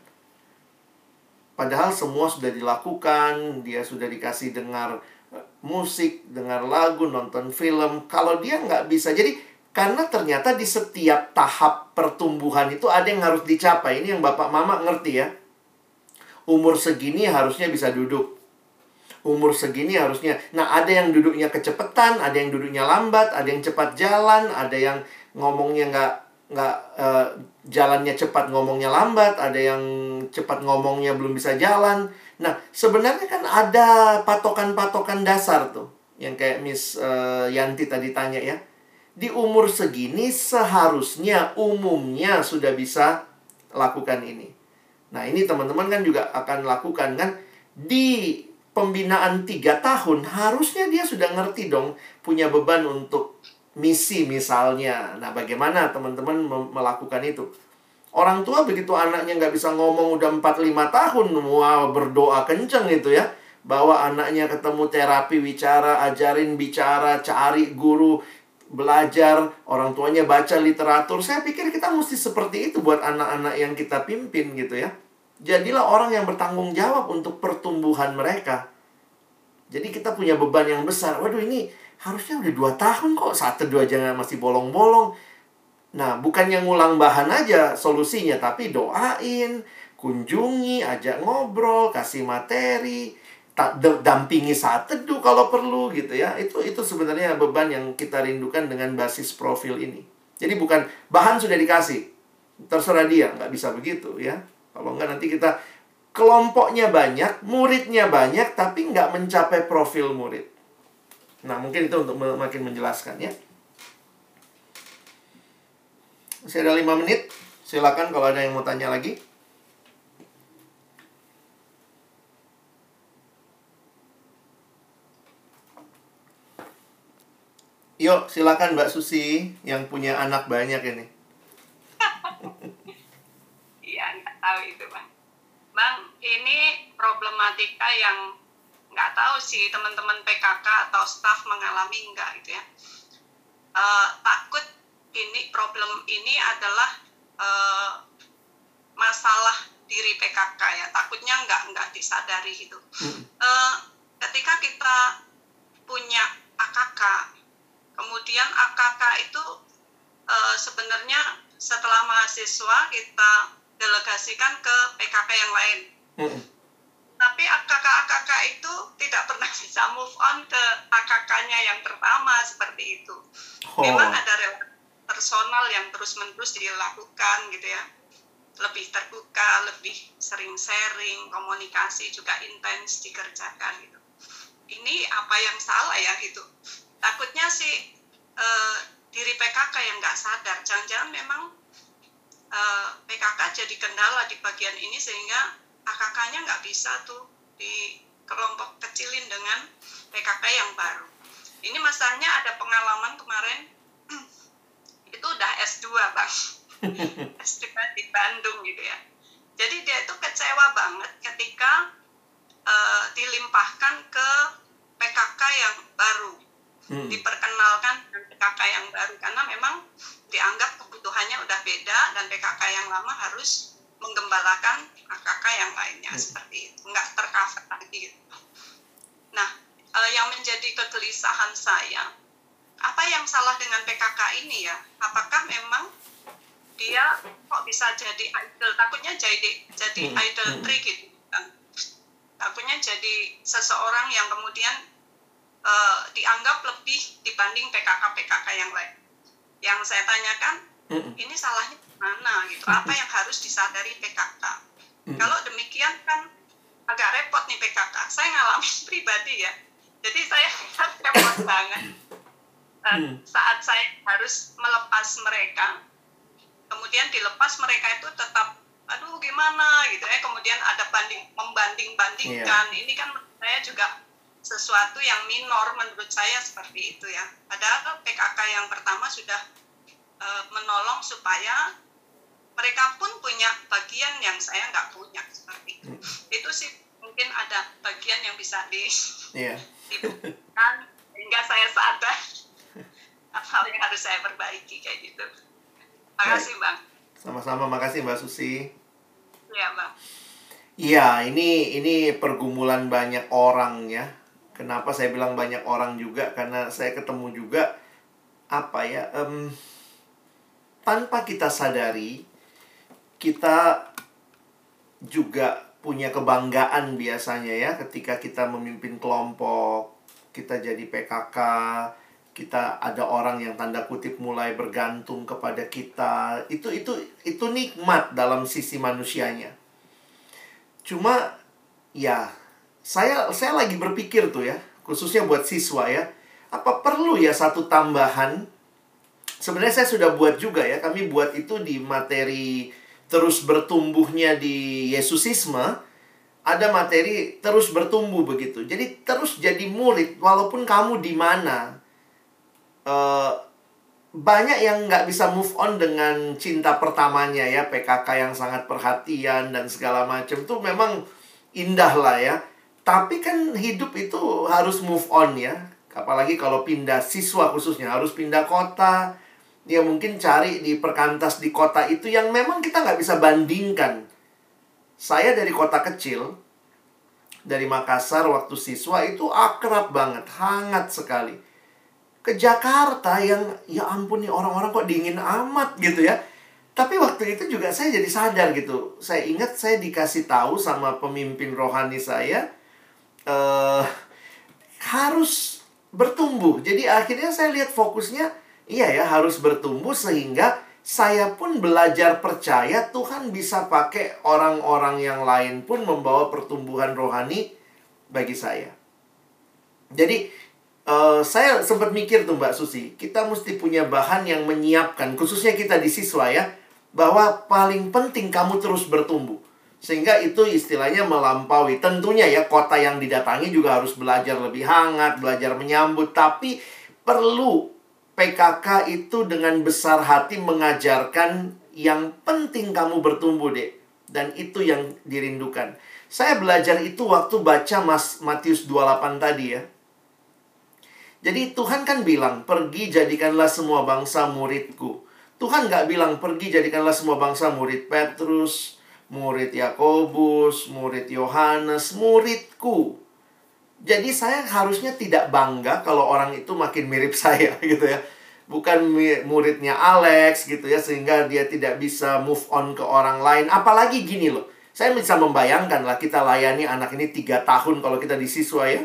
Padahal semua sudah dilakukan, dia sudah dikasih dengar musik, dengar lagu, nonton film. Kalau dia nggak bisa, jadi karena ternyata di setiap tahap pertumbuhan itu ada yang harus dicapai. Ini yang Bapak Mama ngerti ya. Umur segini harusnya bisa duduk. Umur segini harusnya. Nah, ada yang duduknya kecepatan, ada yang duduknya lambat, ada yang cepat jalan, ada yang ngomongnya nggak nggak uh, jalannya cepat, ngomongnya lambat, ada yang cepat ngomongnya belum bisa jalan. Nah, sebenarnya kan ada patokan-patokan dasar tuh, yang kayak Miss uh, Yanti tadi tanya ya. Di umur segini seharusnya umumnya sudah bisa lakukan ini. Nah, ini teman-teman kan juga akan lakukan kan di pembinaan tiga tahun, harusnya dia sudah ngerti dong, punya beban untuk misi misalnya. Nah, bagaimana teman-teman melakukan itu? Orang tua begitu anaknya nggak bisa ngomong udah empat lima tahun, wah berdoa kenceng itu ya. Bawa anaknya ketemu terapi bicara, ajarin bicara, cari guru, belajar, orang tuanya baca literatur. Saya pikir kita mesti seperti itu buat anak-anak yang kita pimpin gitu ya. Jadilah orang yang bertanggung jawab untuk pertumbuhan mereka. Jadi kita punya beban yang besar. Waduh, ini harusnya udah dua tahun kok, saat teduh aja masih bolong-bolong. Nah, bukannya ngulang bahan aja solusinya, tapi doain, kunjungi, ajak ngobrol, kasih materi, dampingi saat teduh kalau perlu gitu ya. Itu itu sebenarnya beban yang kita rindukan dengan basis profil ini. Jadi bukan bahan sudah dikasih, terserah dia, nggak bisa begitu ya. Kalau enggak nanti kita kelompoknya banyak, muridnya banyak, tapi nggak mencapai profil murid. Nah, mungkin itu untuk makin menjelaskan ya. Masih ada lima menit. Silakan kalau ada yang mau tanya lagi. Yuk, silakan Mbak Susi yang punya anak banyak ini. Iya, nggak tahu itu, Bang. Bang, ini problematika yang nggak tahu sih teman-teman P K K atau staf mengalami nggak gitu ya. Uh, takut ini problem ini adalah uh, masalah diri P K K ya. Takutnya nggak nggak disadari gitu. Uh, ketika kita punya A K K, kemudian A K K itu uh, sebenarnya setelah mahasiswa kita delegasikan ke P K K yang lain. Mm. Tapi A K K-A K K itu tidak pernah bisa move on ke A K K-nya yang pertama seperti itu. Oh. Memang ada relasi personal yang terus-menerus dilakukan gitu ya. Lebih terbuka, lebih sering sharing, komunikasi juga intens dikerjakan gitu. Ini apa yang salah ya gitu. Takutnya sih eh, diri P K K yang nggak sadar. Jangan-jangan memang eh, P K K jadi kendala di bagian ini sehingga A K K-nya nggak bisa tuh di kelompok kecilin dengan P K K yang baru. Ini masalahnya ada pengalaman kemarin, itu udah S dua Bang, S dua di Bandung gitu ya. Jadi dia itu kecewa banget ketika uh, dilimpahkan ke P K K yang baru, hmm. diperkenalkan dengan P K K yang baru, karena memang dianggap kebutuhannya udah beda dan P K K yang lama harus menggembalakan A K K yang lainnya, hmm. seperti itu, nggak tercover lagi gitu. Nah, uh, yang menjadi kegelisahan saya, apa yang salah dengan P K K ini ya? Apakah memang dia kok bisa jadi idol? Takutnya jadi jadi hmm. idol tree gitu kan? Takutnya jadi seseorang yang kemudian uh, dianggap lebih dibanding P K K-P K K yang lain. Yang saya tanyakan, hmm. ini salahnya mana gitu? Apa yang harus disadari P K K? Hmm. Kalau demikian kan agak repot nih P K K. Saya ngalamin pribadi ya. Jadi saya repot banget. Hmm. Saat saya harus melepas mereka, kemudian dilepas mereka itu tetap, aduh gimana gitu ya, kemudian ada banding membanding-bandingkan, yeah. Ini kan menurut saya juga sesuatu yang minor menurut saya seperti itu ya. Padahal P K K yang pertama sudah uh, menolong supaya mereka pun punya bagian yang saya nggak punya seperti itu. Hmm. Itu sih mungkin ada bagian yang bisa di yeah. dibuktikan sehingga saya sadar hal yang harus saya perbaiki kayak gitu. Makasih Bang. Sama-sama, makasih Mbak Susi. Iya Bang. Iya, ini ini pergumulan banyak orang ya. Kenapa saya bilang banyak orang juga? Karena saya ketemu juga apa ya? Um, tanpa kita sadari, kita juga punya kebanggaan biasanya ya ketika kita memimpin kelompok, kita jadi P K K. Kita ada orang yang tanda kutip mulai bergantung kepada kita. Itu itu itu nikmat dalam sisi manusianya. Cuma ya saya saya lagi berpikir tuh ya, khususnya buat siswa ya, apa perlu ya satu tambahan? Sebenarnya saya sudah buat juga ya. Kami buat itu di materi terus bertumbuhnya di Yesusisme. Ada materi terus bertumbuh begitu. Jadi terus jadi murid walaupun kamu di mana. Uh, banyak yang nggak bisa move on dengan cinta pertamanya ya, P K K yang sangat perhatian dan segala macam tuh memang indah lah ya. Tapi kan hidup itu harus move on ya. Apalagi kalau pindah siswa khususnya harus pindah kota. Ya mungkin cari di perkantas di kota itu yang memang kita nggak bisa bandingkan. Saya dari kota kecil, dari Makassar waktu siswa itu akrab banget, hangat sekali. Ke Jakarta yang ya ampun nih orang-orang kok dingin amat gitu ya. Tapi waktu itu juga saya jadi sadar gitu. Saya ingat saya dikasih tahu sama pemimpin rohani saya uh, harus bertumbuh. Jadi akhirnya saya lihat fokusnya iya ya harus bertumbuh sehingga saya pun belajar percaya Tuhan bisa pakai orang-orang yang lain pun membawa pertumbuhan rohani bagi saya. Jadi Uh, saya sempat mikir tuh Mbak Susi, kita mesti punya bahan yang menyiapkan, khususnya kita di siswa ya, bahwa paling penting kamu terus bertumbuh. Sehingga itu istilahnya melampaui. Tentunya ya, kota yang didatangi juga harus belajar lebih hangat, belajar menyambut. Tapi perlu P K K itu dengan besar hati mengajarkan yang penting kamu bertumbuh deh. Dan itu yang dirindukan. Saya belajar itu waktu baca Mas Matius dua puluh delapan tadi ya. Jadi Tuhan kan bilang, pergi jadikanlah semua bangsa muridku. Tuhan nggak bilang, pergi jadikanlah semua bangsa murid Petrus, murid Yakobus, murid Yohanes, muridku. Jadi saya harusnya tidak bangga kalau orang itu makin mirip saya gitu ya. Bukan muridnya Alex gitu ya, sehingga dia tidak bisa move on ke orang lain. Apalagi gini loh, saya bisa membayangkan lah kita layani anak ini tiga tahun kalau kita di siswa ya.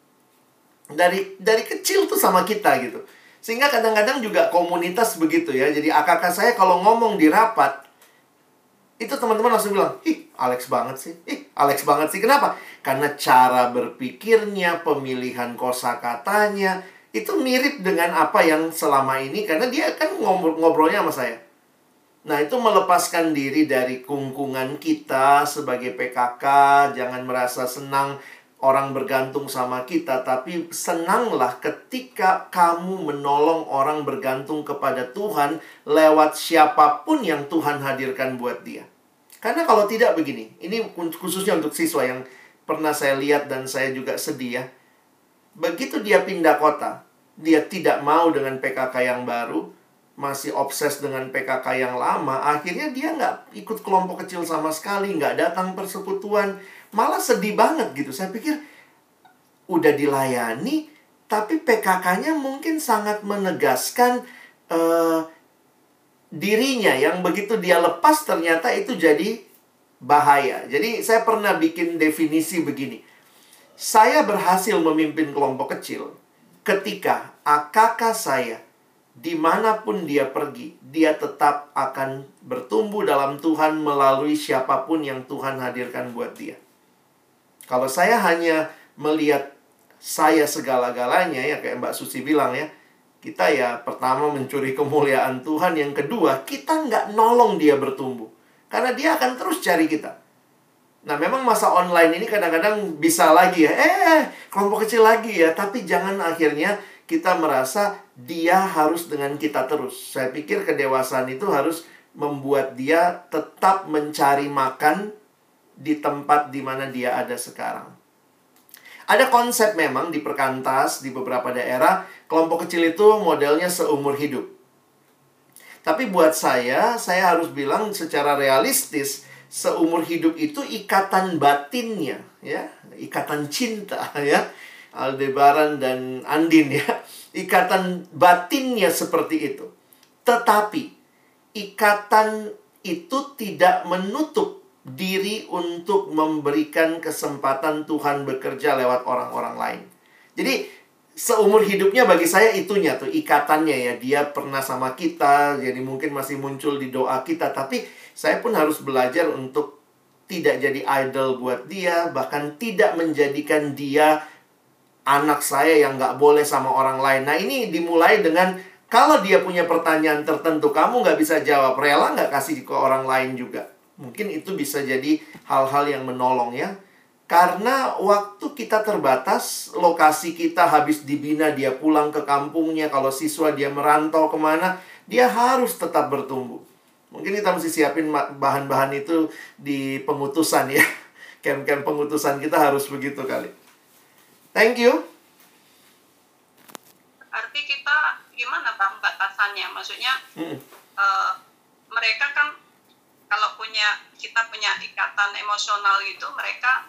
Dari dari kecil tuh sama kita gitu. Sehingga kadang-kadang juga komunitas begitu ya. Jadi A K K saya kalau ngomong di rapat, itu teman-teman langsung bilang, ih Alex banget sih. Ih Alex banget sih. Kenapa? Karena cara berpikirnya, pemilihan kosakatanya itu mirip dengan apa yang selama ini. Karena dia kan ngobrol ngobrolnya sama saya. Nah itu melepaskan diri dari kungkungan kita sebagai P K K. Jangan merasa senang orang bergantung sama kita, tapi senanglah ketika kamu menolong orang bergantung kepada Tuhan lewat siapapun yang Tuhan hadirkan buat dia. Karena kalau tidak begini, ini khususnya untuk siswa yang pernah saya lihat dan saya juga sedih ya. Begitu dia pindah kota, dia tidak mau dengan P K K yang baru, masih obses dengan P K K yang lama, akhirnya dia nggak ikut kelompok kecil sama sekali, nggak datang persekutuan. Malah sedih banget gitu. Saya pikir udah dilayani, tapi P K K-nya mungkin sangat menegaskan uh, dirinya yang begitu dia lepas ternyata itu jadi bahaya. Jadi saya pernah bikin definisi begini. Saya berhasil memimpin kelompok kecil ketika A K K saya dimanapun dia pergi, dia tetap akan bertumbuh dalam Tuhan melalui siapapun yang Tuhan hadirkan buat dia. Kalau saya hanya melihat saya segala-galanya, ya kayak Mbak Susi bilang ya, kita ya pertama mencuri kemuliaan Tuhan, yang kedua kita nggak nolong dia bertumbuh. Karena dia akan terus cari kita. Nah memang masa online ini kadang-kadang bisa lagi ya, eh kelompok kecil lagi ya, tapi jangan akhirnya kita merasa dia harus dengan kita terus. Saya pikir kedewasaan itu harus membuat dia tetap mencari makan di tempat di mana dia ada sekarang. Ada konsep memang di perkantas, di beberapa daerah, kelompok kecil itu modelnya seumur hidup. Tapi buat saya, saya harus bilang secara realistis, seumur hidup itu ikatan batinnya, ya, ikatan cinta, ya. Aldebaran dan Andin, ya. Ikatan batinnya seperti itu. Tetapi ikatan itu tidak menutup diri untuk memberikan kesempatan Tuhan bekerja lewat orang-orang lain. Jadi seumur hidupnya bagi saya itunya tuh, ikatannya ya. Dia pernah sama kita, jadi mungkin masih muncul di doa kita. Tapi saya pun harus belajar untuk tidak jadi idol buat dia, bahkan tidak menjadikan dia anak saya yang gak boleh sama orang lain. Nah ini dimulai dengan, kalau dia punya pertanyaan tertentu, kamu nggak bisa jawab, rela nggak kasih ke orang lain juga. Mungkin itu bisa jadi hal-hal yang menolong ya. Karena waktu kita terbatas, lokasi kita habis dibina, dia pulang ke kampungnya. Kalau siswa dia merantau kemana, dia harus tetap bertumbuh. Mungkin kita mesti siapin bahan-bahan itu di pengutusan ya. Camp-camp pengutusan kita harus begitu kali. Thank you. Arti kita gimana Bang batasannya? Maksudnya hmm. uh, mereka kan kalau punya kita punya ikatan emosional gitu, mereka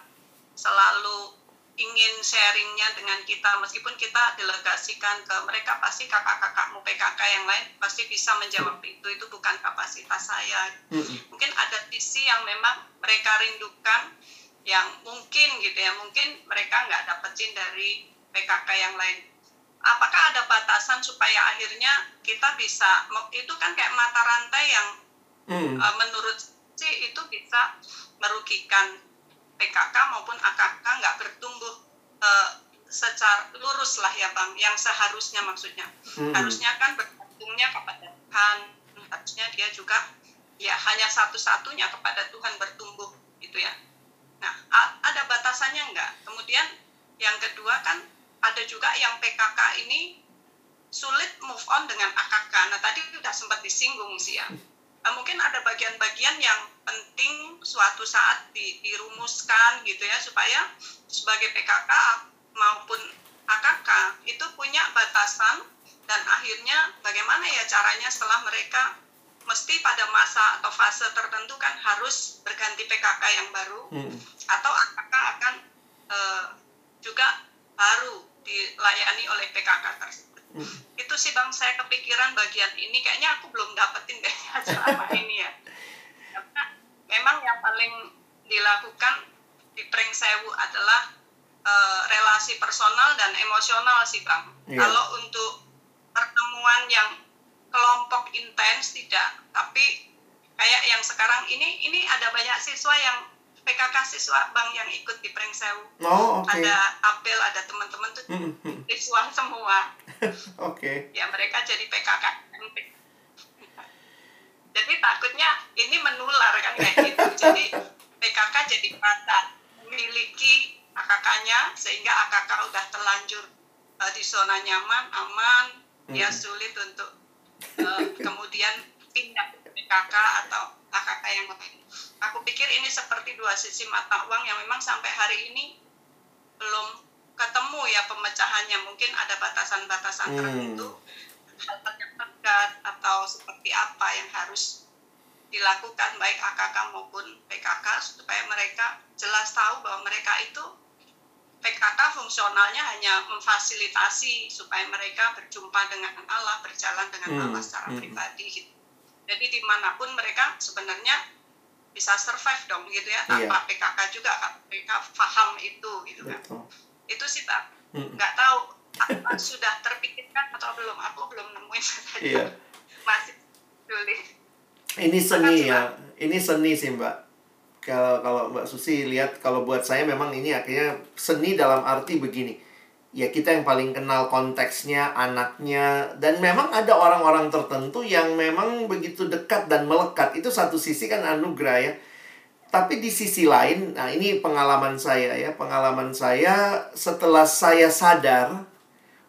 selalu ingin sharingnya dengan kita, meskipun kita delegasikan ke mereka, pasti kakak-kakakmu P K K yang lain pasti bisa menjawab itu, itu bukan kapasitas saya. hmm. Mungkin ada sisi yang memang mereka rindukan, yang mungkin gitu ya, mungkin mereka nggak dapetin dari P K K yang lain. Apakah ada batasan supaya akhirnya kita bisa, itu kan kayak mata rantai yang hmm. uh, menurut sih itu bisa merugikan P K K maupun A K K, nggak bertumbuh uh, secara lurus lah ya Bang, yang seharusnya maksudnya. Hmm. Harusnya kan bergantungnya kepada Tuhan, harusnya dia juga ya hanya satu-satunya kepada Tuhan bertumbuh gitu ya. Nah, ada batasannya nggak? Kemudian yang kedua kan ada juga yang P K K ini sulit move on dengan A K K. Nah, tadi sudah sempat disinggung sih ya. Nah, mungkin ada bagian-bagian yang penting suatu saat di, dirumuskan gitu ya, supaya sebagai P K K maupun A K K itu punya batasan, dan akhirnya bagaimana ya caranya setelah mereka mesti pada masa atau fase tertentu kan harus berganti P K K yang baru, hmm. atau A K K akan uh, juga baru dilayani oleh P K K tersebut. Hmm. Itu sih Bang, saya kepikiran bagian ini, kayaknya aku belum dapetin deh selama ini ya. Karena memang yang paling dilakukan di Pringsewu adalah uh, relasi personal dan emosional sih Bang. Yeah. Kalau untuk pertemuan yang kelompok intens tidak, tapi kayak yang sekarang ini ini ada banyak siswa yang P K K siswa Bang yang ikut di Pringsewu. Oh, okay. Ada Apel, ada teman-teman tuh mm-hmm. siswa semua. Oke. Okay. Ya mereka jadi P K K. Jadi takutnya ini menular kan kayak gitu. Jadi P K K jadi merasa memiliki A K K-nya, sehingga A K K udah terlanjur uh, di zona nyaman, aman, mm. ya sulit untuk uh, kemudian pindah ke P K K atau A K K yang lain. Aku pikir ini seperti dua sisi mata uang yang memang sampai hari ini belum ketemu ya pemecahannya. Mungkin ada batasan-batasan hmm. tertentu, hal yang tegas atau seperti apa yang harus dilakukan baik A K K maupun P K K, supaya mereka jelas tahu bahwa mereka itu P K K fungsionalnya hanya memfasilitasi supaya mereka berjumpa dengan Allah, berjalan dengan hmm. Allah secara hmm. pribadi gitu. Jadi dimanapun mereka sebenarnya bisa survive dong gitu ya, tanpa iya. P K K juga kan, mereka paham itu gitu kan. Betul. Itu sih Pak, hmm. nggak tahu apa, sudah terpikirkan atau belum, aku belum nemuin iya. masih sulit. Ini seni ya, ini seni sih Mbak. Kalau kalau Mbak Susi lihat, kalau buat saya memang ini akhirnya seni dalam arti begini. Ya kita yang paling kenal konteksnya, anaknya. Dan memang ada orang-orang tertentu yang memang begitu dekat dan melekat. Itu satu sisi kan anugerah ya. Tapi di sisi lain, nah ini pengalaman saya ya. Pengalaman saya setelah saya sadar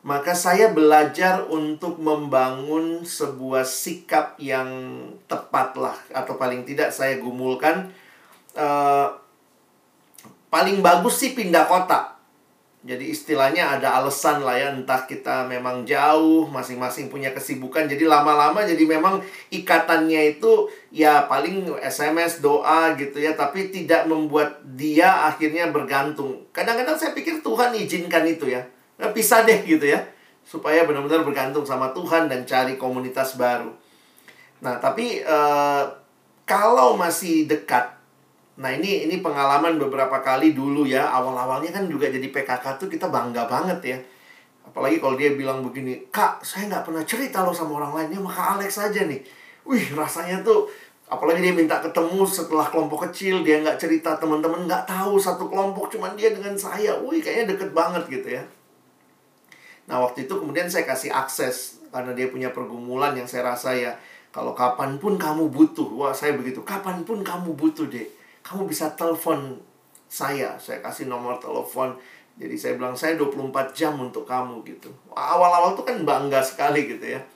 maka saya belajar untuk membangun sebuah sikap yang tepat lah. Atau paling tidak saya gumulkan, uh, paling bagus sih pindah kota. Jadi istilahnya ada alasan lah ya, entah kita memang jauh, masing-masing punya kesibukan. Jadi lama-lama jadi memang ikatannya itu ya paling S M S, doa gitu ya. Tapi tidak membuat dia akhirnya bergantung. Kadang-kadang saya pikir Tuhan izinkan itu ya. Nah, pisah deh gitu ya. Supaya benar-benar bergantung sama Tuhan dan cari komunitas baru. Nah tapi uh, kalau masih dekat, nah ini ini pengalaman beberapa kali dulu ya. Awal-awalnya kan juga jadi P K K tuh kita bangga banget ya. Apalagi kalau dia bilang begini, "Kak, saya nggak pernah cerita loh sama orang lain, ya maka Alex aja nih." Wih, rasanya tuh, apalagi dia minta ketemu setelah kelompok kecil, dia nggak cerita, teman-teman nggak tahu satu kelompok, cuman dia dengan saya. Wih, kayaknya deket banget gitu ya. Nah waktu itu kemudian saya kasih akses, karena dia punya pergumulan yang saya rasa ya, kalau kapanpun kamu butuh, wah saya begitu, kapanpun kamu butuh deh, kamu bisa telepon saya. Saya kasih nomor telepon. Jadi saya bilang, saya dua puluh empat jam untuk kamu gitu. Awal-awal tuh kan bangga sekali gitu ya.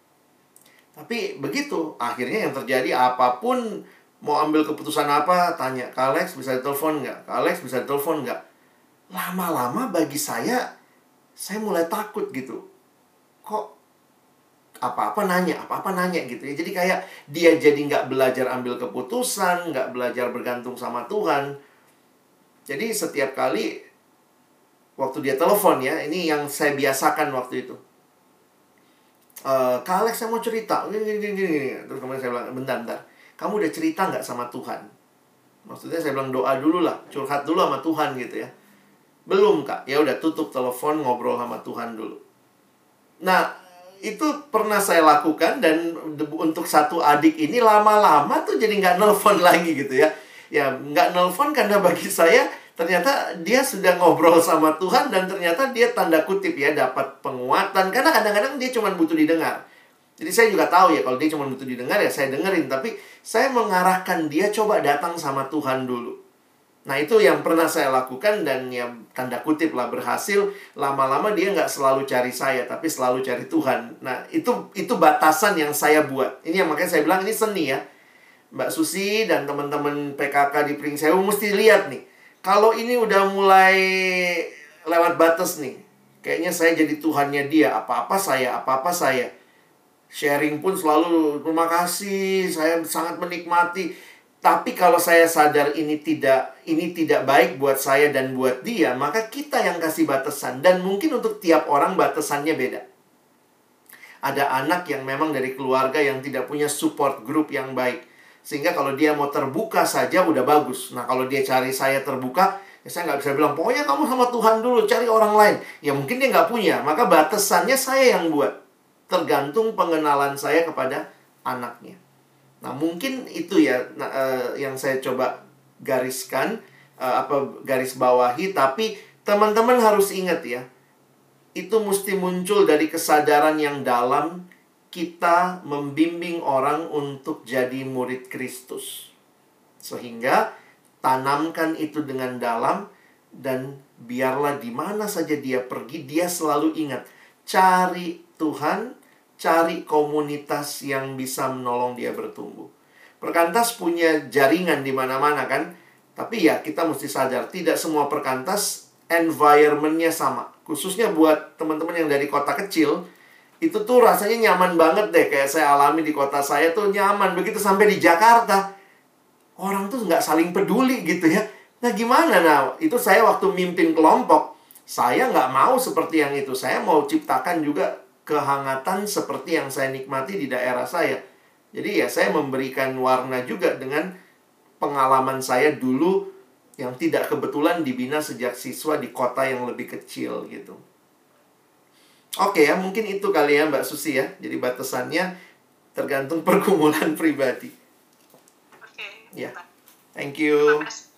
Tapi begitu, akhirnya yang terjadi apapun, mau ambil keputusan apa, tanya, "Kak Alex bisa ditelepon nggak? Kak Alex bisa ditelepon nggak?" Lama-lama bagi saya, saya mulai takut gitu. Kok apa-apa nanya, apa-apa nanya gitu ya. Jadi kayak dia jadi nggak belajar ambil keputusan, nggak belajar bergantung sama Tuhan. Jadi setiap kali waktu dia telepon ya, ini yang saya biasakan waktu itu. E, "Kak Alex, saya mau cerita. Gini, gini, gini, gini." Terus kemudian saya bilang, bentar, bentar. "Kamu udah cerita nggak sama Tuhan?" Maksudnya saya bilang doa dulu lah, curhat dulu sama Tuhan gitu ya. "Belum, Kak." Ya udah, tutup telepon, ngobrol sama Tuhan dulu. Nah, itu pernah saya lakukan, dan untuk satu adik ini lama-lama tuh jadi nggak nelfon lagi gitu ya. Ya nggak nelfon karena bagi saya ternyata dia sudah ngobrol sama Tuhan, dan ternyata dia tanda kutip ya dapat penguatan. Karena kadang-kadang dia cuma butuh didengar. Jadi saya juga tahu ya kalau dia cuma butuh didengar ya saya dengerin. Tapi saya mengarahkan dia coba datang sama Tuhan dulu. Nah itu yang pernah saya lakukan, dan ya tanda kutip lah berhasil. Lama-lama dia nggak selalu cari saya, tapi selalu cari Tuhan. Nah itu itu batasan yang saya buat. Ini yang makanya saya bilang ini seni ya. Mbak Susi dan teman-teman P K K di Pringsewu mesti lihat nih. Kalau ini udah mulai lewat batas nih, kayaknya saya jadi Tuhannya dia. Apa-apa saya, apa-apa saya. Sharing pun selalu terima kasih, saya sangat menikmati. Tapi kalau saya sadar ini tidak ini tidak baik buat saya dan buat dia, maka kita yang kasih batasan. Dan mungkin untuk tiap orang batasannya beda. Ada anak yang memang dari keluarga yang tidak punya support group yang baik, sehingga kalau dia mau terbuka saja udah bagus. Nah kalau dia cari saya terbuka, ya saya nggak bisa bilang, "Pokoknya kamu sama Tuhan dulu, cari orang lain." Ya mungkin dia nggak punya, maka batasannya saya yang buat. Tergantung pengenalan saya kepada anaknya. Nah mungkin itu ya nah, uh, yang saya coba gariskan, uh, apa garis bawahi. Tapi teman-teman harus ingat ya, itu mesti muncul dari kesadaran yang dalam. Kita membimbing orang untuk jadi murid Kristus, sehingga tanamkan itu dengan dalam. Dan biarlah di mana saja dia pergi, dia selalu ingat, cari Tuhan, cari komunitas yang bisa menolong dia bertumbuh. Perkantas punya jaringan di mana-mana kan. Tapi ya kita mesti sadar, tidak semua perkantas environment-nya sama. Khususnya buat teman-teman yang dari kota kecil, itu tuh rasanya nyaman banget deh. Kayak saya alami di kota saya tuh nyaman. Begitu sampai di Jakarta, orang tuh nggak saling peduli gitu ya. Nah gimana? Nah itu saya waktu mimpin kelompok, saya nggak mau seperti yang itu. Saya mau ciptakan juga kehangatan seperti yang saya nikmati di daerah saya. Jadi ya saya memberikan warna juga dengan pengalaman saya dulu yang tidak kebetulan dibina sejak siswa di kota yang lebih kecil gitu. Oke ya, mungkin itu kali ya Mbak Susi ya. Jadi batasannya tergantung pergumulan pribadi. Oke. Ya, thank you. Terima kasih.